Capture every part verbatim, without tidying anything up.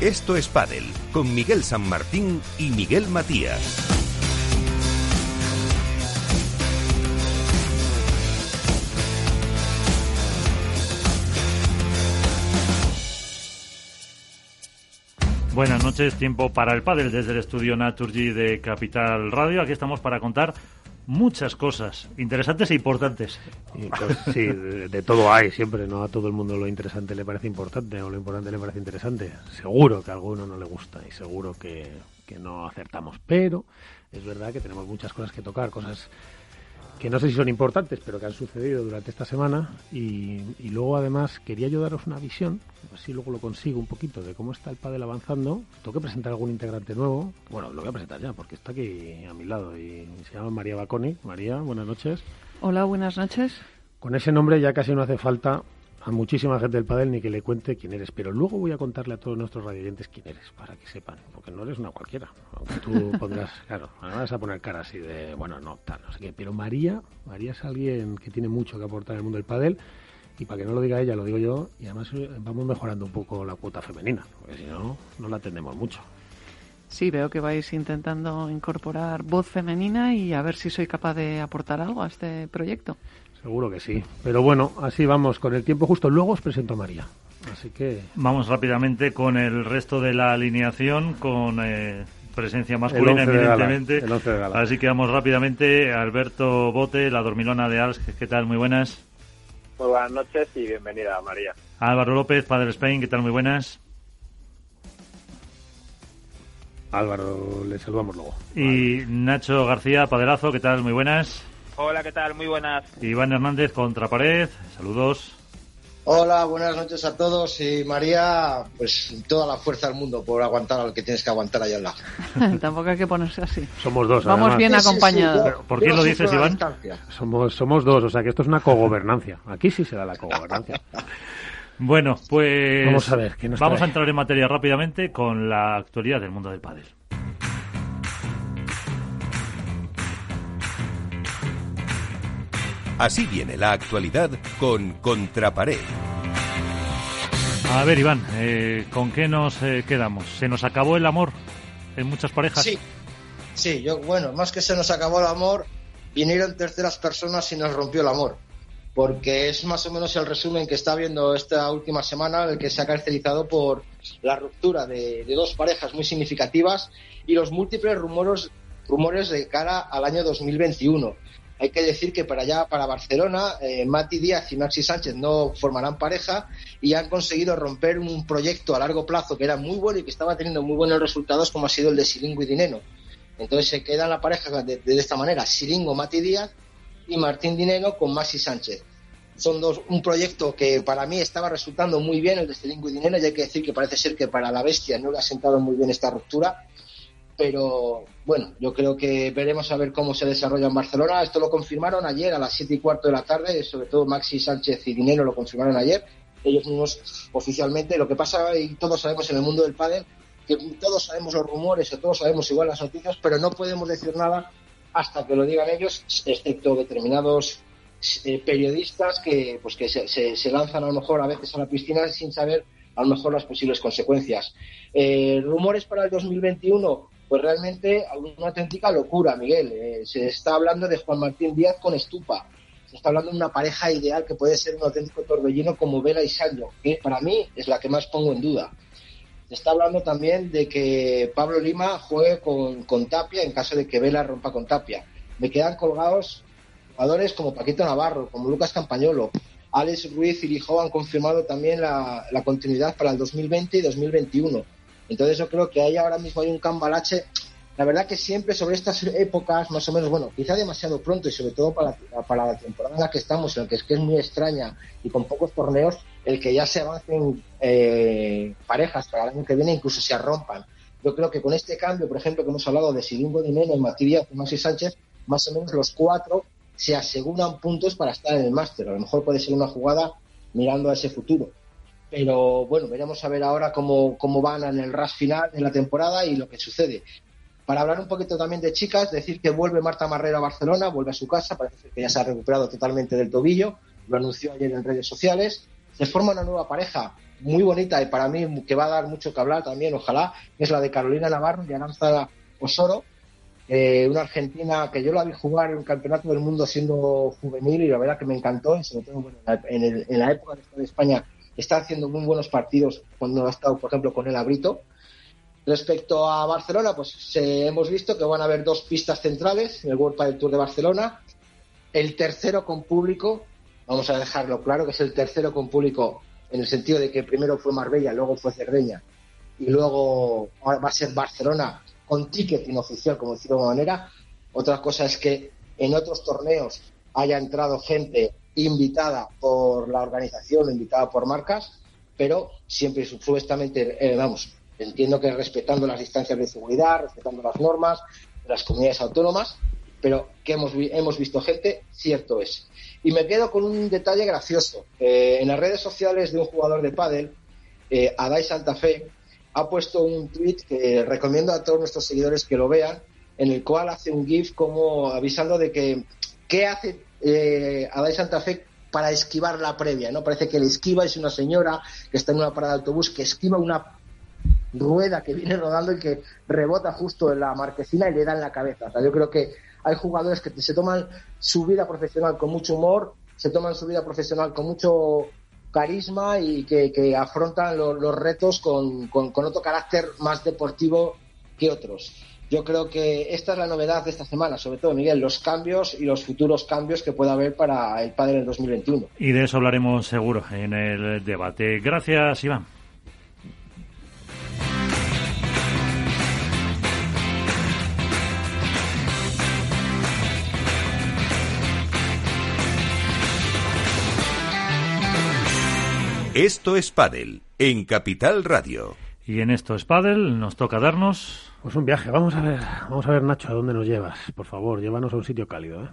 Esto es Pádel, con Miguel San Martín y Miguel Matías. Buenas noches, tiempo para el pádel desde el estudio Naturgy de Capital Radio. Aquí estamos para contar muchas cosas interesantes e importantes. Y pues, sí, de, de todo hay siempre, no a todo el mundo lo interesante le parece importante o lo importante le parece interesante. Seguro que a alguno no le gusta y seguro que, que no acertamos, pero es verdad que tenemos muchas cosas que tocar, cosas que no sé si son importantes, pero que han sucedido durante esta semana y, y luego además quería yo daros una visión, así luego lo consigo un poquito, de cómo está el pádel avanzando. Tengo que presentar algún integrante nuevo, bueno, lo voy a presentar ya porque está aquí a mi lado y se llama María Baconi. María, buenas noches. Hola, buenas noches. Con ese nombre ya casi no hace falta a muchísima gente del pádel ni que le cuente quién eres, pero luego voy a contarle a todos nuestros radioyentes quién eres, para que sepan, porque no eres una cualquiera, aunque tú pondrás, claro, ahora vas a poner cara así de, bueno, no, tal, no sé qué, pero María, María es alguien que tiene mucho que aportar en el mundo del pádel, y para que no lo diga ella, lo digo yo, y además vamos mejorando un poco la cuota femenina, porque si no, no la atendemos mucho. Sí, veo que vais intentando incorporar voz femenina y a ver si soy capaz de aportar algo a este proyecto. Seguro que sí. Pero bueno, así vamos, con el tiempo justo. Luego os presento a María. Así que... Vamos rápidamente con el resto de la alineación, con eh, presencia masculina, evidentemente. El once de gala. Así que vamos rápidamente. Alberto Bote, la dormilona de Als. ¿Qué tal? Muy buenas. Muy buenas noches y bienvenida, María. Álvaro López, Padel Spain. ¿Qué tal? Muy buenas. Álvaro, le saludamos luego. Y vale. Nacho García, Padelazo. ¿Qué tal? Muy buenas. Hola, ¿qué tal? Muy buenas. Iván Hernández, Contrapared. Saludos. Hola, buenas noches a todos. Y María, pues toda la fuerza del mundo por aguantar al que tienes que aguantar allá al lado. Tampoco hay que ponerse así. Somos dos, Vamos además. bien acompañados. Sí, sí, sí, ¿Por qué lo dices, Iván? Somos, somos dos, o sea que esto es una cogobernancia. Aquí sí se da la cogobernancia. Bueno, pues vamos a ver, ¿qué nos vamos trae? a entrar en materia rápidamente con la actualidad del mundo del pádel. Así viene la actualidad con Contrapared. A ver, Iván, eh, ¿con qué nos eh, quedamos? ¿Se nos acabó el amor en muchas parejas? Sí, sí, yo, bueno, más que se nos acabó el amor, vinieron terceras personas y nos rompió el amor. Porque es más o menos el resumen que está viendo esta última semana, el que se ha caracterizado por la ruptura de, de dos parejas muy significativas y los múltiples rumores, rumores de cara al año dos mil veintiuno. Hay que decir que para allá, para Barcelona, eh, Mati Díaz y Maxi Sánchez no formarán pareja y han conseguido romper un proyecto a largo plazo que era muy bueno y que estaba teniendo muy buenos resultados, como ha sido el de Silingo y Dineno. Entonces se quedan la pareja de, de esta manera, Silingo, Mati Díaz y Martín Dineno con Maxi Sánchez. Son dos, un proyecto que para mí estaba resultando muy bien, el de Silingo y Dineno, y hay que decir que parece ser que para la bestia no le ha sentado muy bien esta ruptura. Pero bueno, yo creo que veremos a ver cómo se desarrolla en Barcelona. Esto lo confirmaron ayer a las siete y cuarto de la tarde, sobre todo Maxi Sánchez y Dineno lo confirmaron ayer, ellos mismos oficialmente. Lo que pasa, y todos sabemos en el mundo del pádel, que todos sabemos los rumores o todos sabemos igual las noticias, pero no podemos decir nada hasta que lo digan ellos, excepto determinados eh, periodistas que pues que se, se, se lanzan a lo mejor a veces a la piscina sin saber a lo mejor las posibles consecuencias. Eh, rumores para el dos mil veintiuno. Pues realmente una auténtica locura, Miguel. Eh, se está hablando de Juan Martín Díaz con Estupa. Se está hablando de una pareja ideal que puede ser un auténtico torbellino como Vela y Sancho, que para mí es la que más pongo en duda. Se está hablando también de que Pablo Lima juegue con, con Tapia en caso de que Vela rompa con Tapia. Me quedan colgados jugadores como Paquito Navarro, como Lucas Campañolo. Alex Ruiz y Lijó han confirmado también la, la continuidad para el dos mil veinte y dos mil veintiuno. Entonces yo creo que ahí ahora mismo hay un cambalache. La verdad que siempre sobre estas épocas, más o menos, bueno, quizá demasiado pronto y sobre todo para la, para la temporada en la que estamos, en la que es que es muy extraña y con pocos torneos, el que ya se avancen eh, parejas para el año que viene, incluso se rompan. Yo creo que con este cambio, por ejemplo, que hemos hablado de Silingo Dineno, Mati Díaz y Maxi Sánchez, más o menos los cuatro se aseguran puntos para estar en el máster. A lo mejor puede ser una jugada mirando a ese futuro. Pero bueno, veremos a ver ahora cómo, cómo van en el rush final de la temporada y lo que sucede. Para hablar un poquito también de chicas, decir que vuelve Marta Marrero a Barcelona, vuelve a su casa, parece que ya se ha recuperado totalmente del tobillo, lo anunció ayer en redes sociales. Se forma una nueva pareja, muy bonita y para mí que va a dar mucho que hablar también, ojalá, es la de Carolina Navarro y Aranza Osoro, eh, una argentina que yo la vi jugar en un campeonato del mundo siendo juvenil y la verdad que me encantó, y sobre todo bueno, en, el, en la época que está en España está haciendo muy buenos partidos cuando ha estado, por ejemplo, con el Abrito. Respecto a Barcelona, pues eh, hemos visto que van a haber dos pistas centrales en el World Padel Tour de Barcelona. El tercero con público, vamos a dejarlo claro, que es el tercero con público en el sentido de que primero fue Marbella, luego fue Cerdeña y luego va a ser Barcelona con ticket inoficial, como decirlo de alguna manera. Otra cosa es que en otros torneos haya entrado gente invitada por la organización, invitada por marcas, pero siempre supuestamente, eh, vamos, entiendo que respetando las distancias de seguridad, respetando las normas de las comunidades autónomas, pero que hemos, hemos visto gente, cierto es. Y me quedo con un detalle gracioso. Eh, en las redes sociales de un jugador de pádel, eh, Adai Santa Fe, ha puesto un tweet que recomiendo a todos nuestros seguidores que lo vean, en el cual hace un GIF como avisando de que qué hace eh, Adai Santa Fe para esquivar la previa, ¿no? Parece que le esquiva, es una señora que está en una parada de autobús que esquiva una rueda que viene rodando y que rebota justo en la marquesina y le da en la cabeza. O sea, yo creo que hay jugadores que se toman su vida profesional con mucho humor, se toman su vida profesional con mucho carisma y que, que afrontan lo, los retos con, con, con otro carácter más deportivo que otros. Yo creo que esta es la novedad de esta semana, sobre todo, Miguel, los cambios y los futuros cambios que pueda haber para el pádel en dos mil veintiuno. Y de eso hablaremos seguro en el debate. Gracias, Iván. Esto es Pádel, en Capital Radio. Y en Esto es Pádel nos toca darnos... Pues un viaje. Vamos a ver, vamos a ver, Nacho, ¿a dónde nos llevas? Por favor, llévanos a un sitio cálido, ¿eh?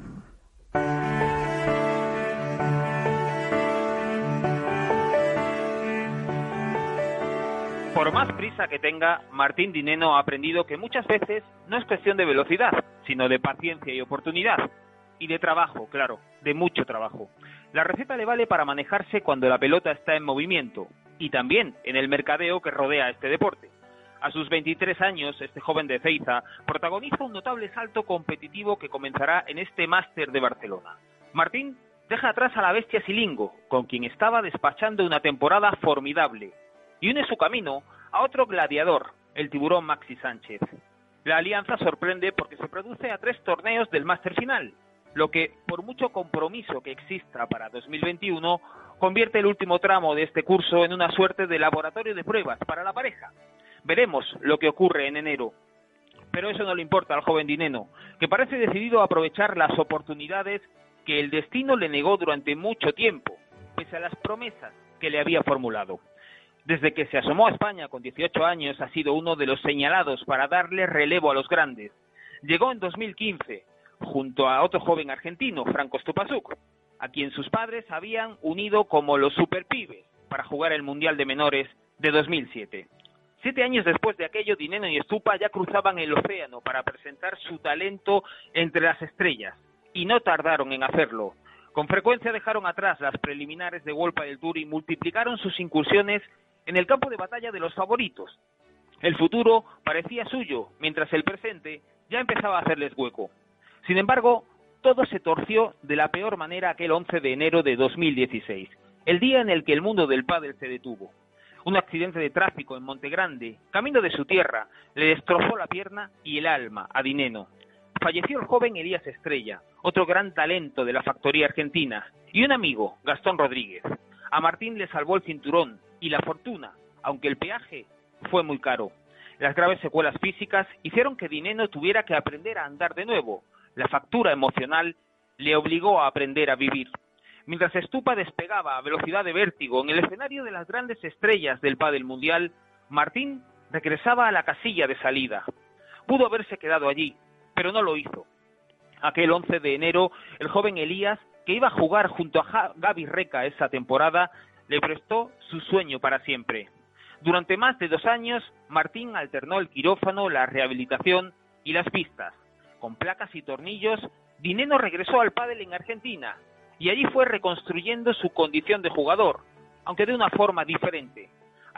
Por más prisa que tenga, Martín Dineno ha aprendido que muchas veces no es cuestión de velocidad, sino de paciencia y oportunidad. Y de trabajo, claro, de mucho trabajo. La receta le vale para manejarse cuando la pelota está en movimiento y también en el mercadeo que rodea este deporte. A sus veintitrés años, este joven de Ceiza protagoniza un notable salto competitivo que comenzará en este Máster de Barcelona. Martín deja atrás a la bestia Silingo, con quien estaba despachando una temporada formidable, y une su camino a otro gladiador, el tiburón Maxi Sánchez. La alianza sorprende porque se produce a tres torneos del Máster final, lo que, por mucho compromiso que exista para dos mil veintiuno, convierte el último tramo de este curso en una suerte de laboratorio de pruebas para la pareja. Veremos lo que ocurre en enero. Pero eso no le importa al joven Dineno, que parece decidido a aprovechar las oportunidades que el destino le negó durante mucho tiempo, pese a las promesas que le había formulado. Desde que se asomó a España con dieciocho años, ha sido uno de los señalados para darle relevo a los grandes. Llegó en dos mil quince, junto a otro joven argentino, Franco Stupasuk, a quien sus padres habían unido como los superpibes para jugar el Mundial de Menores de dos mil siete. Siete años después de aquello, Dineno y Stupa ya cruzaban el océano para presentar su talento entre las estrellas, y no tardaron en hacerlo. Con frecuencia dejaron atrás las preliminares de World Padel Tour y multiplicaron sus incursiones en el campo de batalla de los favoritos. El futuro parecía suyo, mientras el presente ya empezaba a hacerles hueco. Sin embargo, todo se torció de la peor manera aquel once de enero de dos mil dieciséis, el día en el que el mundo del pádel se detuvo. Un accidente de tráfico en Montegrande, camino de su tierra, le destrozó la pierna y el alma a Dineno. Falleció el joven Elías Estrella, otro gran talento de la factoría argentina, y un amigo, Gastón Rodríguez. A Martín le salvó el cinturón y la fortuna, aunque el peaje fue muy caro. Las graves secuelas físicas hicieron que Dineno tuviera que aprender a andar de nuevo. La factura emocional le obligó a aprender a vivir. Mientras Stupa despegaba a velocidad de vértigo en el escenario de las grandes estrellas del pádel mundial, Martín regresaba a la casilla de salida. Pudo haberse quedado allí, pero no lo hizo. Aquel once de enero, el joven Elías, que iba a jugar junto a Gaby Reca esa temporada, le prestó su sueño para siempre. Durante más de dos años, Martín alternó el quirófano, la rehabilitación y las pistas. Con placas y tornillos, Dineno regresó al pádel en Argentina y allí fue reconstruyendo su condición de jugador, aunque de una forma diferente,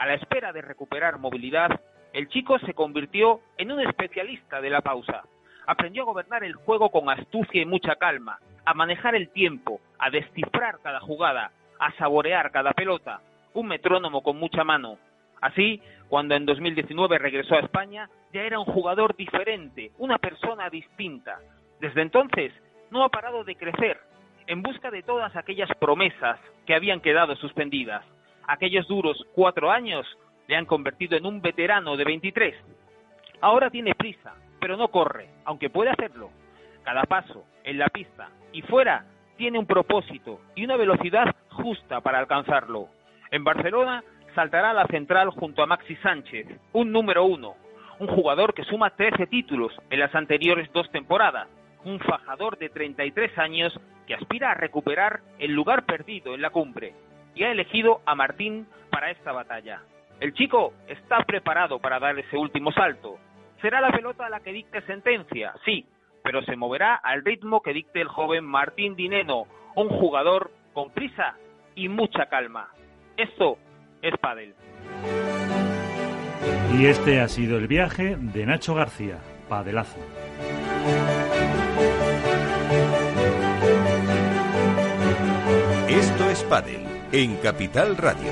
A la espera de recuperar movilidad, el chico se convirtió en un especialista de la pausa. Aprendió a gobernar el juego con astucia y mucha calma, a manejar el tiempo, a descifrar cada jugada, a saborear cada pelota, un metrónomo con mucha mano. Así, cuando en dos mil diecinueve regresó a España, ya era un jugador diferente, una persona distinta. Desde entonces, no ha parado de crecer, en busca de todas aquellas promesas que habían quedado suspendidas. Aquellos duros cuatro años le han convertido en un veterano de veintitrés. Ahora tiene prisa, pero no corre, aunque puede hacerlo. Cada paso, en la pista y fuera, tiene un propósito y una velocidad justa para alcanzarlo. En Barcelona saltará a la central junto a Maxi Sánchez, un número uno, un jugador que suma trece títulos en las anteriores dos temporadas, un fajador de treinta y tres años que aspira a recuperar el lugar perdido en la cumbre, y ha elegido a Martín para esta batalla. El chico está preparado para dar ese último salto. Será la pelota la que dicte sentencia, sí, pero se moverá al ritmo que dicte el joven Martín Dineno, un jugador con prisa y mucha calma. Esto es pádel. Y este ha sido el viaje de Nacho García, padelazo. Esto es Pádel, en Capital Radio.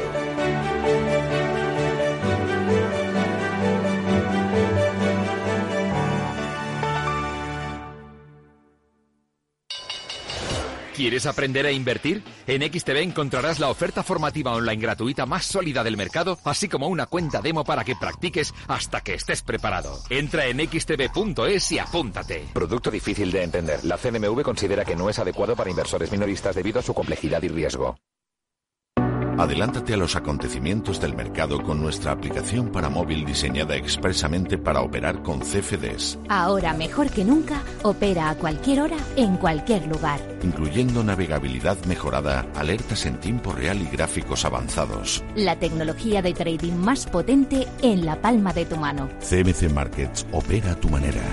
¿Quieres aprender a invertir? En X T B encontrarás la oferta formativa online gratuita más sólida del mercado, así como una cuenta demo para que practiques hasta que estés preparado. Entra en equis te be punto es y apúntate. Producto difícil de entender. La C N M V considera que no es adecuado para inversores minoristas debido a su complejidad y riesgo. Adelántate a los acontecimientos del mercado con nuestra aplicación para móvil diseñada expresamente para operar con C F Ds. Ahora mejor que nunca, opera a cualquier hora, en cualquier lugar. Incluyendo navegabilidad mejorada, alertas en tiempo real y gráficos avanzados. La tecnología de trading más potente en la palma de tu mano. C M C Markets, opera a tu manera.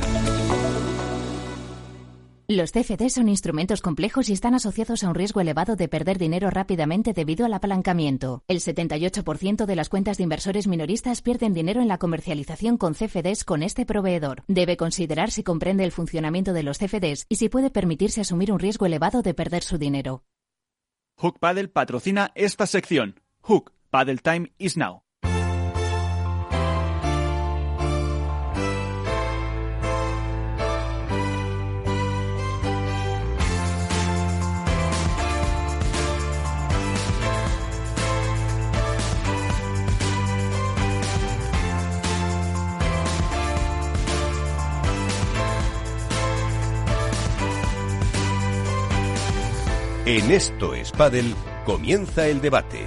Los C F D son instrumentos complejos y están asociados a un riesgo elevado de perder dinero rápidamente debido al apalancamiento. El setenta y ocho por ciento de las cuentas de inversores minoristas pierden dinero en la comercialización con C F Ds con este proveedor. Debe considerar si comprende el funcionamiento de los C F Ds y si puede permitirse asumir un riesgo elevado de perder su dinero. Hook Paddle patrocina esta sección. Hook Paddle Time is now. En Esto es Pádel, comienza el debate.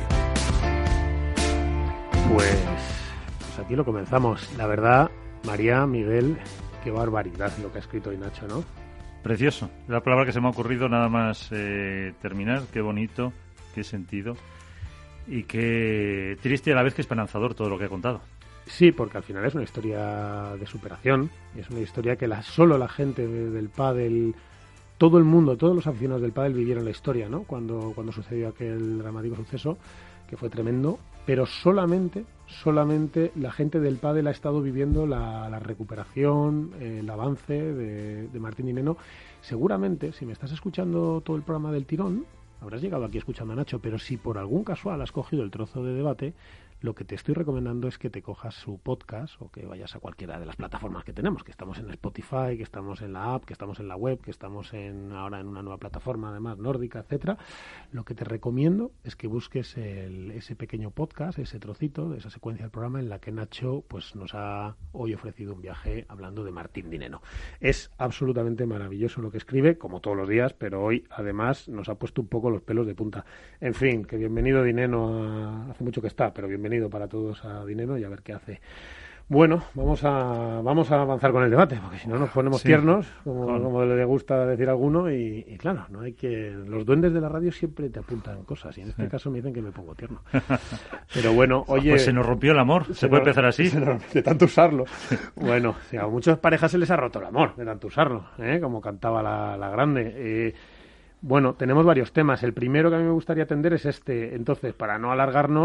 Pues, pues aquí lo comenzamos. La verdad, María, Miguel, qué barbaridad lo que ha escrito hoy Nacho, ¿no? Precioso. La palabra que se me ha ocurrido nada más eh, terminar. Qué bonito, qué sentido. Y qué triste a la vez que esperanzador todo lo que ha contado. Sí, porque al final es una historia de superación. Y es una historia que la, solo la gente de, del pádel... Todo el mundo, todos los aficionados del pádel vivieron la historia, ¿no? Cuando, cuando sucedió aquel dramático suceso, que fue tremendo, pero solamente, solamente la gente del pádel ha estado viviendo la, la recuperación, eh, el avance de, de Martín Dineno. Seguramente, si me estás escuchando todo el programa del tirón, habrás llegado aquí escuchando a Nacho, pero si por algún casual has cogido el trozo de debate, lo que te estoy recomendando es que te cojas su podcast o que vayas a cualquiera de las plataformas que tenemos, que estamos en Spotify, que estamos en la app, que estamos en la web, que estamos en ahora en una nueva plataforma, además, nórdica, etcétera. Lo que te recomiendo es que busques el, ese pequeño podcast, ese trocito de esa secuencia del programa en la que Nacho pues nos ha hoy ofrecido un viaje hablando de Martín Dineno. Es absolutamente maravilloso lo que escribe, como todos los días, pero hoy además nos ha puesto un poco los pelos de punta. En fin, que bienvenido Dineno, a, hace mucho que está, pero bienvenido para todos a Dineno y a ver qué hace. Bueno, vamos a vamos a avanzar con el debate, porque si no nos ponemos sí, tiernos, como, con... como le gusta decir a alguno, y, y claro, no hay que los duendes de la radio siempre te apuntan cosas, y en este sí. caso me dicen que me pongo tierno. Pero bueno, oye... Pues se nos rompió el amor, se, se puede nos, empezar así. Nos, de tanto usarlo. Bueno, sí, a muchas parejas se les ha roto el amor de tanto usarlo, ¿eh? Como cantaba la, la grande. Eh, Bueno, tenemos varios temas. El primero que a mí me gustaría atender es este. Entonces, para no alargarnos,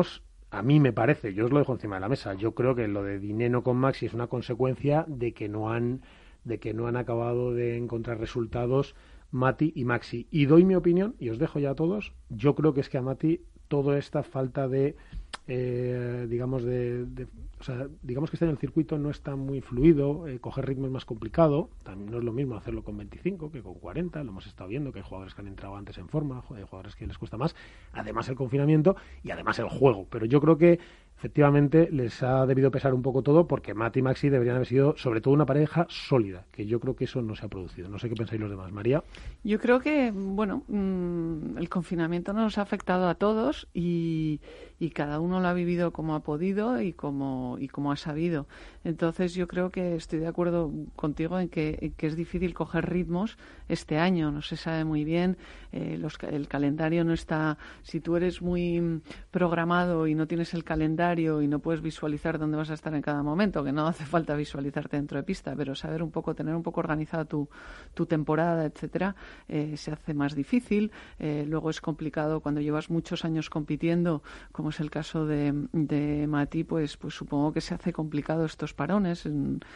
A mí me parece, yo os lo dejo encima de la mesa, yo creo que lo de Dineno con Maxi es una consecuencia de que no han, de que no han acabado de encontrar resultados Mati y Maxi. Y doy mi opinión, y os dejo ya a todos, yo creo que es que a Mati toda esta falta de, eh, digamos, de, de, o sea, digamos que este año el circuito no está muy fluido, eh, coger ritmo es más complicado, también no es lo mismo hacerlo con veinticinco que con cuarenta, lo hemos estado viendo, que hay jugadores que han entrado antes en forma, hay jugadores que les cuesta más, además el confinamiento y además el juego, pero yo creo que efectivamente les ha debido pesar un poco todo porque Mati y Maxi deberían haber sido sobre todo una pareja sólida, que yo creo que eso no se ha producido. No sé qué pensáis los demás. María. Yo creo que, bueno, mmm, el confinamiento nos ha afectado a todos y, y cada uno lo ha vivido como ha podido y como, y como ha sabido. Entonces yo creo que estoy de acuerdo contigo en que, en que es difícil coger ritmos este año, no se sabe muy bien, eh, los, el calendario no está, si tú eres muy programado y no tienes el calendario y no puedes visualizar dónde vas a estar en cada momento, que no hace falta visualizarte dentro de pista, pero saber un poco, tener un poco organizada tu, tu temporada, etcétera, eh, se hace más difícil. Eh, luego es complicado cuando llevas muchos años compitiendo, como es el caso de, de Mati, pues, pues supongo que se hace complicado estos parones.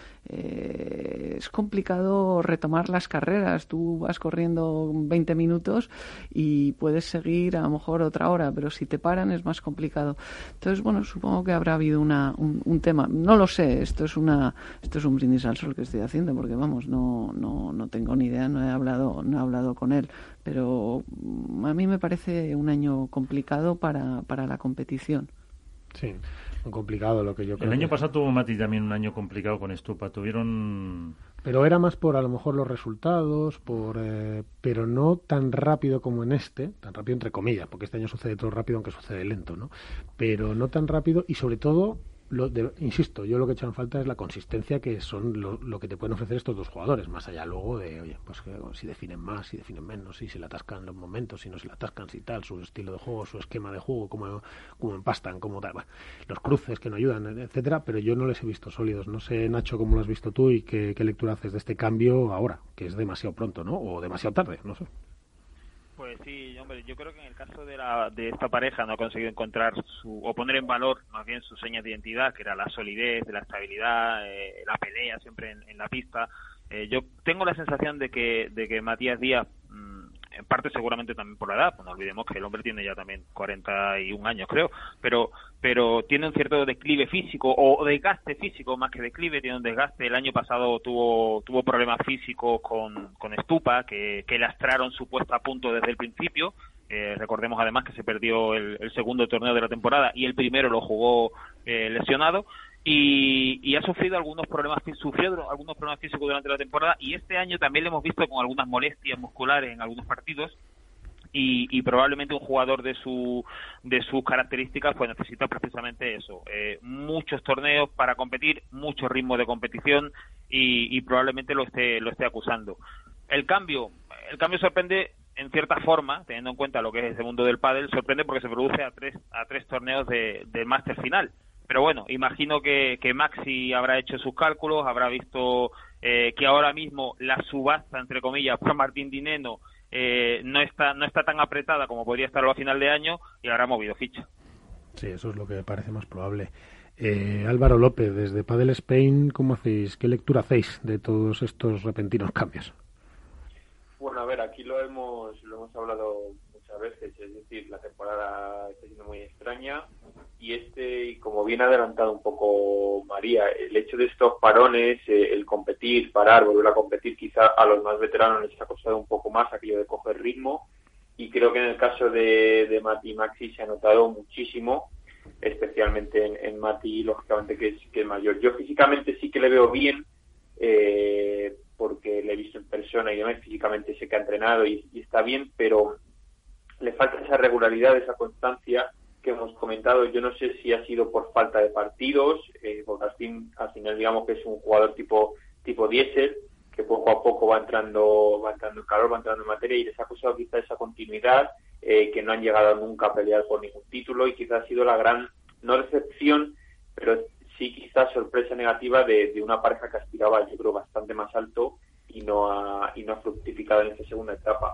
Eh, es complicado retomar las carreras. Tú vas corriendo veinte minutos y puedes seguir a lo mejor otra hora, pero si te paran es más complicado. Entonces, bueno, supongo que habrá habido una, un, un tema. No lo sé, esto es una esto es un brindis al sol que estoy haciendo, porque vamos, no no no tengo ni idea, no he hablado no he hablado con él, pero a mí me parece un año complicado para, para la competición. Sí, muy complicado lo que yo creo. El año que... pasado tuvo Mati también un año complicado con Estupa. Tuvieron... Pero era más por a lo mejor los resultados, por eh, pero no tan rápido como en este, tan rápido entre comillas, porque este año sucede todo rápido aunque sucede lento, ¿no? Pero no tan rápido y sobre todo, lo de, insisto, yo lo que he echado en falta es la consistencia que son lo, lo que te pueden ofrecer estos dos jugadores, más allá luego de, oye, pues que, si definen más, si definen menos, si se le atascan los momentos, si no se le atascan, si tal, su estilo de juego, su esquema de juego, cómo, cómo empastan, cómo tal, bueno, los cruces que no ayudan, etcétera, pero yo no les he visto sólidos. No sé, Nacho, cómo lo has visto tú y qué, qué lectura haces de este cambio ahora, que es demasiado pronto, ¿no? O demasiado tarde, no sé. Pues sí, hombre, yo creo que en el caso de, la, de esta pareja no ha conseguido encontrar su, o poner en valor más bien sus señas de identidad, que era la solidez, la estabilidad, eh, la pelea siempre en, en la pista. Eh, yo tengo la sensación de que, de que Matías Díaz, mmm, en parte seguramente también por la edad, pues no olvidemos que el hombre tiene ya también cuarenta y un años, creo, pero pero tiene un cierto declive físico, o desgaste físico más que declive, tiene un desgaste. El año pasado tuvo tuvo problemas físicos con, con Estupa, que, que lastraron su puesta a punto desde el principio. Eh, recordemos además que se perdió el, el segundo torneo de la temporada y el primero lo jugó eh, lesionado. Y, y ha sufrido algunos problemas sufrió algunos problemas físicos durante la temporada, y este año también le hemos visto con algunas molestias musculares en algunos partidos, y, y probablemente un jugador de su de sus características pues necesita precisamente eso, eh, muchos torneos para competir, mucho ritmo de competición, y, y probablemente lo esté lo esté acusando. El cambio el cambio sorprende en cierta forma, teniendo en cuenta lo que es ese mundo del pádel, sorprende porque se produce a tres a tres torneos de, de máster final. Pero bueno, imagino que, que Maxi habrá hecho sus cálculos, habrá visto eh, que ahora mismo la subasta, entre comillas, por Martín Dineno eh, no está no está tan apretada como podría estarlo a final de año, y habrá movido ficha. Sí, eso es lo que me parece más probable. Eh, Álvaro López, desde Padel Spain, ¿cómo hacéis? ¿Qué lectura hacéis de todos estos repentinos cambios? Bueno, a ver, aquí lo hemos lo hemos hablado muchas veces, es decir, la temporada está siendo muy extraña, y este, y como bien ha adelantado un poco María, el hecho de estos parones, eh, el competir, parar, volver a competir, quizá a los más veteranos les ha costado un poco más aquello de coger ritmo, y creo que en el caso de, de Mati y Maxi se ha notado muchísimo, especialmente en, en Mati, lógicamente que es, que es mayor. Yo físicamente sí que le veo bien, eh, porque le he visto en persona y demás, físicamente sé que ha entrenado y, y está bien, pero le falta esa regularidad, esa constancia que hemos comentado. Yo no sé si ha sido por falta de partidos, eh, porque al, fin, al final digamos que es un jugador tipo tipo diésel, que poco a poco va entrando va entrando en calor, va entrando en materia, y les ha costado quizá esa continuidad, eh, que no han llegado nunca a pelear por ningún título, y quizá ha sido la gran, no decepción, pero sí quizás sorpresa negativa de, de una pareja que aspiraba, yo creo, bastante más alto, y no ha, y no ha fructificado en esta segunda etapa.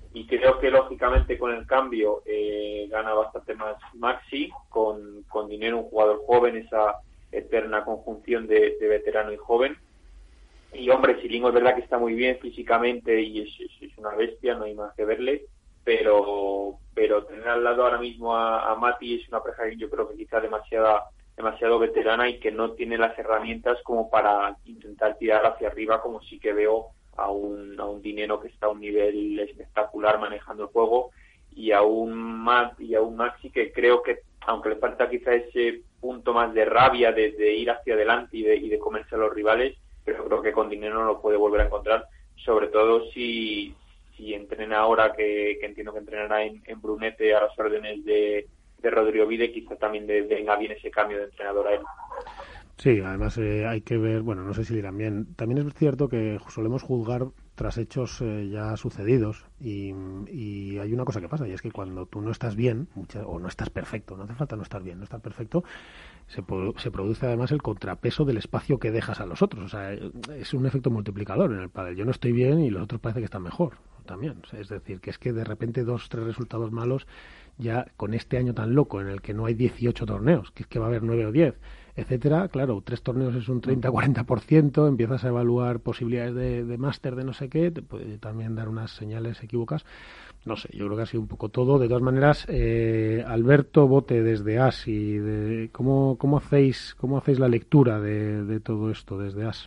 y creo que lógicamente con el cambio eh, gana bastante más Maxi, con, con Dineno, un jugador joven, esa eterna conjunción de, de veterano y joven. Y hombre, Silingo es verdad que está muy bien físicamente y es, es, es una bestia, no hay más que verle, pero pero tener al lado ahora mismo a, a Mati es una pareja que yo creo que quizá demasiada demasiado veterana y que no tiene las herramientas como para intentar tirar hacia arriba, como sí que veo a un, a un Dineno que está a un nivel espectacular manejando el juego, y a un Matt y a un Maxi que creo que, aunque le falta quizá ese punto más de rabia, de, de ir hacia adelante y de, y de comerse a los rivales, pero creo que con Dineno lo puede volver a encontrar, sobre todo si, si entrena ahora, que, que entiendo que entrenará en, en Brunete a las órdenes de de Rodrigo Vide, quizá también de, venga bien ese cambio de entrenador a él. Sí, además eh, hay que ver, bueno, no sé si le irán bien. También es cierto que solemos juzgar tras hechos eh, ya sucedidos y, y hay una cosa que pasa, y es que cuando tú no estás bien, mucha, o no estás perfecto, no hace falta no estar bien, no estar perfecto, se, se produce además el contrapeso del espacio que dejas a los otros. O sea, es un efecto multiplicador en el pádel. Yo no estoy bien y los otros parece que están mejor también. O sea, es decir, que es que de repente dos, tres resultados malos, ya con este año tan loco en el que no hay dieciocho torneos, que es que va a haber nueve o diez, etcétera, claro, tres torneos es un treinta a cuarenta por ciento, empiezas a evaluar posibilidades de, de máster de no sé qué, te puede también dar unas señales equívocas. No sé, yo creo que ha sido un poco todo. De todas maneras, eh, Alberto Bote desde A S y de, ¿cómo, cómo hacéis cómo hacéis la lectura de, de todo esto desde A S?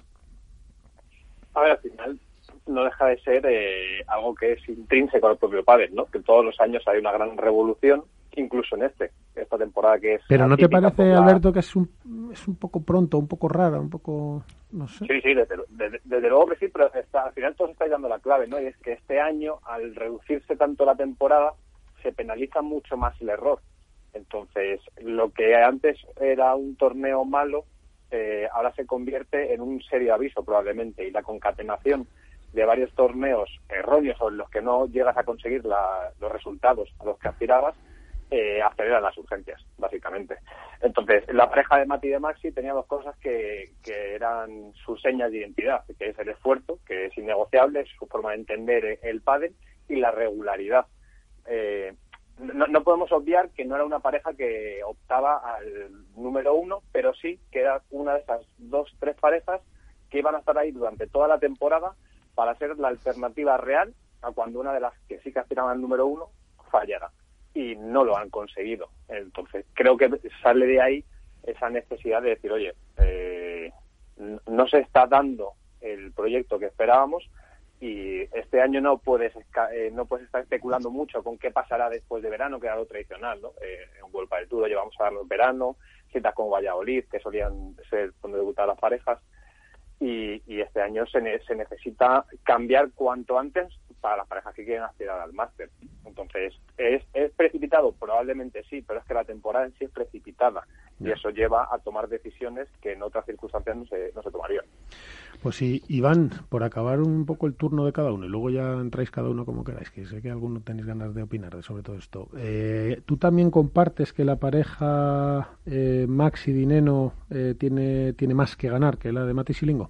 A ver, al final no deja de ser eh, algo que es intrínseco al propio pádel, ¿no? Que todos los años hay una gran revolución, incluso en este, esta temporada que es... Pero ¿no te parece, la... Alberto, que es un es un poco pronto, un poco rara, un poco... no sé? Sí, sí, desde, desde, desde luego que sí, pero está, al final todos estáis dando la clave, ¿no? Y es que este año, al reducirse tanto la temporada, se penaliza mucho más el error. Entonces, lo que antes era un torneo malo, eh, ahora se convierte en un serio aviso probablemente, y la concatenación de varios torneos erróneos o en los que no llegas a conseguir la, los resultados a los que aspirabas, eh, aceleran las urgencias, básicamente. Entonces, la pareja de Mati y de Maxi tenía dos cosas que, que eran sus señas de identidad, que es el esfuerzo, que es innegociable, su forma de entender el pádel, y la regularidad. Eh, no, no podemos obviar que no era una pareja que optaba al número uno, pero sí que era una de esas dos, tres parejas que iban a estar ahí durante toda la temporada para ser la alternativa real a cuando una de las que sí que aspiraban al número uno fallara. Y no lo han conseguido. Entonces, creo que sale de ahí esa necesidad de decir, oye, eh, no se está dando el proyecto que esperábamos y este año no puedes eh, no puedes estar especulando mucho con qué pasará después de verano, que era lo tradicional, ¿no? Eh, en Vuelta del Tour llevamos a darlo en verano, citas como Valladolid, que solían ser donde debutaban las parejas. Y, y este año se, ne- se necesita cambiar cuanto antes para las parejas que quieren aspirar al máster. Entonces, ¿es, ¿es precipitado? Probablemente sí, pero es que la temporada en sí es precipitada y eso lleva a tomar decisiones que en otras circunstancias no se, no se tomarían. Pues sí, Iván, por acabar un poco el turno de cada uno y luego ya entráis cada uno como queráis, que sé que alguno tenéis ganas de opinar de sobre todo esto. Eh, ¿Tú también compartes que la pareja eh, Maxi Dineno eh, tiene, tiene más que ganar que la de Mati Silingo?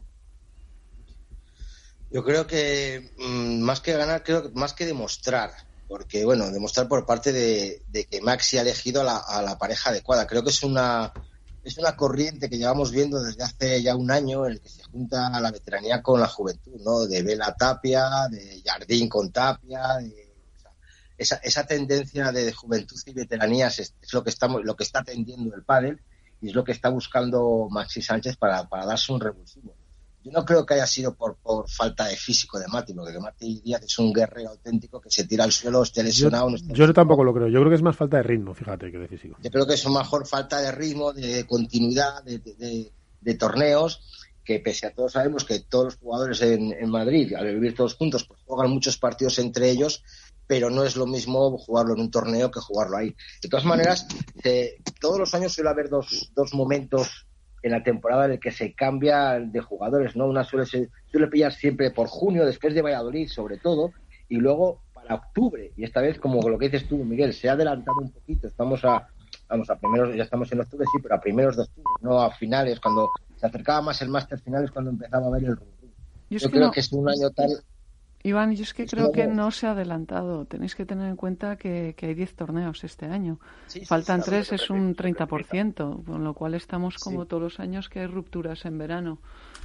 Yo creo que mmm, más que ganar, creo que más que demostrar, porque bueno, demostrar por parte de, de que Maxi ha elegido a la, a la pareja adecuada. Creo que es una es una corriente que llevamos viendo desde hace ya un año en el que se junta la veteranía con la juventud, ¿no? De Vela Tapia, de Jardín con Tapia, de, o sea, esa esa tendencia de juventud y veteranías es, es lo que estamos lo que está atendiendo el pádel y es lo que está buscando Maxi Sánchez para para darse un revulsivo. Yo no creo que haya sido por, por falta de físico de Mati, porque Mati Díaz es un guerrero auténtico que se tira al suelo, esté lesionado. Yo, no esté yo no tampoco lo creo. Yo creo que es más falta de ritmo, fíjate, que de físico. Yo creo que es mejor falta de ritmo, de continuidad, de, de, de, de torneos, que pese a todos sabemos que todos los jugadores en, en Madrid, al vivir todos juntos, pues juegan muchos partidos entre ellos, pero no es lo mismo jugarlo en un torneo que jugarlo ahí. De todas maneras, eh, todos los años suele haber dos, dos momentos en la temporada en el que se cambia de jugadores, ¿no? Una suele ser, suele pillar siempre por junio, después de Valladolid sobre todo, y luego para octubre, y esta vez, como lo que dices tú, Miguel, se ha adelantado un poquito, estamos a vamos a primeros, ya estamos en octubre, sí, pero a primeros de octubre, no a finales, cuando se acercaba más el máster final es cuando empezaba a ver el rumbo. Yo, Yo creo que, no. que es un año tal Iván, yo es que creo que no se ha adelantado. Tenéis que tener en cuenta que, que hay diez torneos este año. Sí, Faltan sí, tres, es un treinta por ciento, con lo cual estamos como sí. todos los años que hay rupturas en verano.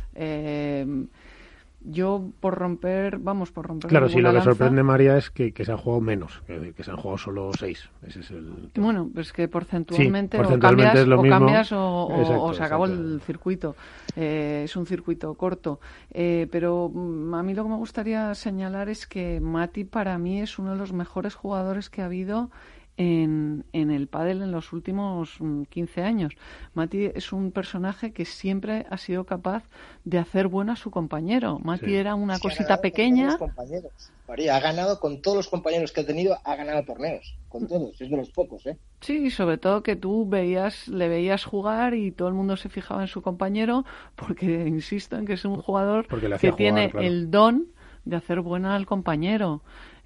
Eh, yo por romper, vamos, por romper Claro, sí, lo que lanza, sorprende, María, es que, que se han jugado menos, que, que se han jugado solo seis. Ese es el tema. Bueno, pues que porcentualmente, sí, porcentualmente o cambias, es lo o, mismo. cambias o, exacto, o se acabó exacto. el circuito. Eh, es un circuito corto. Eh, pero a mí lo que me gustaría señalar es que Mati para mí es uno de los mejores jugadores que ha habido En, en el pádel en los últimos quince años. Mati es un personaje que siempre ha sido capaz de hacer bueno a su compañero. Mati sí. era una sí, cosita pequeña. María, ha ganado con todos los compañeros que ha tenido, ha ganado torneos, con todos, es de los pocos, ¿eh? Sí, sobre todo que tú veías, le veías jugar y todo el mundo se fijaba en su compañero, porque insisto en que es un jugador que jugar, tiene claro. el don de hacer bueno al compañero.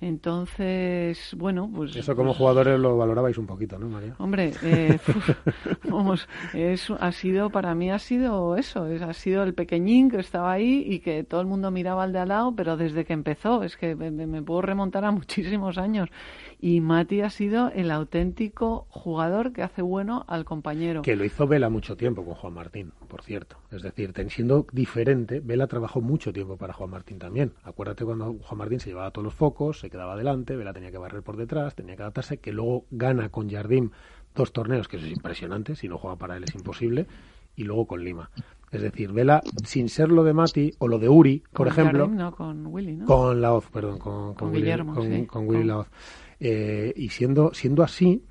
Entonces, bueno, pues... Eso como pues, jugadores lo valorabais un poquito, ¿no, María? Hombre, eh, uf, vamos, es, ha sido, para mí ha sido eso, es, ha sido el pequeñín que estaba ahí y que todo el mundo miraba al de al lado, pero desde que empezó, es que me, me puedo remontar a muchísimos años. Y Mati ha sido el auténtico jugador que hace bueno al compañero. Que lo hizo Vela mucho tiempo con Juan Martín, por cierto. Es decir, siendo diferente, Vela trabajó mucho tiempo para Juan Martín también. Acuérdate cuando Juan Martín se llevaba todos los focos, se quedaba adelante, Vela tenía que barrer por detrás, tenía que adaptarse, que luego gana con Jardim dos torneos, que eso es impresionante, si no juega para él es imposible, y luego con Lima. Es decir, Vela, sin ser lo de Mati o lo de Uri, por con ejemplo... Jardim, no, con Willy, ¿no? Con Laoz, perdón, con, con, con Willy, Guillermo, con, sí. con Willy Laoz. Eh, y siendo siendo así,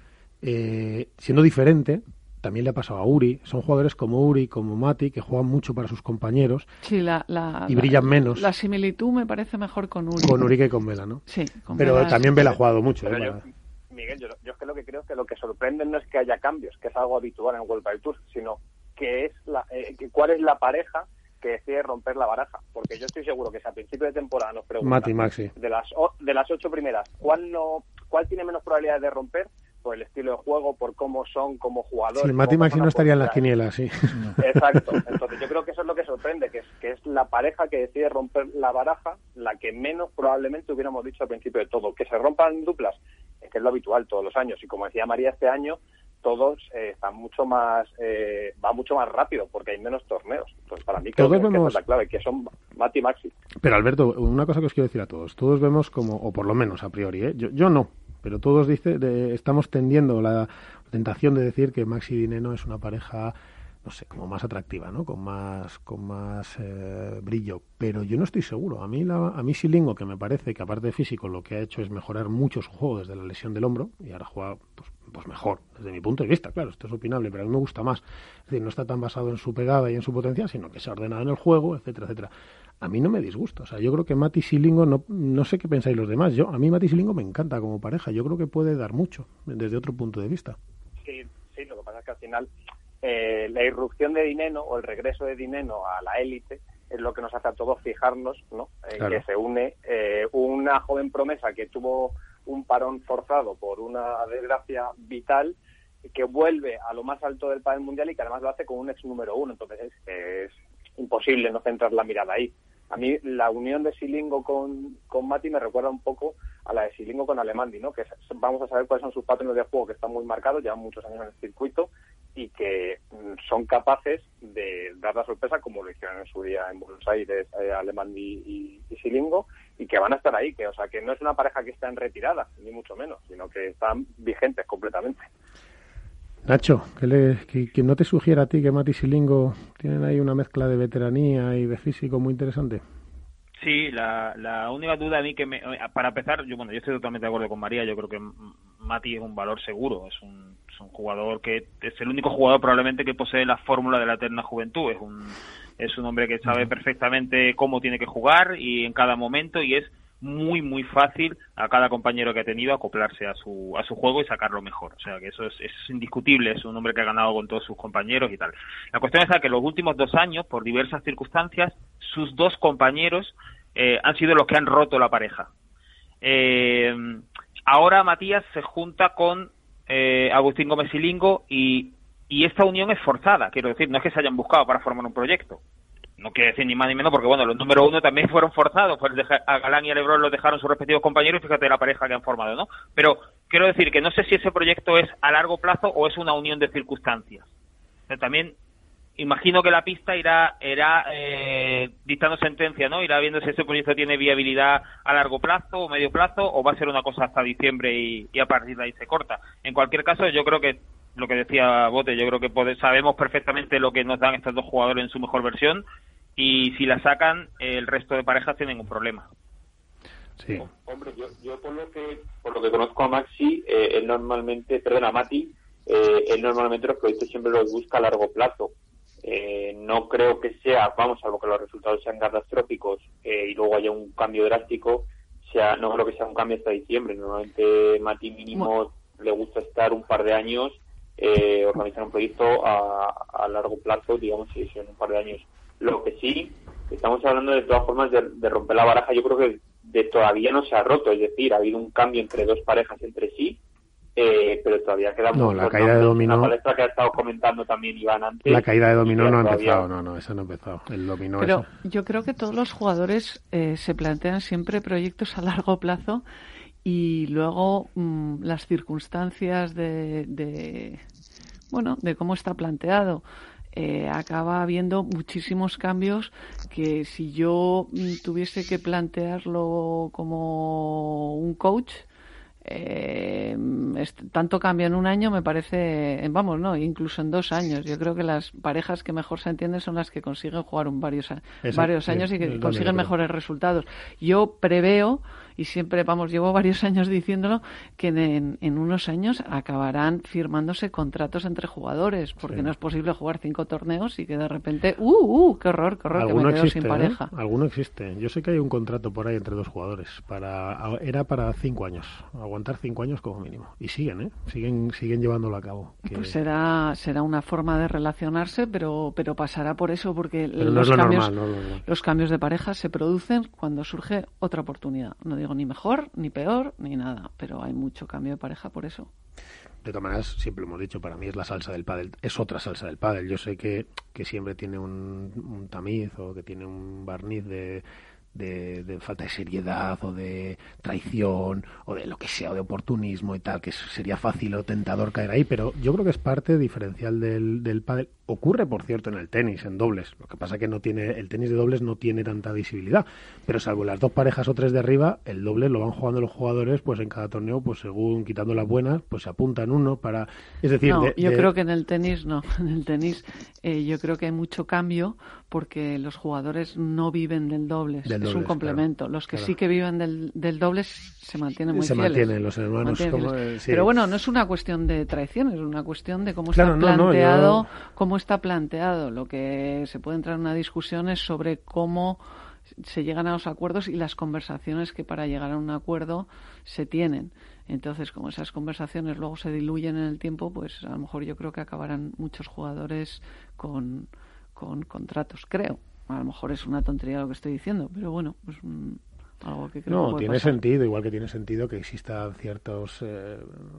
eh, siendo diferente, también le ha pasado a Uri. Son jugadores como Uri, como Mati, que juegan mucho para sus compañeros sí, la, la, y brillan la, menos. La similitud me parece mejor con Uri. Con Uri que con Vela, ¿no? Sí, con Pero Vela también sí. Vela ha jugado mucho. Pero ¿eh? yo, Miguel, yo, yo es que lo que creo que lo que sorprende no es que haya cambios, que es algo habitual en World Padel Tour, sino que es la, eh, que cuál es la pareja que decide romper la baraja, porque yo estoy seguro que si a principio de temporada nos preguntan Mati, Maxi. de las de las ocho primeras, ¿cuál no cuál tiene menos probabilidades de romper? Por el estilo de juego, por cómo son como jugadores. Sí, Mati y Maxi no estarían en las quinielas, sí. Exacto. Entonces yo creo que eso es lo que sorprende, que es que es la pareja que decide romper la baraja, la que menos probablemente hubiéramos dicho al principio de todo. Que se rompan duplas, es que es lo habitual todos los años. Y como decía María, este año todos eh, están mucho más, eh, va mucho más rápido porque hay menos torneos. Entonces para mí creo que, vemos... que esa es la clave, que son Mati y Maxi. Pero Alberto, una cosa que os quiero decir a todos, todos vemos como, o por lo menos a priori, ¿eh? yo, yo no, pero todos dice, de, estamos tendiendo la tentación de decir que Maxi y Dineno es una pareja, no sé, como más atractiva, ¿no? Con más, con más eh, brillo. Pero yo no estoy seguro. A mí, la, a mí Silingo, que me parece que aparte de físico lo que ha hecho es mejorar mucho su juego desde la lesión del hombro y ahora juega pues, pues mejor, desde mi punto de vista, claro, esto es opinable, pero a mí me gusta más. Es decir, no está tan basado en su pegada y en su potencia, sino que se ha ordenado en el juego, etcétera, etcétera. A mí no me disgusta. O sea, yo creo que Mati Silingo, no, no sé qué pensáis los demás. Yo, a mí Mati Silingo me encanta como pareja. Yo creo que puede dar mucho desde otro punto de vista. Sí, sí, lo que pasa es que al final eh, la irrupción de Dineno o el regreso de Dineno a la élite es lo que nos hace a todos fijarnos, ¿no? En claro. que se une eh, una joven promesa que tuvo un parón forzado por una desgracia vital, que vuelve a lo más alto del pádel mundial y que además lo hace con un ex número uno. Entonces es, es imposible no centrar la mirada ahí. A mí la unión de Silingo con, con Mati me recuerda un poco a la de Silingo con Alemandi, ¿no? Que vamos a saber cuáles son sus patrones de juego, que están muy marcados, llevan muchos años en el circuito y que son capaces de dar la sorpresa, como lo hicieron en su día en Buenos Aires, eh, Alemandi y, y Silingo, y que van a estar ahí, que o sea que no es una pareja que está en retirada, ni mucho menos, sino que están vigentes completamente. Nacho, que, le, que, que no te sugiera a ti que Mati y Silingo tienen ahí una mezcla de veteranía y de físico muy interesante. Sí, la, la única duda a mí que me, para empezar, yo bueno, yo estoy totalmente de acuerdo con María. Yo creo que Mati es un valor seguro, es un, es un jugador que es el único jugador probablemente que posee la fórmula de la eterna juventud. Es un es un hombre que sabe perfectamente cómo tiene que jugar y en cada momento, y es muy muy fácil a cada compañero que ha tenido acoplarse a su a su juego y sacarlo mejor. O sea que eso es, es indiscutible, es un hombre que ha ganado con todos sus compañeros y tal. La cuestión es que en los últimos dos años, por diversas circunstancias, sus dos compañeros eh, han sido los que han roto la pareja. Eh, ahora Matías se junta con eh, Agustín Gómez Silingo y, y esta unión es forzada, quiero decir, no es que se hayan buscado para formar un proyecto. no quiere decir ni más ni menos, porque bueno, los número uno también fueron forzados, pues a Galán y a LeBron los dejaron sus respectivos compañeros, y fíjate la pareja que han formado, ¿no? Pero quiero decir que no sé si ese proyecto es a largo plazo o es una unión de circunstancias. O sea, también imagino que la pista irá irá eh, dictando sentencia, ¿no? Irá viendo si ese proyecto tiene viabilidad a largo plazo o medio plazo, o va a ser una cosa hasta diciembre y, y a partir de ahí se corta. En cualquier caso, yo creo que lo que decía Bote, yo creo que pode, sabemos perfectamente lo que nos dan estos dos jugadores en su mejor versión, y si la sacan, el resto de parejas tienen un problema. Sí. Hombre, yo, yo por lo que por lo que conozco a Maxi, eh, él normalmente, perdón, a Mati, eh, él normalmente los proyectos siempre los busca a largo plazo. Eh, no creo que sea, vamos, salvo que los resultados sean catastróficos eh, y luego haya un cambio drástico, sea no creo que sea un cambio hasta diciembre. Normalmente Mati mínimo bueno. le gusta estar un par de años, eh, organizar un proyecto a, a largo plazo, digamos, si son un par de años. Lo que sí, estamos hablando de todas formas de, de romper la baraja, yo creo que de todavía no se ha roto, es decir, ha habido un cambio entre dos parejas entre sí, eh, pero todavía queda no, la caída de dominó, una palestra que ha estado comentando también Iván antes. La caída de dominó no ha todavía... empezado, no, no, esa no ha empezado, el dominó. Pero eso. Yo creo que todos los jugadores eh, se plantean siempre proyectos a largo plazo, y luego mmm, las circunstancias de, de, bueno, de cómo está planteado. Eh, acaba habiendo muchísimos cambios que si yo mm, tuviese que plantearlo como un coach, eh, tanto cambio en un año me parece, vamos, no, incluso en dos años. Yo creo que las parejas que mejor se entienden son las que consiguen jugar un varios, varios años y que consiguen mejores resultados. Yo preveo, y siempre, vamos, llevo varios años diciéndolo, que en, en unos años acabarán firmándose contratos entre jugadores, porque sí. no es posible jugar cinco torneos y que de repente, ¡uh, uh, qué horror, qué horror, que me quedo existe, sin pareja! ¿eh? Alguno existe. Yo sé que hay un contrato por ahí entre dos jugadores, para era para cinco años, aguantar cinco años como mínimo. Y siguen, ¿eh? Siguen siguen llevándolo a cabo. Que... Pues será será una forma de relacionarse, pero pero pasará por eso, porque pero los, no es cambios, normal, no, no, no. los cambios de pareja se producen cuando surge otra oportunidad. No digo ni mejor, ni peor, ni nada, pero hay mucho cambio de pareja por eso. De todas maneras, siempre lo hemos dicho, para mí es la salsa del pádel, es otra salsa del pádel. Yo sé que, que siempre tiene un, un tamiz o que tiene un barniz de, de, de falta de seriedad o de traición o de lo que sea, o de oportunismo y tal, que sería fácil o tentador caer ahí, pero yo creo que es parte diferencial del, del pádel. Ocurre, por cierto, en el tenis, en dobles. Lo que pasa es que no tiene, el tenis de dobles no tiene tanta visibilidad. Pero salvo las dos parejas o tres de arriba, el doble lo van jugando los jugadores, pues en cada torneo, pues según quitando las buenas, pues se apuntan uno para... Es decir... No, de, yo de... creo que en el tenis no. En el tenis eh, yo creo que hay mucho cambio porque los jugadores no viven del dobles. Del es dobles, un complemento. Claro, los que claro. sí que viven del, del dobles se mantienen muy se fieles. Se mantienen los hermanos. Como, eh, sí. Pero bueno, no es una cuestión de traición, es una cuestión de cómo claro, está no, planteado... No, yo... cómo está planteado. Lo que se puede entrar en una discusión es sobre cómo se llegan a los acuerdos y las conversaciones que para llegar a un acuerdo se tienen. Entonces, como esas conversaciones luego se diluyen en el tiempo, pues a lo mejor yo creo que acabarán muchos jugadores con, con contratos, creo. A lo mejor es una tontería lo que estoy diciendo, pero bueno, pues algo que creo no, que puede tiene pasar. sentido, igual que tiene sentido que existan ciertos eh,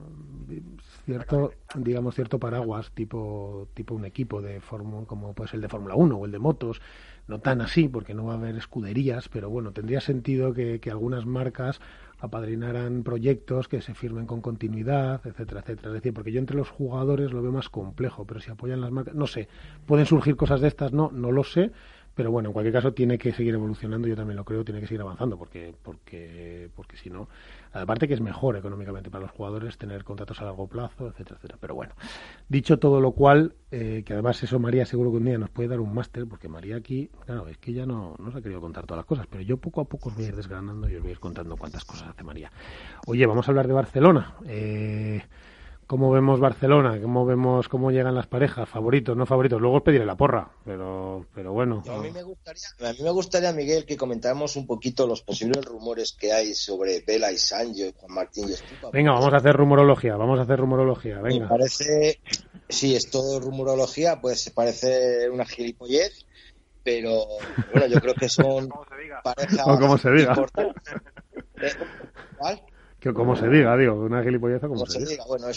cierto, digamos, cierto paraguas tipo tipo un equipo de fórmula, como puede ser el de Fórmula uno o el de motos, no tan así porque no va a haber escuderías, pero bueno, tendría sentido que, que algunas marcas apadrinaran proyectos que se firmen con continuidad, etcétera, etcétera. Es decir, porque yo entre los jugadores lo veo más complejo, pero si apoyan las marcas, no sé, pueden surgir cosas de estas, no, no lo sé. Pero bueno, en cualquier caso tiene que seguir evolucionando, yo también lo creo, tiene que seguir avanzando, porque porque porque si no, aparte que es mejor económicamente para los jugadores tener contratos a largo plazo, etcétera, etcétera. Pero bueno, dicho todo lo cual, eh, que además eso María seguro que un día nos puede dar un máster, porque María aquí, claro, es que ya no nos ha querido contar todas las cosas, pero yo poco a poco os voy a ir desgranando y os voy a ir contando cuántas cosas hace María. Oye, vamos a hablar de Barcelona. Eh... ¿Cómo vemos Barcelona? ¿Cómo vemos cómo llegan las parejas? ¿Favoritos, no favoritos? Luego os pediré la porra, pero pero bueno. A mí me gustaría, a mí me gustaría, Miguel, que comentáramos un poquito los posibles rumores que hay sobre Vela y Sancho y Juan Martín y Estupa. Venga, vamos a hacer rumorología, vamos a hacer rumorología, venga. Me parece, sí, es todo rumorología, pues parece una gilipollez, pero bueno, yo creo que son parejas o como se diga. ¿Cuál? Que como se diga, digo, una gilipolleza como, como se, se diga. diga. Bueno, eso.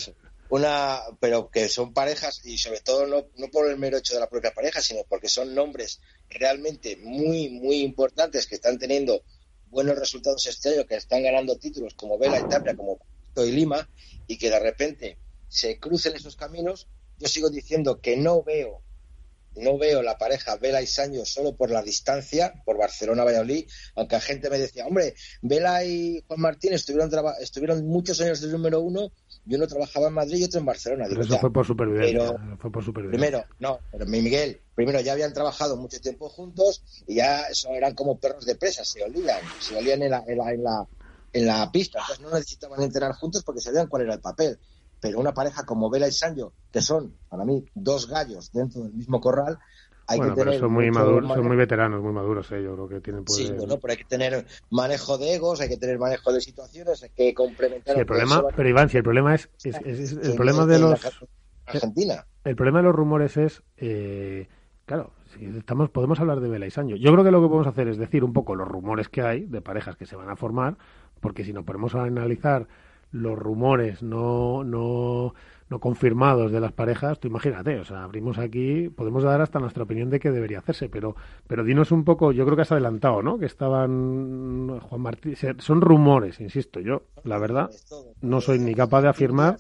una, pero que son parejas y sobre todo no, no por el mero hecho de la propia pareja, sino porque son nombres realmente muy, muy importantes que están teniendo buenos resultados este año, que están ganando títulos como Vela y Tapia, como y Lima, y que de repente se crucen esos caminos. Yo sigo diciendo que no veo no veo la pareja Vela y Sancho solo por la distancia, por Barcelona-Valladolid, aunque la gente me decía, hombre, Vela y Juan Martín estuvieron traba- estuvieron muchos años del número uno, y uno trabajaba en Madrid y otro en Barcelona. Pero Digo, eso ya, fue por supervivencia. pero Fue por supervivencia. primero, no, pero mi Miguel, primero ya habían trabajado mucho tiempo juntos y ya eso eran como perros de presa, se olían, se olían en la, en la, en la, en la pista, entonces no necesitaban entrenar juntos porque sabían cuál era el papel. Pero una pareja como Vela y Sancho, que son, para mí, dos gallos dentro del mismo corral, hay bueno, que tener pero son muy mucho maduros, manejo. son muy veteranos, muy maduros, eh, yo creo que tienen poder... Sí, bueno, pero hay que tener manejo de egos, hay que tener manejo de situaciones, hay que complementar... Sí, el problema, pero Iván, si el problema es, es, es, es el problema de los... Argentina. El, el problema de los rumores es, eh, claro, si estamos, podemos hablar de Vela y Sancho. Yo creo que lo que podemos hacer es decir un poco los rumores que hay de parejas que se van a formar, porque si nos ponemos a analizar los rumores no no no confirmados de las parejas, tú imagínate, o sea, abrimos aquí, podemos dar hasta nuestra opinión de qué debería hacerse, pero pero dinos un poco, yo creo que has adelantado, ¿no? Que estaban Juan Martín, son rumores, insisto, yo, la verdad, no soy ni capaz de afirmar.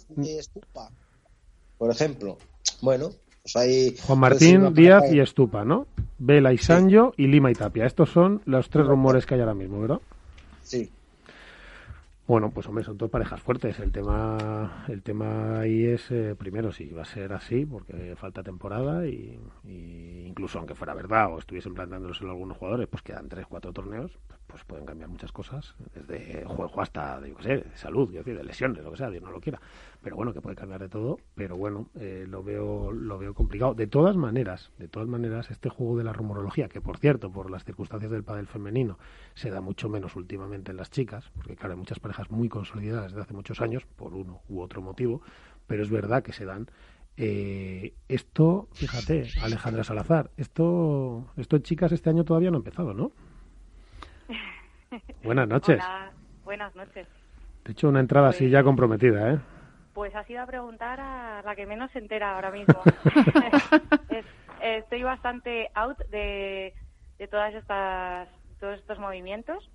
Por ejemplo, bueno, pues hay... Juan Martín, Díaz y Estupa, ¿no? Vela y Sancho y Lima y Tapia. Estos son los tres rumores que hay ahora mismo, ¿verdad? Sí. Bueno, pues hombre, son dos parejas fuertes. El tema el tema ahí es, eh, primero, si va a ser así, porque falta temporada y, y incluso aunque fuera verdad o estuviesen planteándoselo algunos jugadores, pues quedan tres, cuatro torneos, pues, pues pueden cambiar muchas cosas, desde juego hasta, yo qué sé, de salud, yo decir, de lesiones, lo que sea, Dios no lo quiera. Pero bueno, que puede cambiar de todo, pero bueno, eh, lo veo lo veo complicado. De todas maneras, de todas maneras, este juego de la rumorología, que por cierto, por las circunstancias del pádel femenino, se da mucho menos últimamente en las chicas, porque claro, hay muchas parejas muy consolidadas desde hace muchos años, por uno u otro motivo, pero es verdad que se dan. Eh, esto, fíjate, Alejandra Salazar, esto, esto en chicas este año todavía no ha empezado, ¿no? Buenas noches. Hola, buenas noches. Te he hecho una entrada pues, así ya comprometida, ¿eh? Pues has ido a preguntar a la que menos se entera ahora mismo. es, estoy bastante out de, de todas estas, todos estos movimientos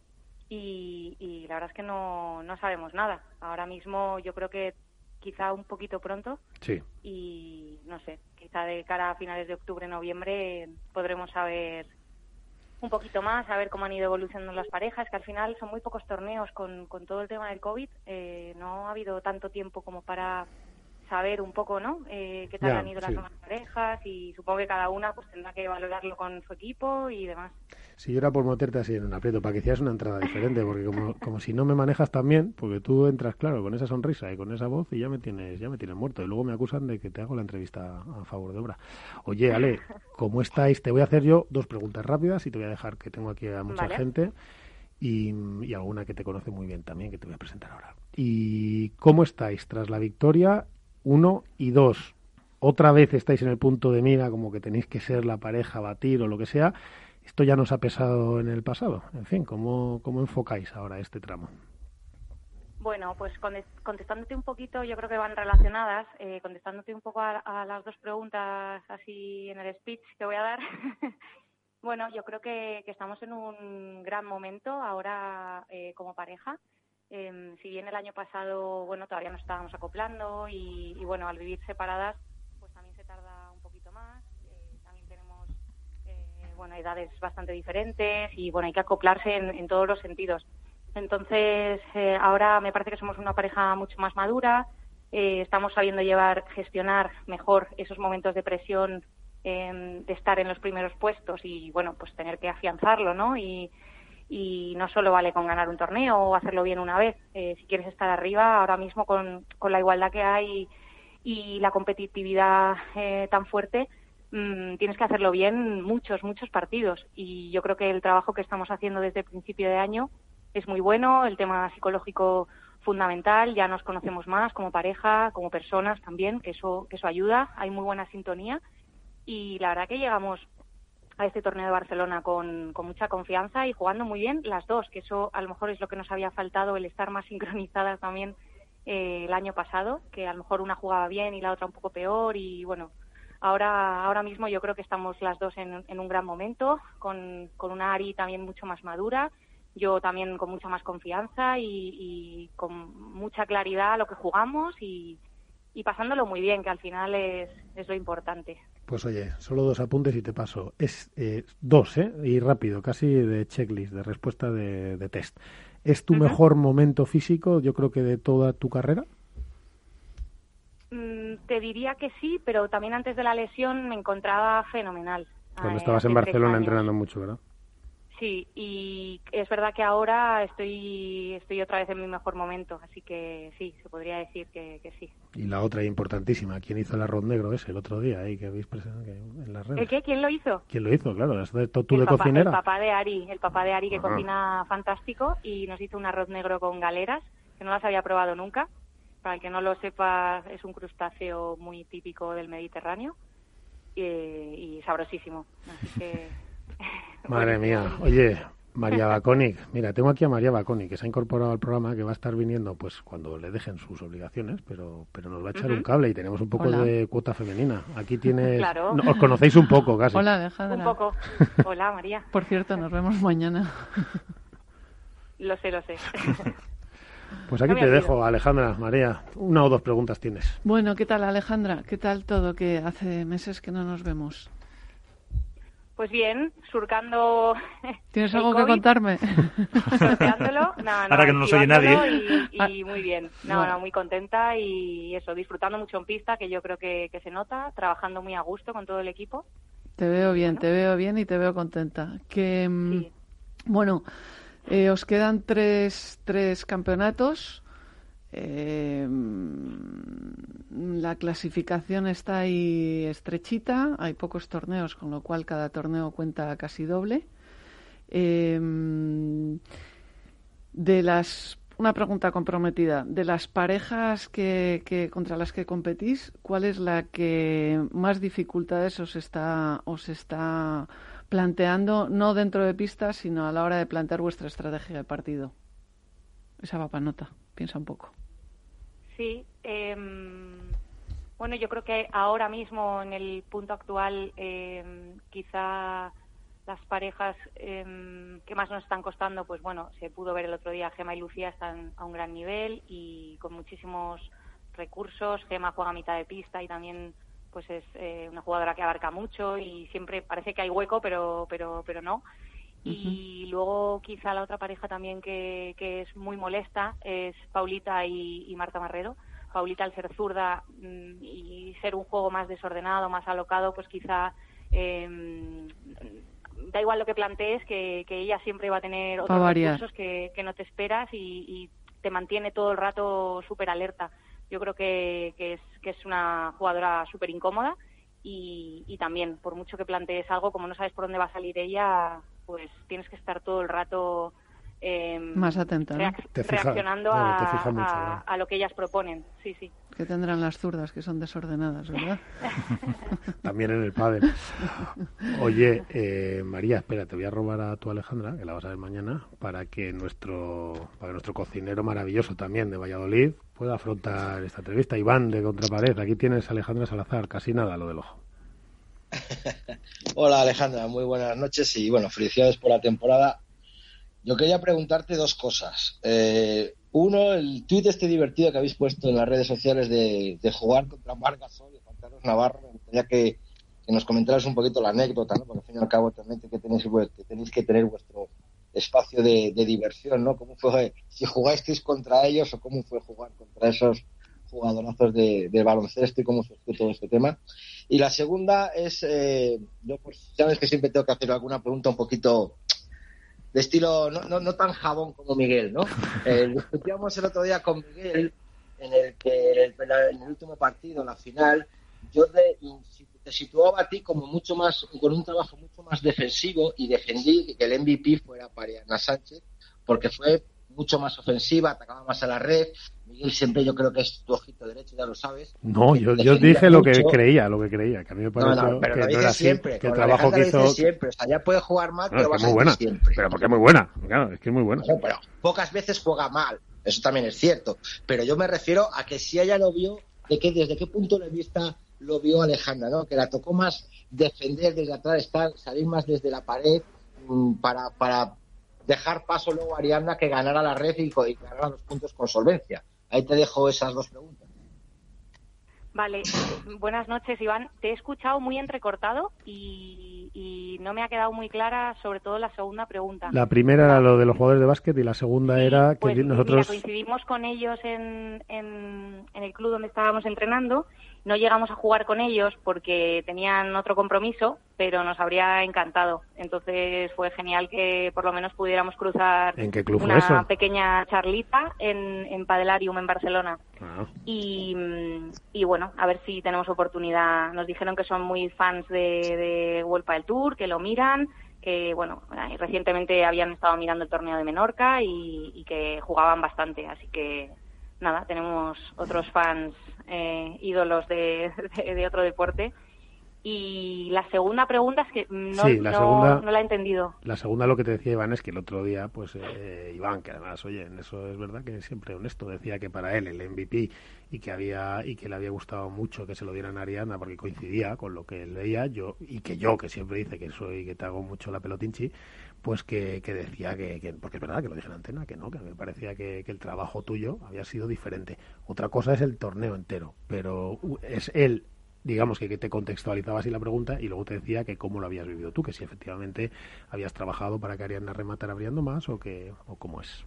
y, y la verdad es que no, no sabemos nada. Ahora mismo yo creo que quizá un poquito pronto. Sí. Y no sé, quizá de cara a finales de octubre, noviembre podremos saber un poquito más, a ver cómo han ido evolucionando las parejas, que al final son muy pocos torneos con, con todo el tema del COVID. Eh, no ha habido tanto tiempo como para saber un poco, ¿no? Eh, qué tal ya, han ido sí. las demás parejas y supongo que cada una pues tendrá que valorarlo con su equipo y demás. Si yo era por meterte así en un aprieto, para que hicieras una entrada diferente, porque como, como si no me manejas tan bien, porque tú entras, claro, con esa sonrisa y con esa voz y ya me tienes ya me tienes muerto. Y luego me acusan de que te hago la entrevista a favor de obra. Oye, Ale, ¿cómo estáis? Te voy a hacer yo dos preguntas rápidas y te voy a dejar que tengo aquí a mucha Vale. gente y, y alguna que te conoce muy bien también, que te voy a presentar ahora. ¿Y cómo estáis tras la victoria? Uno y dos. Otra vez estáis en el punto de mira, como que tenéis que ser la pareja a batir o lo que sea. Esto ya nos ha pesado en el pasado. En fin, ¿cómo, cómo enfocáis ahora este tramo? Bueno, pues contestándote un poquito, yo creo que van relacionadas, eh, contestándote un poco a, a las dos preguntas así en el speech que voy a dar. Bueno, yo creo que, que estamos en un gran momento ahora eh, como pareja. Eh, si bien el año pasado, bueno, todavía nos estábamos acoplando y, y bueno, al vivir separadas, pues también se tarda un poquito más. Eh, también tenemos, eh, bueno, edades bastante diferentes y bueno, hay que acoplarse en, en todos los sentidos. Entonces, eh, ahora me parece que somos una pareja mucho más madura, eh, estamos sabiendo llevar, gestionar mejor esos momentos de presión, eh, de estar en los primeros puestos y, bueno, pues tener que afianzarlo, ¿no? Y, y no solo vale con ganar un torneo o hacerlo bien una vez. Eh, si quieres estar arriba, ahora mismo con, con la igualdad que hay y la competitividad eh, tan fuerte, mmm, tienes que hacerlo bien muchos, muchos partidos. Y yo creo que el trabajo que estamos haciendo desde el principio de año es muy bueno, el tema psicológico fundamental, ya nos conocemos más como pareja, como personas también, que eso, que eso ayuda, hay muy buena sintonía y la verdad que llegamos a este torneo de Barcelona con, con mucha confianza y jugando muy bien las dos, que eso a lo mejor es lo que nos había faltado, el estar más sincronizadas también eh, el año pasado, que a lo mejor una jugaba bien y la otra un poco peor, y bueno, ahora ahora mismo yo creo que estamos las dos en, en un gran momento, con, con una Ari también mucho más madura, yo también con mucha más confianza y, y con mucha claridad a lo que jugamos y, y pasándolo muy bien, que al final es, es lo importante. Pues oye, solo dos apuntes y te paso. Es eh, dos, ¿eh? Y rápido, casi de checklist, de respuesta de, de test. ¿Es tu uh-huh. mejor momento físico, yo creo que de toda tu carrera? Mm, te diría que sí, pero también antes de la lesión me encontraba fenomenal. Cuando eh, estabas en Barcelona entrenando mucho, ¿verdad? Sí, y es verdad que ahora estoy estoy otra vez en mi mejor momento, así que sí, se podría decir que, que sí. Y la otra importantísima, ¿quién hizo el arroz negro ese el otro día ahí que habéis presentado en las redes? ¿El qué? ¿Quién lo hizo? ¿Quién lo hizo? Claro, ¿es de, tú el de papá, cocinera? El papá de Ari, el papá de Ari que Ajá. cocina fantástico y nos hizo un arroz negro con galeras, que no las había probado nunca. Para el que no lo sepa, es un crustáceo muy típico del Mediterráneo y, y sabrosísimo. Así que... Madre mía, oye, María Baconic, mira, tengo aquí a María Baconic, que se ha incorporado al programa, que va a estar viniendo pues cuando le dejen sus obligaciones, pero pero nos va a echar uh-huh. un cable y tenemos un poco Hola. de cuota femenina. Aquí tienes, claro. no, os conocéis un poco casi. Hola, Alejandra. Un poco. Hola, María. Por cierto, nos vemos mañana. Lo sé, lo sé. Pues aquí no te dejo, Alejandra, María. Una o dos preguntas tienes. Bueno, ¿qué tal, Alejandra? ¿Qué tal todo? Que hace meses que no nos vemos. Pues bien, surcando. ¿Tienes algo COVID, que contarme? Sorteándolo. No, no, ahora que no nos oye nadie. Y, y muy bien. No, bueno. no, muy contenta y eso, disfrutando mucho en pista, que yo creo que, que se nota, trabajando muy a gusto con todo el equipo. Te veo bien, bueno. te veo bien y te veo contenta. Que, sí. Bueno, eh, os quedan tres, tres campeonatos. Eh, la clasificación está ahí estrechita, hay pocos torneos, con lo cual cada torneo cuenta casi doble. Eh, de las una pregunta comprometida, de las parejas que, que contra las que competís, ¿cuál es la que más dificultades os está os está planteando, no dentro de pistas, sino a la hora de plantear vuestra estrategia de partido? Esa va para nota, piensa un poco. Sí, eh, bueno, yo creo que ahora mismo, en el punto actual, eh, quizá las parejas eh, que más nos están costando, pues bueno, se pudo ver el otro día, Gemma y Lucía están a un gran nivel y con muchísimos recursos. Gemma juega a mitad de pista y también pues es eh, una jugadora que abarca mucho y siempre parece que hay hueco, pero pero pero no. Y uh-huh. luego quizá la otra pareja también que, que es muy molesta es Paulita y, y Marta Marrero. Paulita, al ser zurda mmm, y ser un juego más desordenado, más alocado, pues quizá eh, da igual lo que plantees, que, que ella siempre va a tener otros recursos que, que no te esperas y, y te mantiene todo el rato súper alerta. Yo creo que, que, es, que es una jugadora súper incómoda y, y también, por mucho que plantees algo, como no sabes por dónde va a salir ella, pues tienes que estar todo el rato eh, más atenta, ¿no? reac- te fija, reaccionando claro, te fija a, mucho, a, ¿no? a lo que ellas proponen. Sí, sí. Que tendrán las zurdas, que son desordenadas, ¿verdad? También en el pádel. Oye, eh, María, espera, te voy a robar a tu Alejandra, que la vas a ver mañana, para que nuestro para que nuestro cocinero maravilloso también de Valladolid pueda afrontar esta entrevista. Iván, de Contrapared, aquí tienes a Alejandra Salazar, casi nada lo del ojo. Hola Alejandra, muy buenas noches y bueno, felicidades por la temporada. Yo quería preguntarte dos cosas. Eh, uno, el tuit este divertido que habéis puesto en las redes sociales de, de jugar contra Marc Gasol y Juan Carlos Navarro. Me gustaría que, que nos comentaras un poquito la anécdota, ¿no? Porque al fin y al cabo también que tenéis, que tenéis que tener vuestro espacio de, de diversión, ¿no? ¿Cómo fue, si jugasteis contra ellos o cómo fue jugar contra esos jugadorazos de, de baloncesto y cómo surgió todo este tema? Y la segunda es, eh, yo pues sabes que siempre tengo que hacer alguna pregunta un poquito de estilo, no, no, no tan jabón como Miguel, ¿no? Eh, discutíamos el otro día con Miguel en el que en el, en el último partido, en la final, yo de, te situaba a ti como mucho más, con un trabajo mucho más defensivo y defendí que el M V P fuera para Ana Sánchez porque fue mucho más ofensiva, atacaba más a la red. Miguel siempre yo creo que es tu ojito derecho, ya lo sabes. No, yo, yo dije lo que creía, lo que creía, que a mí me pareció no, no, pero que lo no era siempre, así, que el trabajo que hizo... siempre, o sea, ya puede jugar mal, no, pero es va a muy buena, siempre. Pero porque es muy buena, claro, es que es muy buena. No, pero pocas veces juega mal, eso también es cierto, pero yo me refiero a que si ella lo vio, de que desde qué punto de vista lo vio Alejandra, ¿no? Que la tocó más defender desde atrás, estar, salir más desde la pared mmm, para, para dejar paso luego a Ariadna que ganara la red y, y ganara los puntos con solvencia. Ahí te dejo esas dos preguntas. Vale, buenas noches, Iván. Te he escuchado muy entrecortado y, y no me ha quedado muy clara, sobre todo la segunda pregunta. La primera era lo de los jugadores de básquet y la segunda sí, era que pues, nosotros... Mira, coincidimos con ellos en, en, en el club donde estábamos entrenando. No llegamos a jugar con ellos porque tenían otro compromiso, pero nos habría encantado. Entonces fue genial que por lo menos pudiéramos cruzar ¿En qué club una fue eso? pequeña charlita en, en Padelarium, en Barcelona. Ah. Y, y bueno, a ver si tenemos oportunidad. Nos dijeron que son muy fans de, de World Padel Tour, que lo miran, que bueno, recientemente habían estado mirando el torneo de Menorca y, y que jugaban bastante, así que nada, tenemos otros fans eh, ídolos de, de, de otro deporte. Y la segunda pregunta es que no, sí, la no, segunda, no la he entendido. La segunda, lo que te decía Iván, es que el otro día, pues eh, Iván, que además, oye, en eso es verdad que es siempre honesto, decía que para él el M V P y que había y que le había gustado mucho que se lo dieran a Ariadna porque coincidía con lo que él veía, yo y que yo, que siempre dice que soy, que te hago mucho la pelotinchi, pues que, que decía que, que, porque es verdad que lo dije en antena, que no, que me parecía que, que el trabajo tuyo había sido diferente. Otra cosa es el torneo entero, pero es él, digamos que, que te contextualizaba así la pregunta y luego te decía que cómo lo habías vivido tú, que si efectivamente habías trabajado para que Ariadna rematara abriendo más o que o cómo es.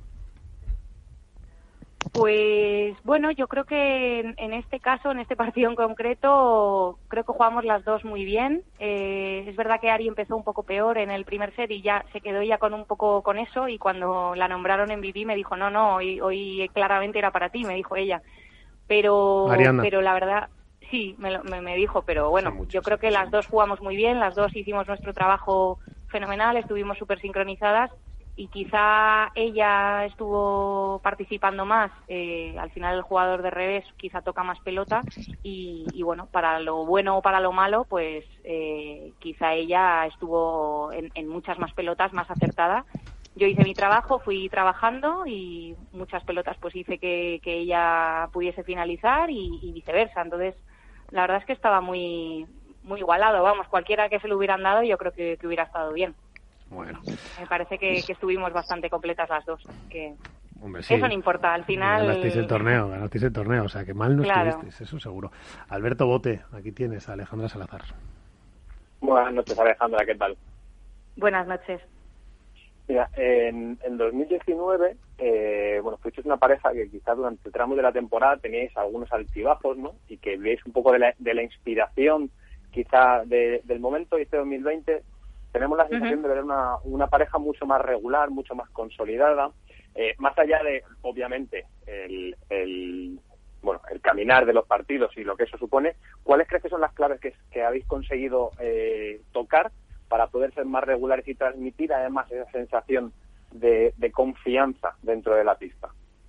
Pues bueno, yo creo que en, en este caso, en este partido en concreto, creo que jugamos las dos muy bien. Eh, es verdad que Ari empezó un poco peor en el primer set y ya se quedó ella con un poco con eso, y cuando la nombraron M V P me dijo, no, no, hoy, hoy claramente era para ti, me dijo ella. Pero, Ariadna. pero la verdad, sí, me, lo, me, me dijo, pero bueno, sí, mucho, yo creo que sí. Las dos jugamos muy bien, las dos hicimos nuestro trabajo fenomenal, estuvimos súper sincronizadas. Y quizá ella estuvo participando más, eh, al final el jugador de revés quizá toca más pelota y, y bueno, para lo bueno o para lo malo, pues eh, quizá ella estuvo en, en muchas más pelotas, más acertada. Yo hice mi trabajo, fui trabajando y muchas pelotas pues hice que, que ella pudiese finalizar y, y viceversa. Entonces, la verdad es que estaba muy, muy igualado, vamos, cualquiera que se lo hubieran dado yo creo que, que hubiera estado bien. Bueno. Me parece que, que estuvimos bastante completas las dos. Que Hombre, sí. Eso no importa, al final... Ganasteis el torneo, ganasteis el torneo, o sea que mal no claro. estuvisteis, eso seguro. Alberto Bote, aquí tienes a Alejandra Salazar. Buenas noches, Alejandra, ¿qué tal? Buenas noches. Mira, en, en dos mil diecinueve, eh, bueno, fuisteis una pareja que quizás durante el tramo de la temporada teníais algunos altibajos, ¿no? Y que veis un poco de la, de la inspiración, quizá, de, del momento, y este dos mil veinte... Tenemos la sensación uh-huh. de ver una, una pareja mucho más regular, mucho más consolidada, eh, más allá de, obviamente, el, el bueno el caminar de los partidos y lo que eso supone. ¿Cuáles crees que son las claves que, que habéis conseguido eh, tocar para poder ser más regulares y transmitir además esa sensación de, de confianza dentro de la pista?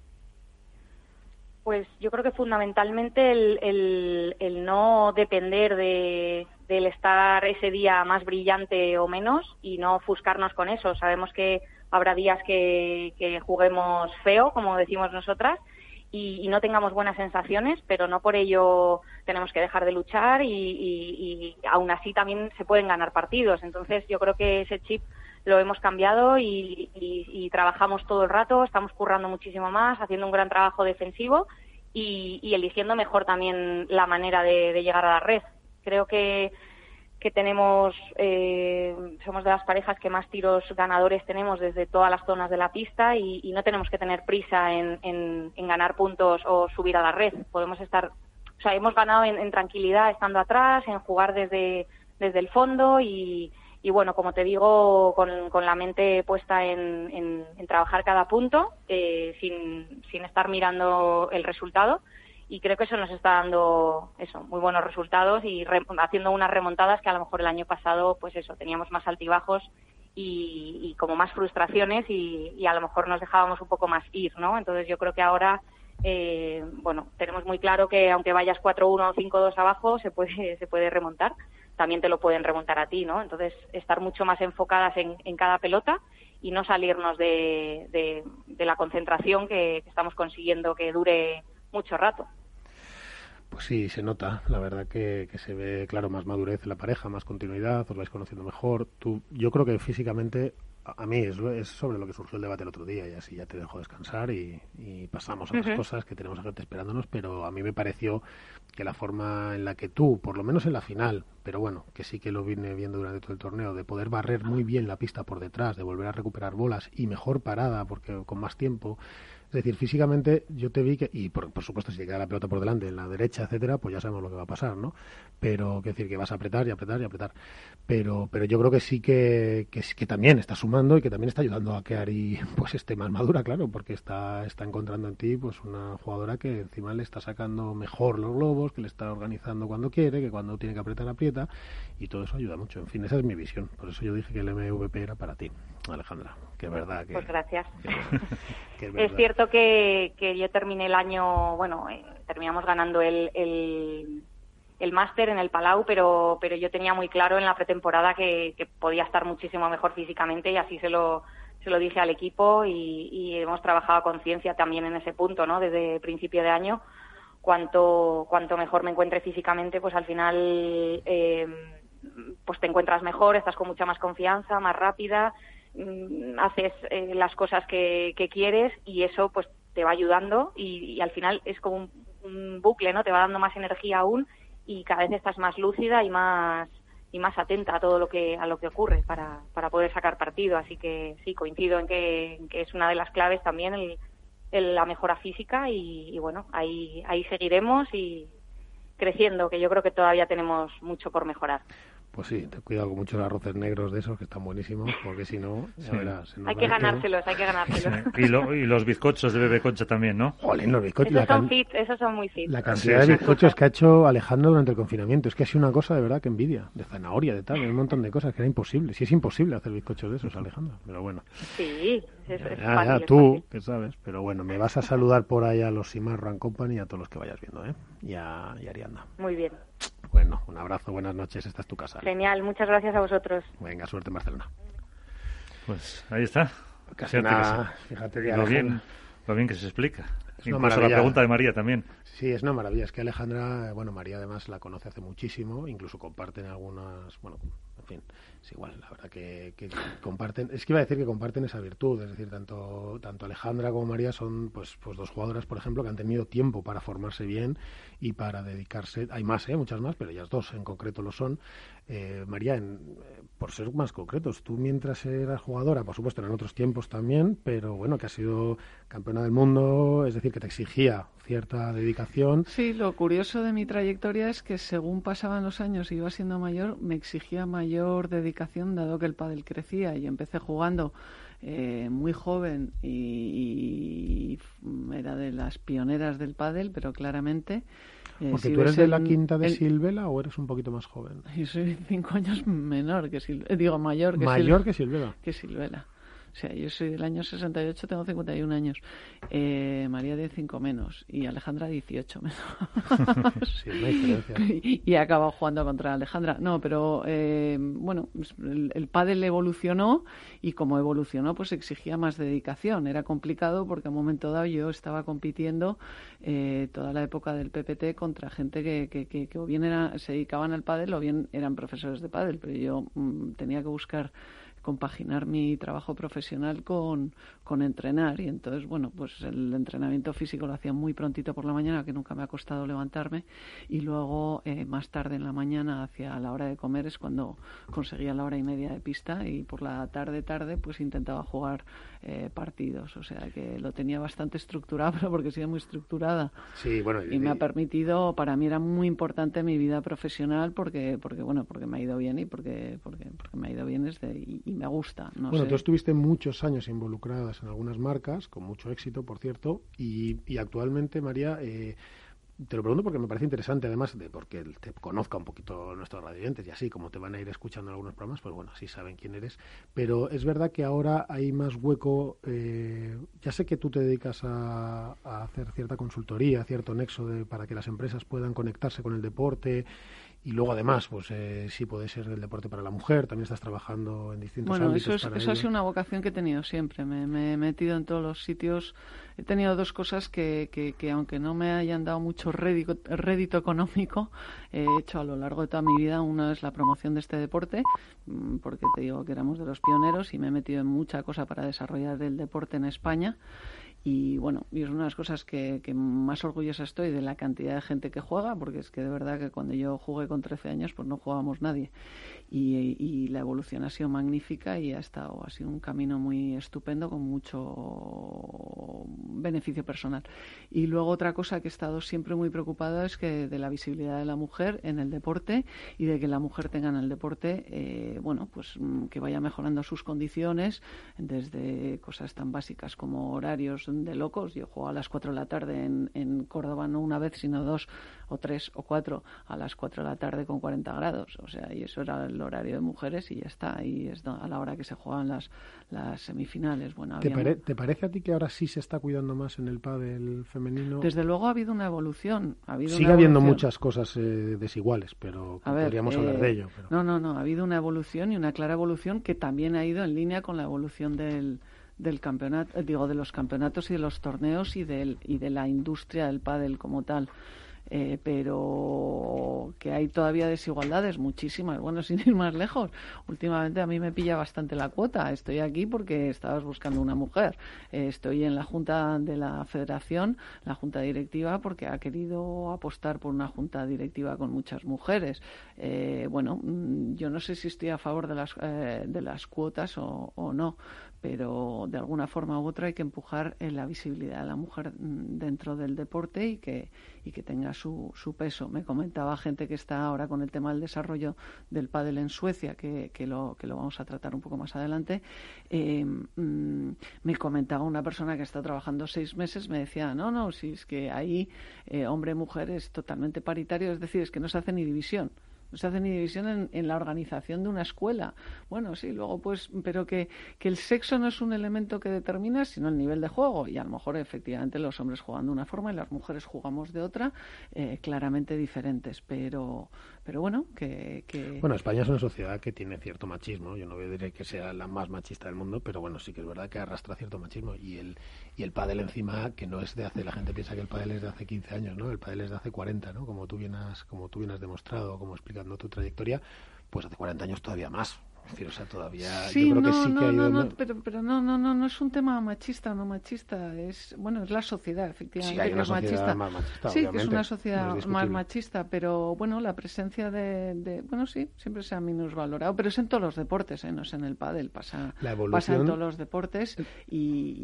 Pues yo creo que fundamentalmente el, el, el no depender de, del estar ese día más brillante o menos y no ofuscarnos con eso. Sabemos que habrá días que, que juguemos feo, como decimos nosotras, y, y no tengamos buenas sensaciones, pero no por ello tenemos que dejar de luchar y, y, y aún así también se pueden ganar partidos. Entonces yo creo que ese chip lo hemos cambiado y, y, y trabajamos todo el rato, estamos currando muchísimo más, haciendo un gran trabajo defensivo y, y eligiendo mejor también la manera de, de llegar a la red. Creo que, que tenemos, eh, somos de las parejas que más tiros ganadores tenemos desde todas las zonas de la pista y, y no tenemos que tener prisa en, en, en ganar puntos o subir a la red. Podemos estar, o sea, hemos ganado en, en tranquilidad estando atrás, en jugar desde, desde el fondo y Y bueno, como te digo, con, con la mente puesta en, en, en trabajar cada punto, eh, sin, sin estar mirando el resultado. Y creo que eso nos está dando eso, muy buenos resultados y re, haciendo unas remontadas que a lo mejor el año pasado, pues eso, teníamos más altibajos y, y como más frustraciones y, y a lo mejor nos dejábamos un poco más ir, ¿no? Entonces yo creo que ahora, eh, bueno, tenemos muy claro que aunque vayas cuatro uno o cinco dos abajo, se puede, se puede remontar. También te lo pueden remontar a ti, ¿no? Entonces, estar mucho más enfocadas en, en cada pelota y no salirnos de, de, de la concentración que, que estamos consiguiendo que dure mucho rato. Pues sí, se nota, la verdad que, que se ve, claro, más madurez en la pareja, más continuidad, os vais conociendo mejor. Tú, yo creo que físicamente, a, a mí es, es sobre lo que surgió el debate el otro día, y así ya te dejo descansar y, y pasamos a otras Uh-huh. cosas que tenemos a gente esperándonos, pero a mí me pareció que la forma en la que tú, por lo menos en la final, pero bueno, que sí que lo vine viendo durante todo el torneo, de poder barrer muy bien la pista por detrás, de volver a recuperar bolas y mejor parada, porque con más tiempo. Es decir, físicamente yo te vi que, y por, por supuesto si te queda la pelota por delante, en la derecha, etcétera, pues ya sabemos lo que va a pasar, ¿no? Pero, quiero decir, que vas a apretar y apretar y apretar. Pero pero yo creo que sí que, que, que también está sumando y que también está ayudando a que Ari pues esté más madura, claro, porque está, está encontrando en ti pues una jugadora que encima le está sacando mejor los globos, que le está organizando cuando quiere, que cuando tiene que apretar aprieta, y todo eso ayuda mucho. En fin, esa es mi visión. Por eso yo dije que el M V P era para ti, Alejandra, que es verdad que... Pues gracias. Que, que es, verdad. Es cierto que, que yo terminé el año, bueno, eh, terminamos ganando el, el, el máster en el Palau, pero, pero yo tenía muy claro en la pretemporada que, que podía estar muchísimo mejor físicamente, y así se lo, se lo dije al equipo, y, y hemos trabajado a conciencia también en ese punto, ¿no? Desde principio de año, cuanto, cuanto mejor me encuentre físicamente, pues al final eh, pues te encuentras mejor, estás con mucha más confianza, más rápida, haces eh, las cosas que, que quieres, y eso pues te va ayudando, y, y al final es como un, un bucle, ¿no? Te va dando más energía aún, y cada vez estás más lúcida y más y más atenta a todo lo que a lo que ocurre para, para poder sacar partido. Así que sí, coincido en que, en que es una de las claves también el, el, la mejora física, y, y bueno, ahí ahí seguiremos y creciendo, que yo creo que todavía tenemos mucho por mejorar. Pues sí, te cuidado con muchos arroces negros de esos que están buenísimos, porque si no, ya Sí. verás. se nos Hay va que a quedar- ganárselos, hay que ganárselos. Y, lo- y los bizcochos de Bebe Concha también, ¿no? Jolín, los bizcochos. Esos La, son can- fit, esos son muy fit. la cantidad Sí, de sí. bizcochos que ha hecho Alejandro durante el confinamiento. Es que ha sido una cosa de verdad que envidia. De zanahoria, de tal, de un montón de cosas que era imposible. Si es imposible hacer bizcochos de esos, Alejandro. Pero bueno. Sí, es, es Ya, fácil, ya, es tú, fácil. que sabes. Pero bueno, me vas a saludar por ahí a los Simar Run Company y a todos los que vayas viendo, ¿eh? Y a, y a Ariadna. Muy bien. Bueno, un abrazo, buenas noches. Esta es tu casa. Genial, muchas gracias a vosotros. Venga, suerte en Barcelona. Pues ahí está. Casi Fíjate que nada, se- fíjate que lo Alejandra- bien, lo bien que se explica. Es una Incluso la maravilla. pregunta de María también. Sí, es una maravilla. Es que Alejandra, bueno, María además la conoce hace muchísimo, incluso comparten algunas, bueno, en fin, es igual, la verdad que, que comparten, es que iba a decir que comparten esa virtud, es decir, tanto tanto Alejandra como María son pues pues dos jugadoras, por ejemplo, que han tenido tiempo para formarse bien y para dedicarse, hay más, ¿eh? Muchas más, pero ellas dos en concreto lo son. Eh, María, en, eh, por ser más concretos, tú mientras eras jugadora, por supuesto, en otros tiempos también, pero bueno, que has sido campeona del mundo, es decir, que te exigía cierta dedicación. Sí, lo curioso de mi trayectoria es que según pasaban los años y iba siendo mayor, me exigía mayor dedicación, dado que el pádel crecía, y empecé jugando eh, muy joven y, y era de las pioneras del pádel, pero claramente... eh, Porque si tú eres ves de la el- quinta de el- Silvela o eres un poquito más joven. Yo soy cinco años menor que Silvela, digo mayor que Mayor Silvela. que Silvela. Que Silvela. O sea, yo soy del año sesenta y ocho, tengo cincuenta y un años. Eh, María de cinco menos y Alejandra dieciocho menos. Sí, una diferencia. y, y he acabado jugando contra Alejandra. No, pero eh, bueno, el, el pádel evolucionó, y como evolucionó, pues exigía más dedicación. Era complicado porque a un momento dado yo estaba compitiendo eh, toda la época del P P T contra gente que, que, que, que o bien era, se dedicaban al pádel o bien eran profesores de pádel, pero yo mm, tenía que buscar compaginar mi trabajo profesional con, con entrenar, y entonces, bueno, pues el entrenamiento físico lo hacía muy prontito por la mañana, que nunca me ha costado levantarme, y luego eh, más tarde en la mañana, hacia la hora de comer, es cuando conseguía la hora y media de pista, y por la tarde tarde pues intentaba jugar eh, partidos, o sea que lo tenía bastante estructurado, pero porque he sido muy estructurada. Sí, bueno, Y me ha permitido, para mí era muy importante mi vida profesional, porque, porque bueno, porque me ha ido bien y porque, porque, porque me ha ido bien desde, y, y me gusta. No Bueno, sé. tú estuviste muchos años involucradas en algunas marcas, con mucho éxito, por cierto, y, y actualmente, María, eh, te lo pregunto porque me parece interesante, además de porque te conozca un poquito nuestros radioyentes y así, como te van a ir escuchando en algunos programas, pues bueno, así saben quién eres. Pero es verdad que ahora hay más hueco, eh, ya sé que tú te dedicas a, a hacer cierta consultoría, cierto nexo de, para que las empresas puedan conectarse con el deporte Y luego, además, pues eh, sí puede ser el deporte para la mujer, también estás trabajando en distintos bueno, ámbitos. Bueno, eso, para eso ha ello. sido una vocación que he tenido siempre. Me, me he metido en todos los sitios. He tenido dos cosas que, que, que aunque no me hayan dado mucho rédito, rédito económico, he hecho a lo largo de toda mi vida. Una es la promoción de este deporte, porque te digo que éramos de los pioneros y me he metido en mucha cosa para desarrollar el deporte en España. Y bueno, y es una de las cosas que, que más orgullosa estoy de la cantidad de gente que juega, porque es que de verdad que cuando yo jugué con trece años pues no jugábamos nadie. Y, y la evolución ha sido magnífica y ha estado, ha sido un camino muy estupendo con mucho beneficio personal. Y luego otra cosa que he estado siempre muy preocupada es que de la visibilidad de la mujer en el deporte y de que la mujer tenga en el deporte, eh, bueno, pues que vaya mejorando sus condiciones, desde cosas tan básicas como horarios de locos. Yo juego a las cuatro de la tarde en, en Córdoba, no una vez, sino dos o tres o cuatro a las cuatro de la tarde con cuarenta grados. O sea, y eso era el horario de mujeres y ya está. Y es a la hora que se juegan las, las semifinales. Bueno, ¿Te, había... pare, ¿Te parece a ti que ahora sí se está cuidando más en el pádel femenino? Desde luego ha habido una evolución. Ha habido Sigue una habiendo evolución. muchas cosas eh, desiguales, pero a ver, podríamos eh, hablar de ello. Pero... No, no, no. Ha habido una evolución y una clara evolución que también ha ido en línea con la evolución del del campeonato, digo, de los campeonatos y de los torneos y del y de la industria del pádel como tal. Eh, pero que hay todavía desigualdades, muchísimas. Bueno, sin ir más lejos, últimamente a mí me pilla bastante la cuota. Estoy aquí porque estabas buscando una mujer. Eh, estoy en la junta de la federación, la junta directiva, porque ha querido apostar por una junta directiva con muchas mujeres. Eh, bueno, yo no sé si estoy a favor de las, eh, de las cuotas o, o no, pero de alguna forma u otra hay que empujar en la visibilidad de la mujer dentro del deporte y que, y que tenga su, su peso. Me comentaba gente que está ahora con el tema del desarrollo del pádel en Suecia, que, que, lo, que lo vamos a tratar un poco más adelante. Eh, mmm, me comentaba una persona que está trabajando seis meses, me decía, no, no, si es que ahí eh, hombre-mujer es totalmente paritario, es decir, es que no se hace ni división. No se hace ni división en, en la organización de una escuela. Bueno, sí, luego pues, pero que, que el sexo no es un elemento que determina, sino el nivel de juego. Y a lo mejor efectivamente los hombres juegan de una forma y las mujeres jugamos de otra, eh, claramente diferentes. Pero, pero bueno, que, que... Bueno, España es una sociedad que tiene cierto machismo. Yo no diré que sea la más machista del mundo, pero bueno, sí que es verdad que arrastra cierto machismo. Y el, y el pádel encima, que no es de hace... La gente piensa que el pádel es de hace quince años, ¿no? El pádel es de hace cuarenta, ¿no? Como tú bien has, como tú bien has demostrado, como explicando tu trayectoria, pues hace cuarenta años todavía más. Es decir, o sea, todavía sí, yo creo no, que sí no, que ha ido... No, no, pero, pero no, no, no, no es un tema machista o no machista, es, bueno, es la sociedad, efectivamente, sí, hay que una es sociedad machista. más machista, sí, obviamente, que es una sociedad no es más machista, pero bueno, la presencia de, de, bueno, sí, siempre se ha minusvalorado, pero es en todos los deportes, ¿eh? No es en el pádel, pasa, la evolución, pasa en todos los deportes y,